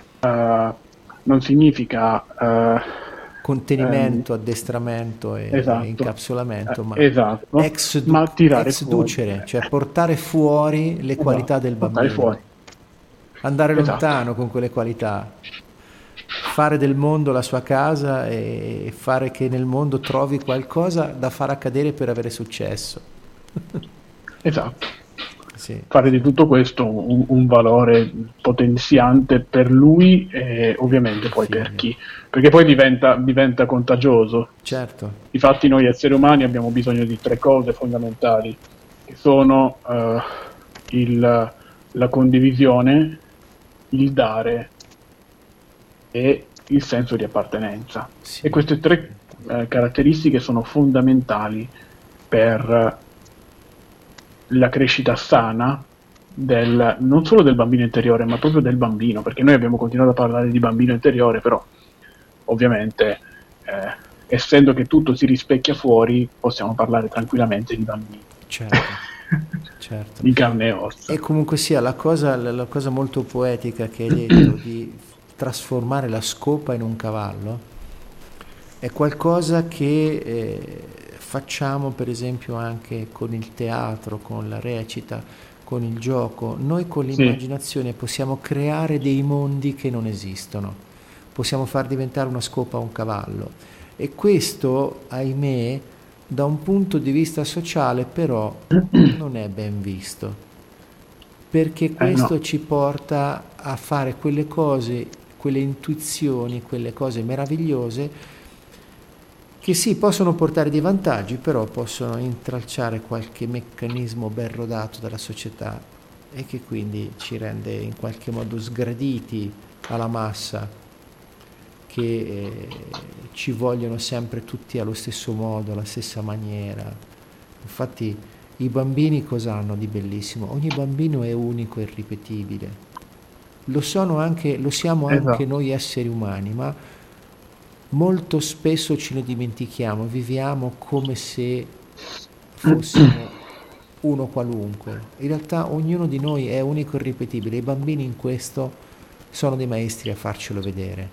Speaker 1: contenimento, addestramento e
Speaker 2: esatto,
Speaker 1: incapsulamento, ma
Speaker 2: ma tirare
Speaker 1: exducere, cioè portare fuori le qualità del bambino, andare lontano con quelle qualità, fare del mondo la sua casa e fare che nel mondo trovi qualcosa da far accadere per avere successo.
Speaker 2: Esatto. Sì. Fare di tutto questo un valore potenziante per lui e ovviamente poi per chi, perché poi diventa contagioso.
Speaker 1: Certo.
Speaker 2: Infatti noi esseri umani abbiamo bisogno di 3 cose fondamentali, che sono la condivisione, il dare e il senso di appartenenza. Sì. E queste 3 caratteristiche sono fondamentali per la crescita sana non solo del bambino interiore, ma proprio del bambino, perché noi abbiamo continuato a parlare di bambino interiore, però ovviamente essendo che tutto si rispecchia fuori, possiamo parlare tranquillamente di bambini.
Speaker 1: Certo. Certo.
Speaker 2: Di carne e ossa.
Speaker 1: E comunque sia la cosa molto poetica che hai detto di trasformare la scopa in un cavallo è qualcosa che facciamo per esempio anche con il teatro, con la recita, con il gioco. Noi con l'immaginazione possiamo creare dei mondi che non esistono, possiamo far diventare una scopa un cavallo, e questo, ahimè, da un punto di vista sociale però non è ben visto, perché questo ci porta a fare quelle cose, quelle intuizioni, quelle cose meravigliose che sì, possono portare dei vantaggi, però possono intralciare qualche meccanismo ben rodato dalla società e che quindi ci rende in qualche modo sgraditi alla massa, che ci vogliono sempre tutti allo stesso modo, alla stessa maniera. Infatti i bambini cosa hanno di bellissimo? Ogni bambino è unico e irripetibile. Lo siamo anche noi esseri umani, ma molto spesso ce ne dimentichiamo, viviamo come se fossimo uno qualunque. In realtà ognuno di noi è unico e irripetibile. I bambini in questo sono dei maestri a farcelo vedere.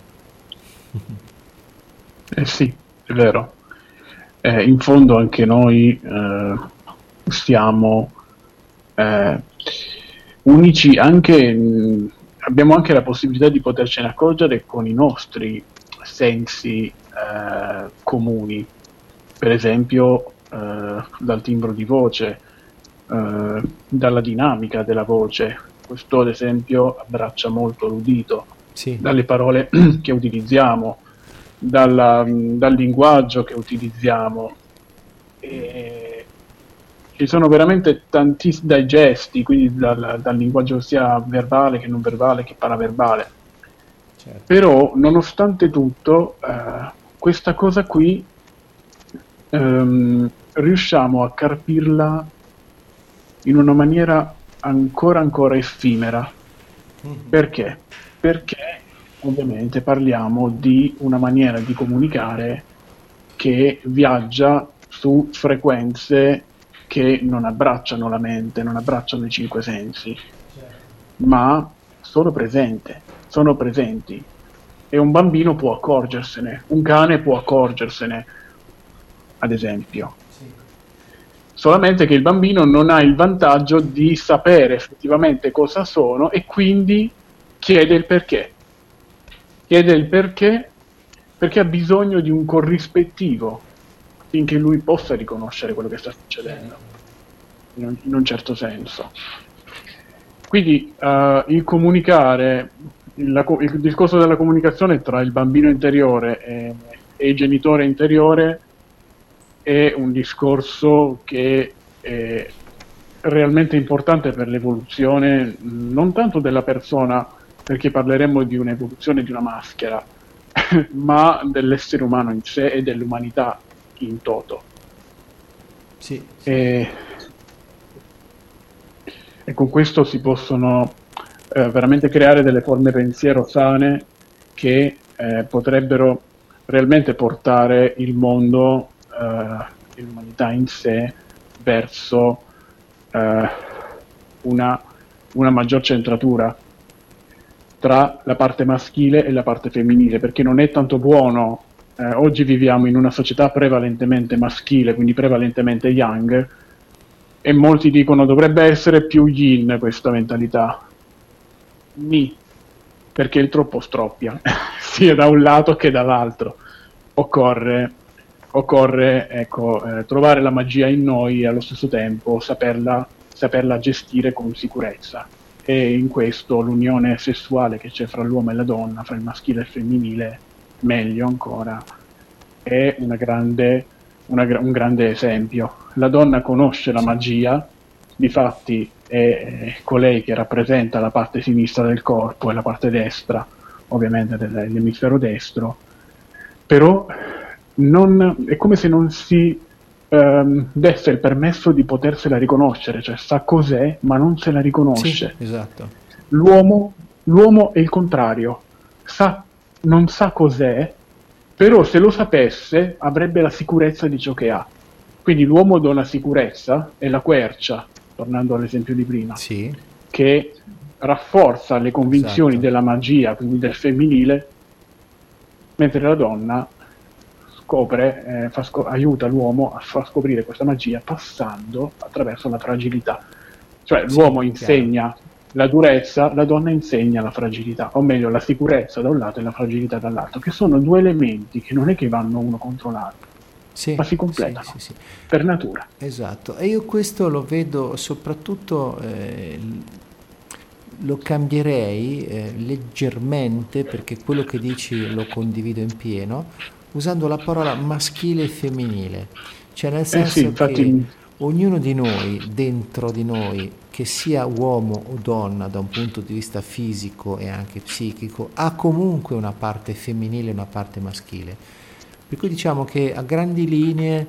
Speaker 2: Sì, è vero. In fondo anche noi siamo unici, abbiamo anche la possibilità di potercene accorgere con i nostri sensi comuni, per esempio dal timbro di voce, dalla dinamica della voce. Questo ad esempio abbraccia molto l'udito, dalle parole che utilizziamo, dal linguaggio che utilizziamo. Ci sono veramente tantissimi, dai gesti, quindi dal linguaggio sia verbale che non verbale che paraverbale. Certo. Però nonostante tutto questa cosa qui riusciamo a carpirla in una maniera ancora effimera. Perché? Perché ovviamente parliamo di una maniera di comunicare che viaggia su frequenze che non abbracciano la mente, non abbracciano i 5 sensi, ma sono presenti, e un bambino può accorgersene, un cane può accorgersene, ad esempio. Solamente che il bambino non ha il vantaggio di sapere effettivamente cosa sono e quindi chiede il perché. Perché ha bisogno di un corrispettivo affinché lui possa riconoscere quello che sta succedendo, in un certo senso. Quindi il comunicare, il discorso della comunicazione tra il bambino interiore e il genitore interiore è un discorso che è realmente importante per l'evoluzione, non tanto della persona, perché parleremmo di un'evoluzione di una maschera, ma dell'essere umano in sé e dell'umanità in toto.
Speaker 1: Sì.
Speaker 2: E con questo si possono veramente creare delle forme pensiero sane che potrebbero realmente portare il mondo e l'umanità in sé verso una maggior centratura tra la parte maschile e la parte femminile, perché non è tanto buono. Oggi viviamo in una società prevalentemente maschile, quindi prevalentemente yang, e molti dicono dovrebbe essere più yin questa mentalità. Ni, perché il troppo stroppia, sia da un lato che dall'altro. Occorre trovare la magia in noi e allo stesso tempo saperla gestire con sicurezza. E in questo l'unione sessuale che c'è fra l'uomo e la donna, fra il maschile e il femminile, meglio ancora, è un grande esempio. La donna conosce la magia, difatti è colei che rappresenta la parte sinistra del corpo e la parte destra, ovviamente dell'emisfero destro, però è come se non si desse il permesso di potersela riconoscere, cioè sa cos'è ma non se la riconosce.
Speaker 1: Sì, esatto.
Speaker 2: L'uomo è il contrario, non sa cos'è, però se lo sapesse avrebbe la sicurezza di ciò che ha. Quindi l'uomo dona sicurezza e la quercia, tornando all'esempio di prima,
Speaker 1: sì,
Speaker 2: che rafforza le convinzioni della magia, quindi del femminile, mentre la donna aiuta l'uomo a far scoprire questa magia passando attraverso la fragilità. Cioè l'uomo insegna la durezza, la donna insegna la fragilità, o meglio la sicurezza da un lato e la fragilità dall'altro, che sono due elementi che non è che vanno uno contro l'altro, ma si completano per natura.
Speaker 1: Esatto, e io questo lo vedo soprattutto, lo cambierei leggermente, perché quello che dici lo condivido in pieno, usando la parola maschile e femminile, cioè nel senso che ognuno di noi, dentro di noi, che sia uomo o donna da un punto di vista fisico e anche psichico, ha comunque una parte femminile e una parte maschile. Per cui diciamo che a grandi linee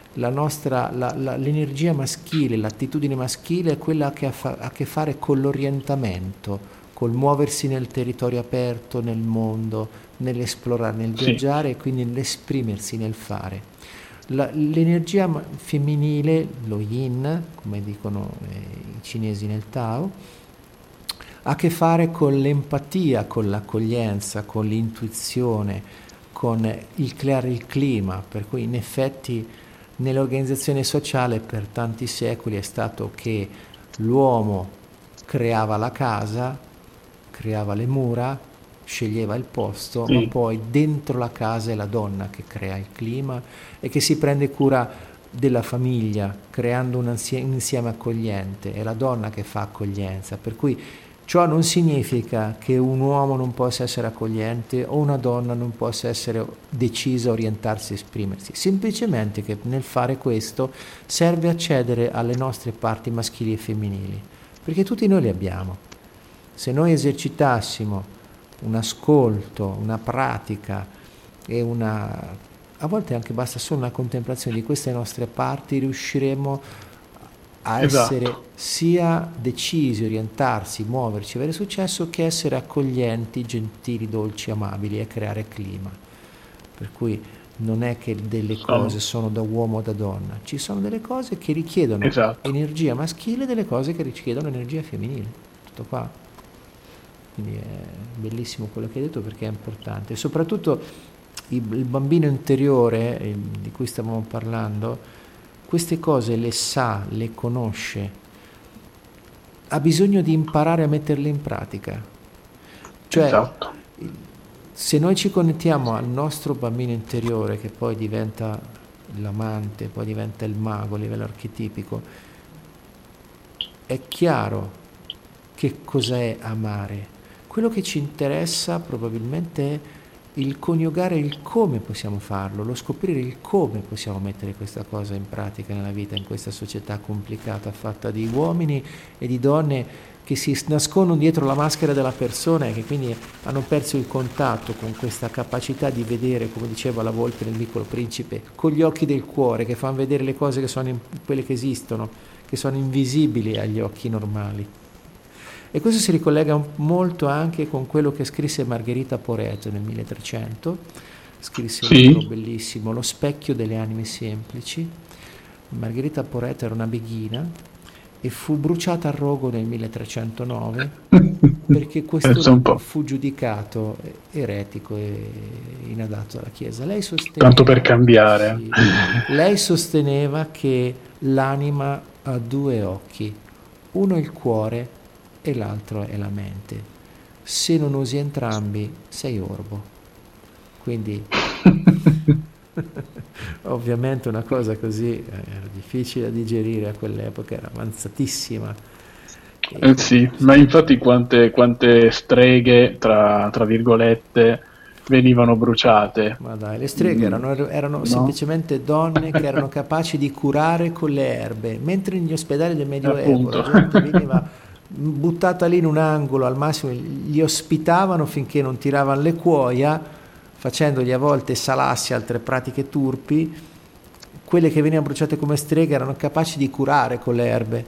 Speaker 1: l'energia maschile, l'attitudine maschile è quella che ha a che fare con l'orientamento, col muoversi nel territorio aperto, nel mondo, nell'esplorare, nel viaggiare e quindi nell'esprimersi, nel fare. L'energia femminile, lo yin, come dicono i cinesi nel Tao, ha a che fare con l'empatia, con l'accoglienza, con l'intuizione, con il creare il clima, per cui in effetti nell'organizzazione sociale per tanti secoli è stato che l'uomo creava la casa, creava le mura, sceglieva il posto, ma poi dentro la casa è la donna che crea il clima e che si prende cura della famiglia, creando un insieme accogliente. È la donna che fa accoglienza, per cui ciò non significa che un uomo non possa essere accogliente o una donna non possa essere decisa a orientarsi e esprimersi, semplicemente che nel fare questo serve accedere alle nostre parti maschili e femminili, perché tutti noi le abbiamo. Se noi esercitassimo un ascolto, una pratica e a volte anche basta solo una contemplazione di queste nostre parti, riusciremo a essere sia decisi, orientarsi, muoverci, avere successo, che essere accoglienti, gentili, dolci, amabili e creare clima. Per cui non è che delle cose sono da uomo o da donna, ci sono delle cose che richiedono energia maschile e delle cose che richiedono energia femminile. Tutto qua. Quindi è bellissimo quello che hai detto, perché è importante. E soprattutto il bambino interiore di cui stavamo parlando, queste cose le sa, le conosce, ha bisogno di imparare a metterle in pratica. Cioè, se noi ci connettiamo al nostro bambino interiore, che poi diventa l'amante, poi diventa il mago a livello archetipico, è chiaro che cos'è amare. Quello che ci interessa probabilmente è il coniugare il come possiamo farlo, lo scoprire il come possiamo mettere questa cosa in pratica nella vita, in questa società complicata, fatta di uomini e di donne che si nascondono dietro la maschera della persona e che quindi hanno perso il contatto con questa capacità di vedere, come diceva la volpe nel Piccolo Principe, con gli occhi del cuore, che fanno vedere le cose che sono quelle che esistono, che sono invisibili agli occhi normali. E questo si ricollega molto anche con quello che scrisse Margherita Poreto nel 1300, scrisse un libro bellissimo, Lo specchio delle anime semplici. Margherita Poreto era una beghina e fu bruciata a rogo nel 1309 perché questo libro fu giudicato eretico e inadatto alla Chiesa. Lei sosteneva,
Speaker 2: tanto per cambiare.
Speaker 1: Sì, lei sosteneva che l'anima ha due occhi, uno è il cuore e l'altro è la mente. Se non usi entrambi sei orbo. Quindi ovviamente una cosa così era difficile da digerire a quell'epoca, era avanzatissima.
Speaker 2: Sì, ma infatti quante streghe, tra virgolette, venivano bruciate.
Speaker 1: Ma dai, le streghe erano semplicemente donne che erano capaci di curare con le erbe, mentre negli ospedali del Medioevo la gente veniva buttata lì in un angolo, al massimo li ospitavano finché non tiravano le cuoia, facendogli a volte salassi e altre pratiche turpi. Quelle che venivano bruciate come streghe erano capaci di curare con le erbe.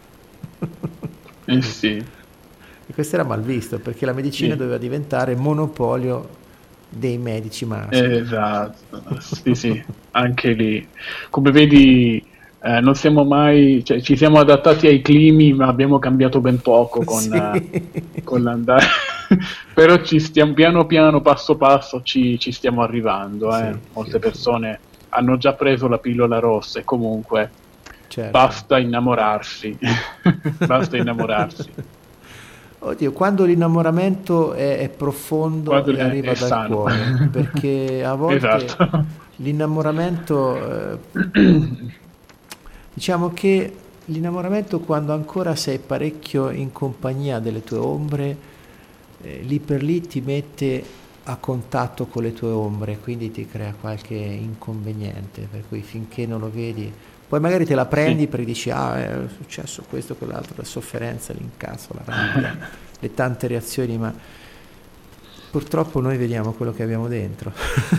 Speaker 2: Sì.
Speaker 1: E questo era mal visto, perché la medicina doveva diventare monopolio dei medici maschi.
Speaker 2: Esatto, sì, anche lì. Come vedi, non siamo mai, cioè, ci siamo adattati ai climi, ma abbiamo cambiato ben poco con l'andare. Però ci stiamo piano, passo passo, ci stiamo arrivando. Molte persone hanno già preso la pillola rossa e comunque basta innamorarsi. Basta innamorarsi.
Speaker 1: Oddio, quando l'innamoramento è profondo e arriva dal
Speaker 2: sano.
Speaker 1: cuore, perché a volte l'innamoramento, diciamo che l'innamoramento, quando ancora sei parecchio in compagnia delle tue ombre, lì per lì ti mette a contatto con le tue ombre, quindi ti crea qualche inconveniente, per cui finché non lo vedi, poi magari te la prendi perché dici è successo questo, quell'altro, la sofferenza, l'incazzo, la rabbia, le tante reazioni, ma purtroppo noi vediamo quello che abbiamo dentro.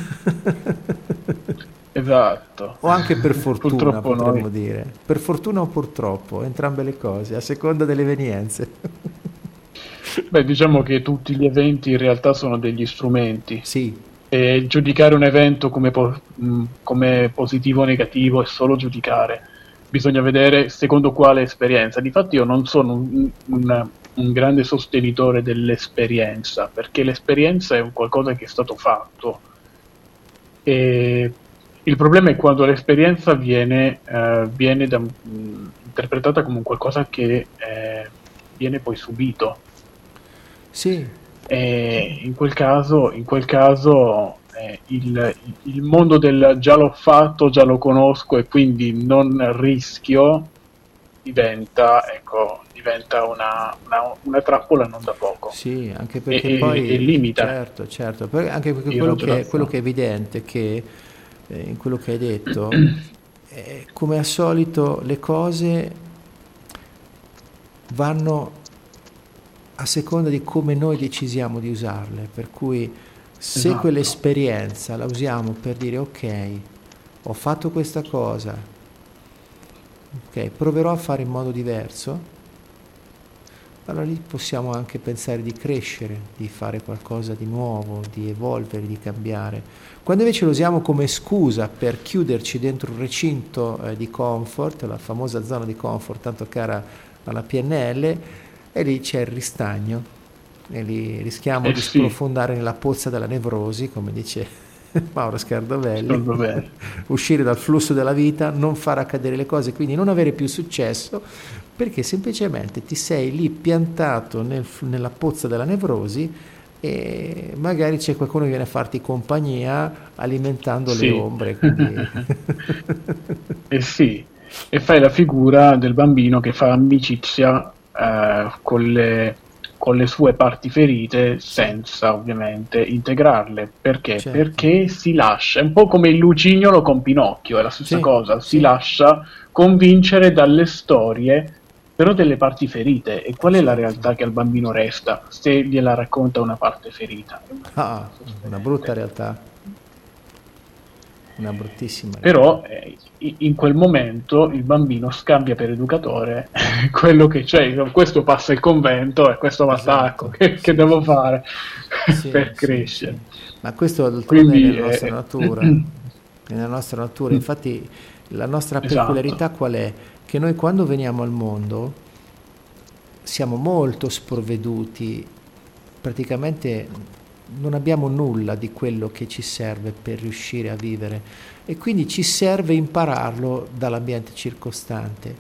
Speaker 2: Esatto.
Speaker 1: O anche per fortuna, potremmo dire. Per fortuna o purtroppo, entrambe le cose, a seconda delle evenienze.
Speaker 2: Beh, diciamo che tutti gli eventi in realtà sono degli strumenti.
Speaker 1: Sì.
Speaker 2: E giudicare un evento come positivo o negativo è solo giudicare. Bisogna vedere secondo quale esperienza. Difatti io non sono un grande sostenitore dell'esperienza, perché l'esperienza è un qualcosa che è stato fatto. E il problema è quando l'esperienza viene interpretata come qualcosa che viene poi subito.
Speaker 1: Sì.
Speaker 2: E in quel caso il mondo del già l'ho fatto, già lo conosco e quindi non rischio diventa una trappola non da poco.
Speaker 1: Sì, anche perché poi
Speaker 2: limita.
Speaker 1: Certo, anche perché quello che è evidente che in quello che hai detto come al solito le cose vanno a seconda di come noi decisiamo di usarle, per cui se quell'esperienza la usiamo per dire ok, ho fatto questa cosa, ok, proverò a fare in modo diverso, allora lì possiamo anche pensare di crescere, di fare qualcosa di nuovo, di evolvere, di cambiare. Quando invece lo usiamo come scusa per chiuderci dentro un recinto di comfort, la famosa zona di comfort tanto cara alla PNL, e lì c'è il ristagno e lì rischiamo di sprofondare nella pozza della nevrosi, come dice Mauro Scardovelli, uscire dal flusso della vita, non far accadere le cose, quindi non avere più successo, perché semplicemente ti sei lì piantato nella pozza della nevrosi e magari c'è qualcuno che viene a farti compagnia alimentando le ombre. Quindi...
Speaker 2: e fai la figura del bambino che fa amicizia con le sue parti ferite senza ovviamente integrarle. Perché? Perché si lascia, è un po' come il lucignolo con Pinocchio, è la stessa cosa, si lascia convincere dalle storie però delle parti ferite. E qual è la realtà che al bambino resta se gliela racconta una parte ferita?
Speaker 1: Una brutta realtà. una bruttissima
Speaker 2: però in quel momento il bambino scambia per educatore quello che c'è, questo passa il convento e questo va
Speaker 1: esatto,
Speaker 2: che devo fare per
Speaker 1: sì,
Speaker 2: crescere.
Speaker 1: Ma questo d'altronde
Speaker 2: Quindi,
Speaker 1: è nella nostra natura, è nella nostra natura. Infatti la nostra peculiarità qual è? Che noi quando veniamo al mondo siamo molto sprovveduti, praticamente non abbiamo nulla di quello che ci serve per riuscire a vivere e quindi ci serve impararlo dall'ambiente circostante.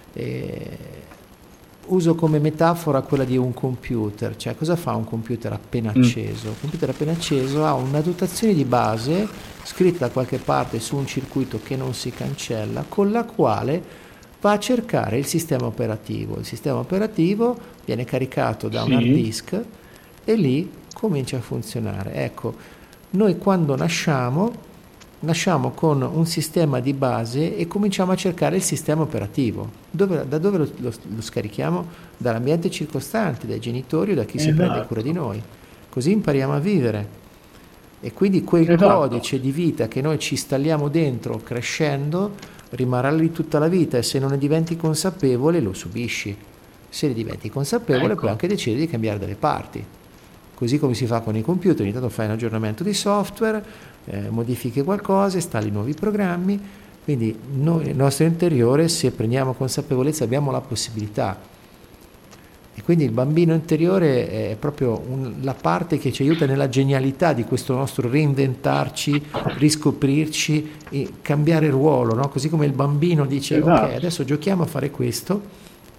Speaker 1: Uso come metafora quella di un computer, cioè cosa fa un computer appena acceso? Un computer appena acceso ha una dotazione di base scritta da qualche parte su un circuito che non si cancella, con la quale va a cercare il sistema operativo. Il sistema operativo viene caricato da un hard disk e lì comincia a funzionare. Ecco, noi quando nasciamo con un sistema di base e cominciamo a cercare il sistema operativo. Da dove lo scarichiamo? Dall'ambiente circostante, dai genitori o da chi si prende cura di noi. Così impariamo a vivere. E quindi quel codice di vita che noi ci installiamo dentro crescendo rimarrà lì tutta la vita e se non ne diventi consapevole lo subisci. Se ne diventi consapevole puoi anche decidere di cambiare delle parti. Così come si fa con i computer, ogni tanto fai un aggiornamento di software, modifichi qualcosa, installi nuovi programmi, quindi noi nel nostro interiore, se prendiamo consapevolezza, abbiamo la possibilità. E quindi il bambino interiore è proprio la parte che ci aiuta nella genialità di questo nostro reinventarci, riscoprirci e cambiare ruolo, no? Così come il bambino dice ok, adesso giochiamo a fare questo,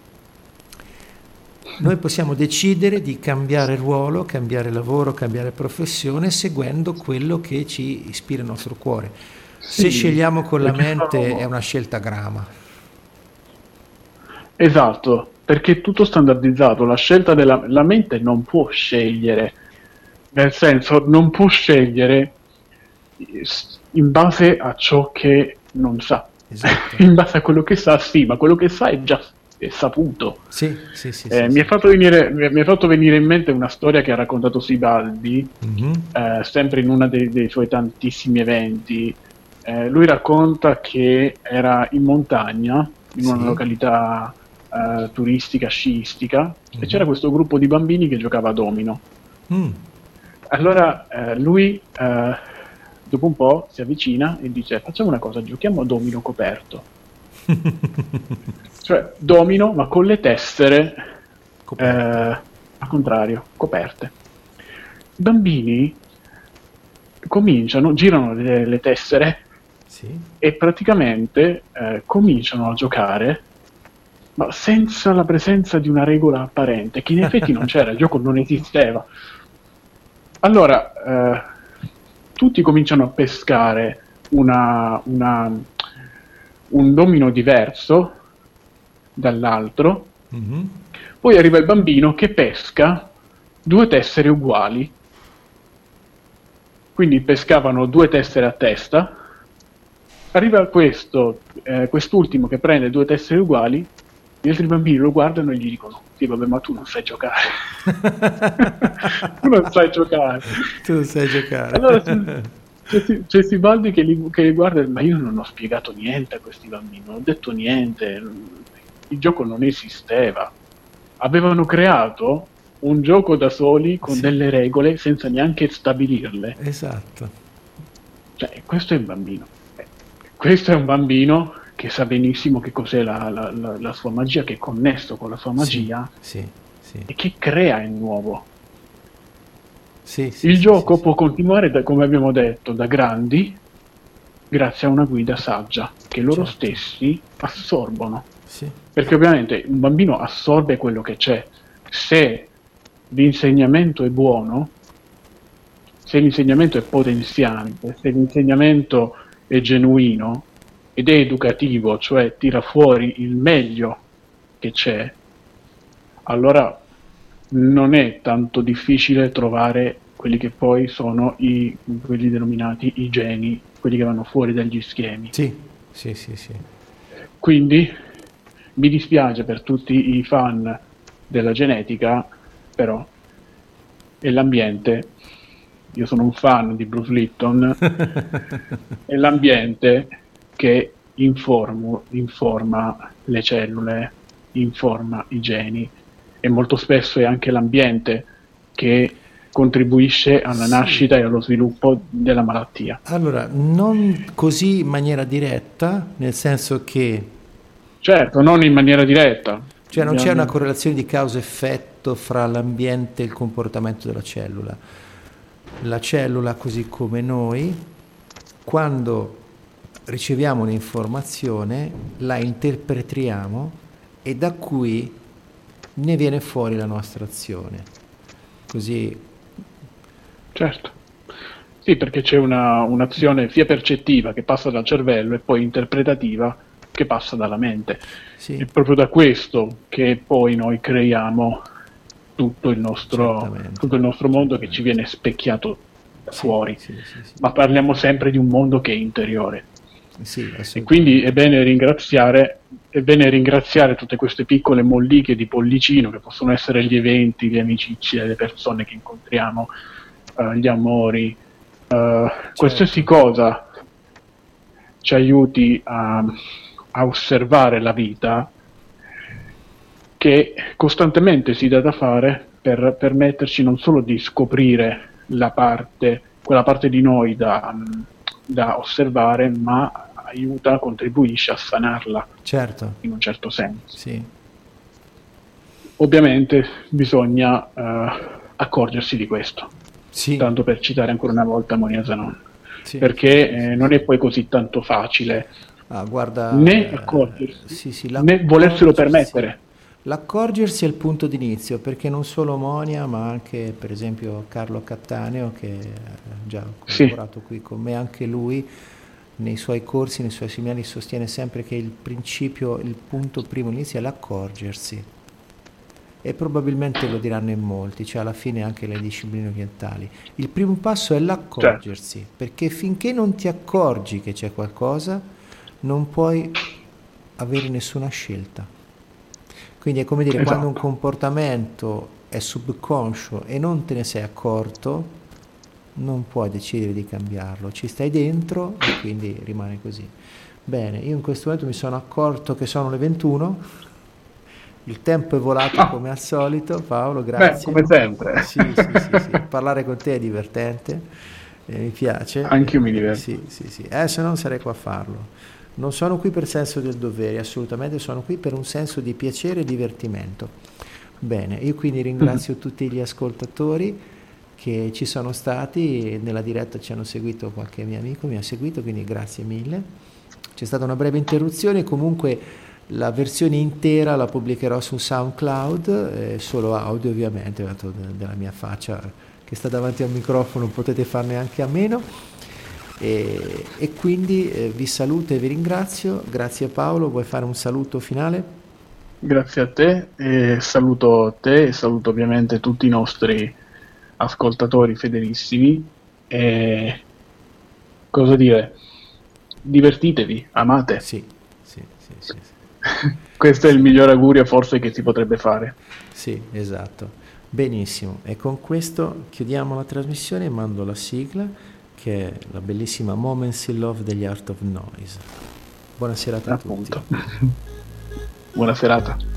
Speaker 1: noi possiamo decidere di cambiare ruolo, cambiare lavoro, cambiare professione seguendo quello che ci ispira il nostro cuore. Se scegliamo con la mente è una scelta grama.
Speaker 2: Esatto, perché è tutto standardizzato, la scelta la mente non può scegliere, nel senso non può scegliere in base a ciò che non sa. Esatto. In base a quello che sa, sì, ma quello che sa è già saputo. Mi ha fatto venire in mente una storia che ha raccontato Sibaldi, sempre in uno dei suoi tantissimi eventi. Lui racconta che era in montagna, in una località turistica, sciistica, e c'era questo gruppo di bambini che giocava a domino. Allora lui dopo un po' si avvicina e dice: facciamo una cosa, giochiamo a domino coperto. Cioè domino ma con le tessere al contrario, coperte. I bambini girano le tessere e praticamente cominciano a giocare, ma senza la presenza di una regola apparente, che in effetti non c'era, il gioco non esisteva. Allora tutti cominciano a pescare un domino diverso dall'altro, poi arriva il bambino che pesca 2 tessere uguali, quindi pescavano 2 tessere a testa, arriva quest'ultimo che prende 2 tessere uguali, gli altri bambini lo guardano e gli dicono: sì vabbè, ma tu non sai giocare. Tu non sai giocare. Allora c'è Sibaldi che li guarda: ma io non ho spiegato niente a questi bambini, non ho detto niente, il gioco non esisteva, avevano creato un gioco da soli con delle regole senza neanche stabilirle.
Speaker 1: Esatto.
Speaker 2: Cioè, questo è un bambino, questo è un bambino che sa benissimo che cos'è la sua magia, che è connesso con la sua magia e che crea il nuovo. Il gioco può continuare, come abbiamo detto, da grandi, grazie a una guida saggia che loro stessi assorbono. Perché ovviamente un bambino assorbe quello che c'è. Se l'insegnamento è buono, se l'insegnamento è potenziante, se l'insegnamento è genuino ed è educativo, cioè tira fuori il meglio che c'è, allora non è tanto difficile trovare quelli che poi sono quelli denominati i geni, quelli che vanno fuori dagli schemi.
Speaker 1: Sì.
Speaker 2: Quindi mi dispiace per tutti i fan della genetica, però è l'ambiente io sono un fan di Bruce Lipton, è l'ambiente che informa le cellule, informa i geni, e molto spesso è anche l'ambiente che contribuisce alla nascita e allo sviluppo della malattia.
Speaker 1: Allora, non così in maniera diretta, nel senso che...
Speaker 2: Certo, non in maniera diretta.
Speaker 1: Cioè non c'è una correlazione di causa-effetto fra l'ambiente e il comportamento della cellula. La cellula, così come noi, quando riceviamo un'informazione, la interpretiamo e da qui ne viene fuori la nostra azione. Così.
Speaker 2: Certo. Sì, perché c'è un'azione sia percettiva che passa dal cervello e poi interpretativa che passa dalla mente.
Speaker 1: Sì.
Speaker 2: È proprio da questo che poi noi creiamo tutto il nostro mondo che ci viene specchiato fuori. Sì. Ma parliamo sempre di un mondo che è interiore.
Speaker 1: Sì,
Speaker 2: e quindi è bene ringraziare tutte queste piccole molliche di pollicino, che possono essere gli eventi, le amicizie, le persone che incontriamo, gli amori, qualsiasi cosa ci aiuti a osservare la vita, che costantemente si dà da fare per permetterci non solo di scoprire quella parte di noi da osservare, ma contribuisce a sanarla,
Speaker 1: certo,
Speaker 2: in un certo senso.
Speaker 1: Sì.
Speaker 2: Ovviamente bisogna accorgersi di questo,
Speaker 1: sì.
Speaker 2: Tanto per citare ancora una volta Monia Zanon, sì. Perché non è poi così tanto facile né accorgersi né volerselo permettere.
Speaker 1: L'accorgersi è il punto d'inizio, perché non solo Monia, ma anche per esempio Carlo Cattaneo, che ha già collaborato qui con me, anche lui nei suoi corsi, nei suoi seminari sostiene sempre che il punto primo inizio è l'accorgersi, e probabilmente lo diranno in molti, cioè alla fine anche le discipline orientali. Il primo passo è l'accorgersi, certo. Perché finché non ti accorgi che c'è qualcosa, non puoi avere nessuna scelta. Quindi è come dire, esatto. Quando un comportamento è subconscio e non te ne sei accorto, non puoi decidere di cambiarlo, ci stai dentro e quindi rimane così. Bene, io in questo momento mi sono accorto che sono le 21, il tempo è volato come al solito. Paolo, grazie.
Speaker 2: Come sempre.
Speaker 1: Sì. Parlare con te è divertente, mi piace.
Speaker 2: Anche io mi diverto.
Speaker 1: Sì. Se no non sarei qua a farlo. Non sono qui per senso del dovere, assolutamente, sono qui per un senso di piacere e divertimento. Bene, io quindi ringrazio tutti gli ascoltatori che ci sono stati, nella diretta ci hanno seguito, qualche mio amico mi ha seguito, quindi grazie mille. C'è stata una breve interruzione, comunque la versione intera la pubblicherò su SoundCloud, solo audio ovviamente, della mia faccia che sta davanti al microfono potete farne anche a meno. E quindi vi saluto e vi ringrazio. Grazie Paolo, vuoi fare un saluto finale?
Speaker 2: Grazie a te, e saluto te e saluto ovviamente tutti i nostri ascoltatori fedelissimi, e cosa dire, divertitevi, amate.
Speaker 1: Sì.
Speaker 2: Questo è il miglior augurio forse che si potrebbe fare.
Speaker 1: Sì, esatto. Benissimo, e con questo chiudiamo la trasmissione e mando la sigla, che è la bellissima Moments in Love degli Art of Noise. Buona serata a tutti.
Speaker 2: Buona serata.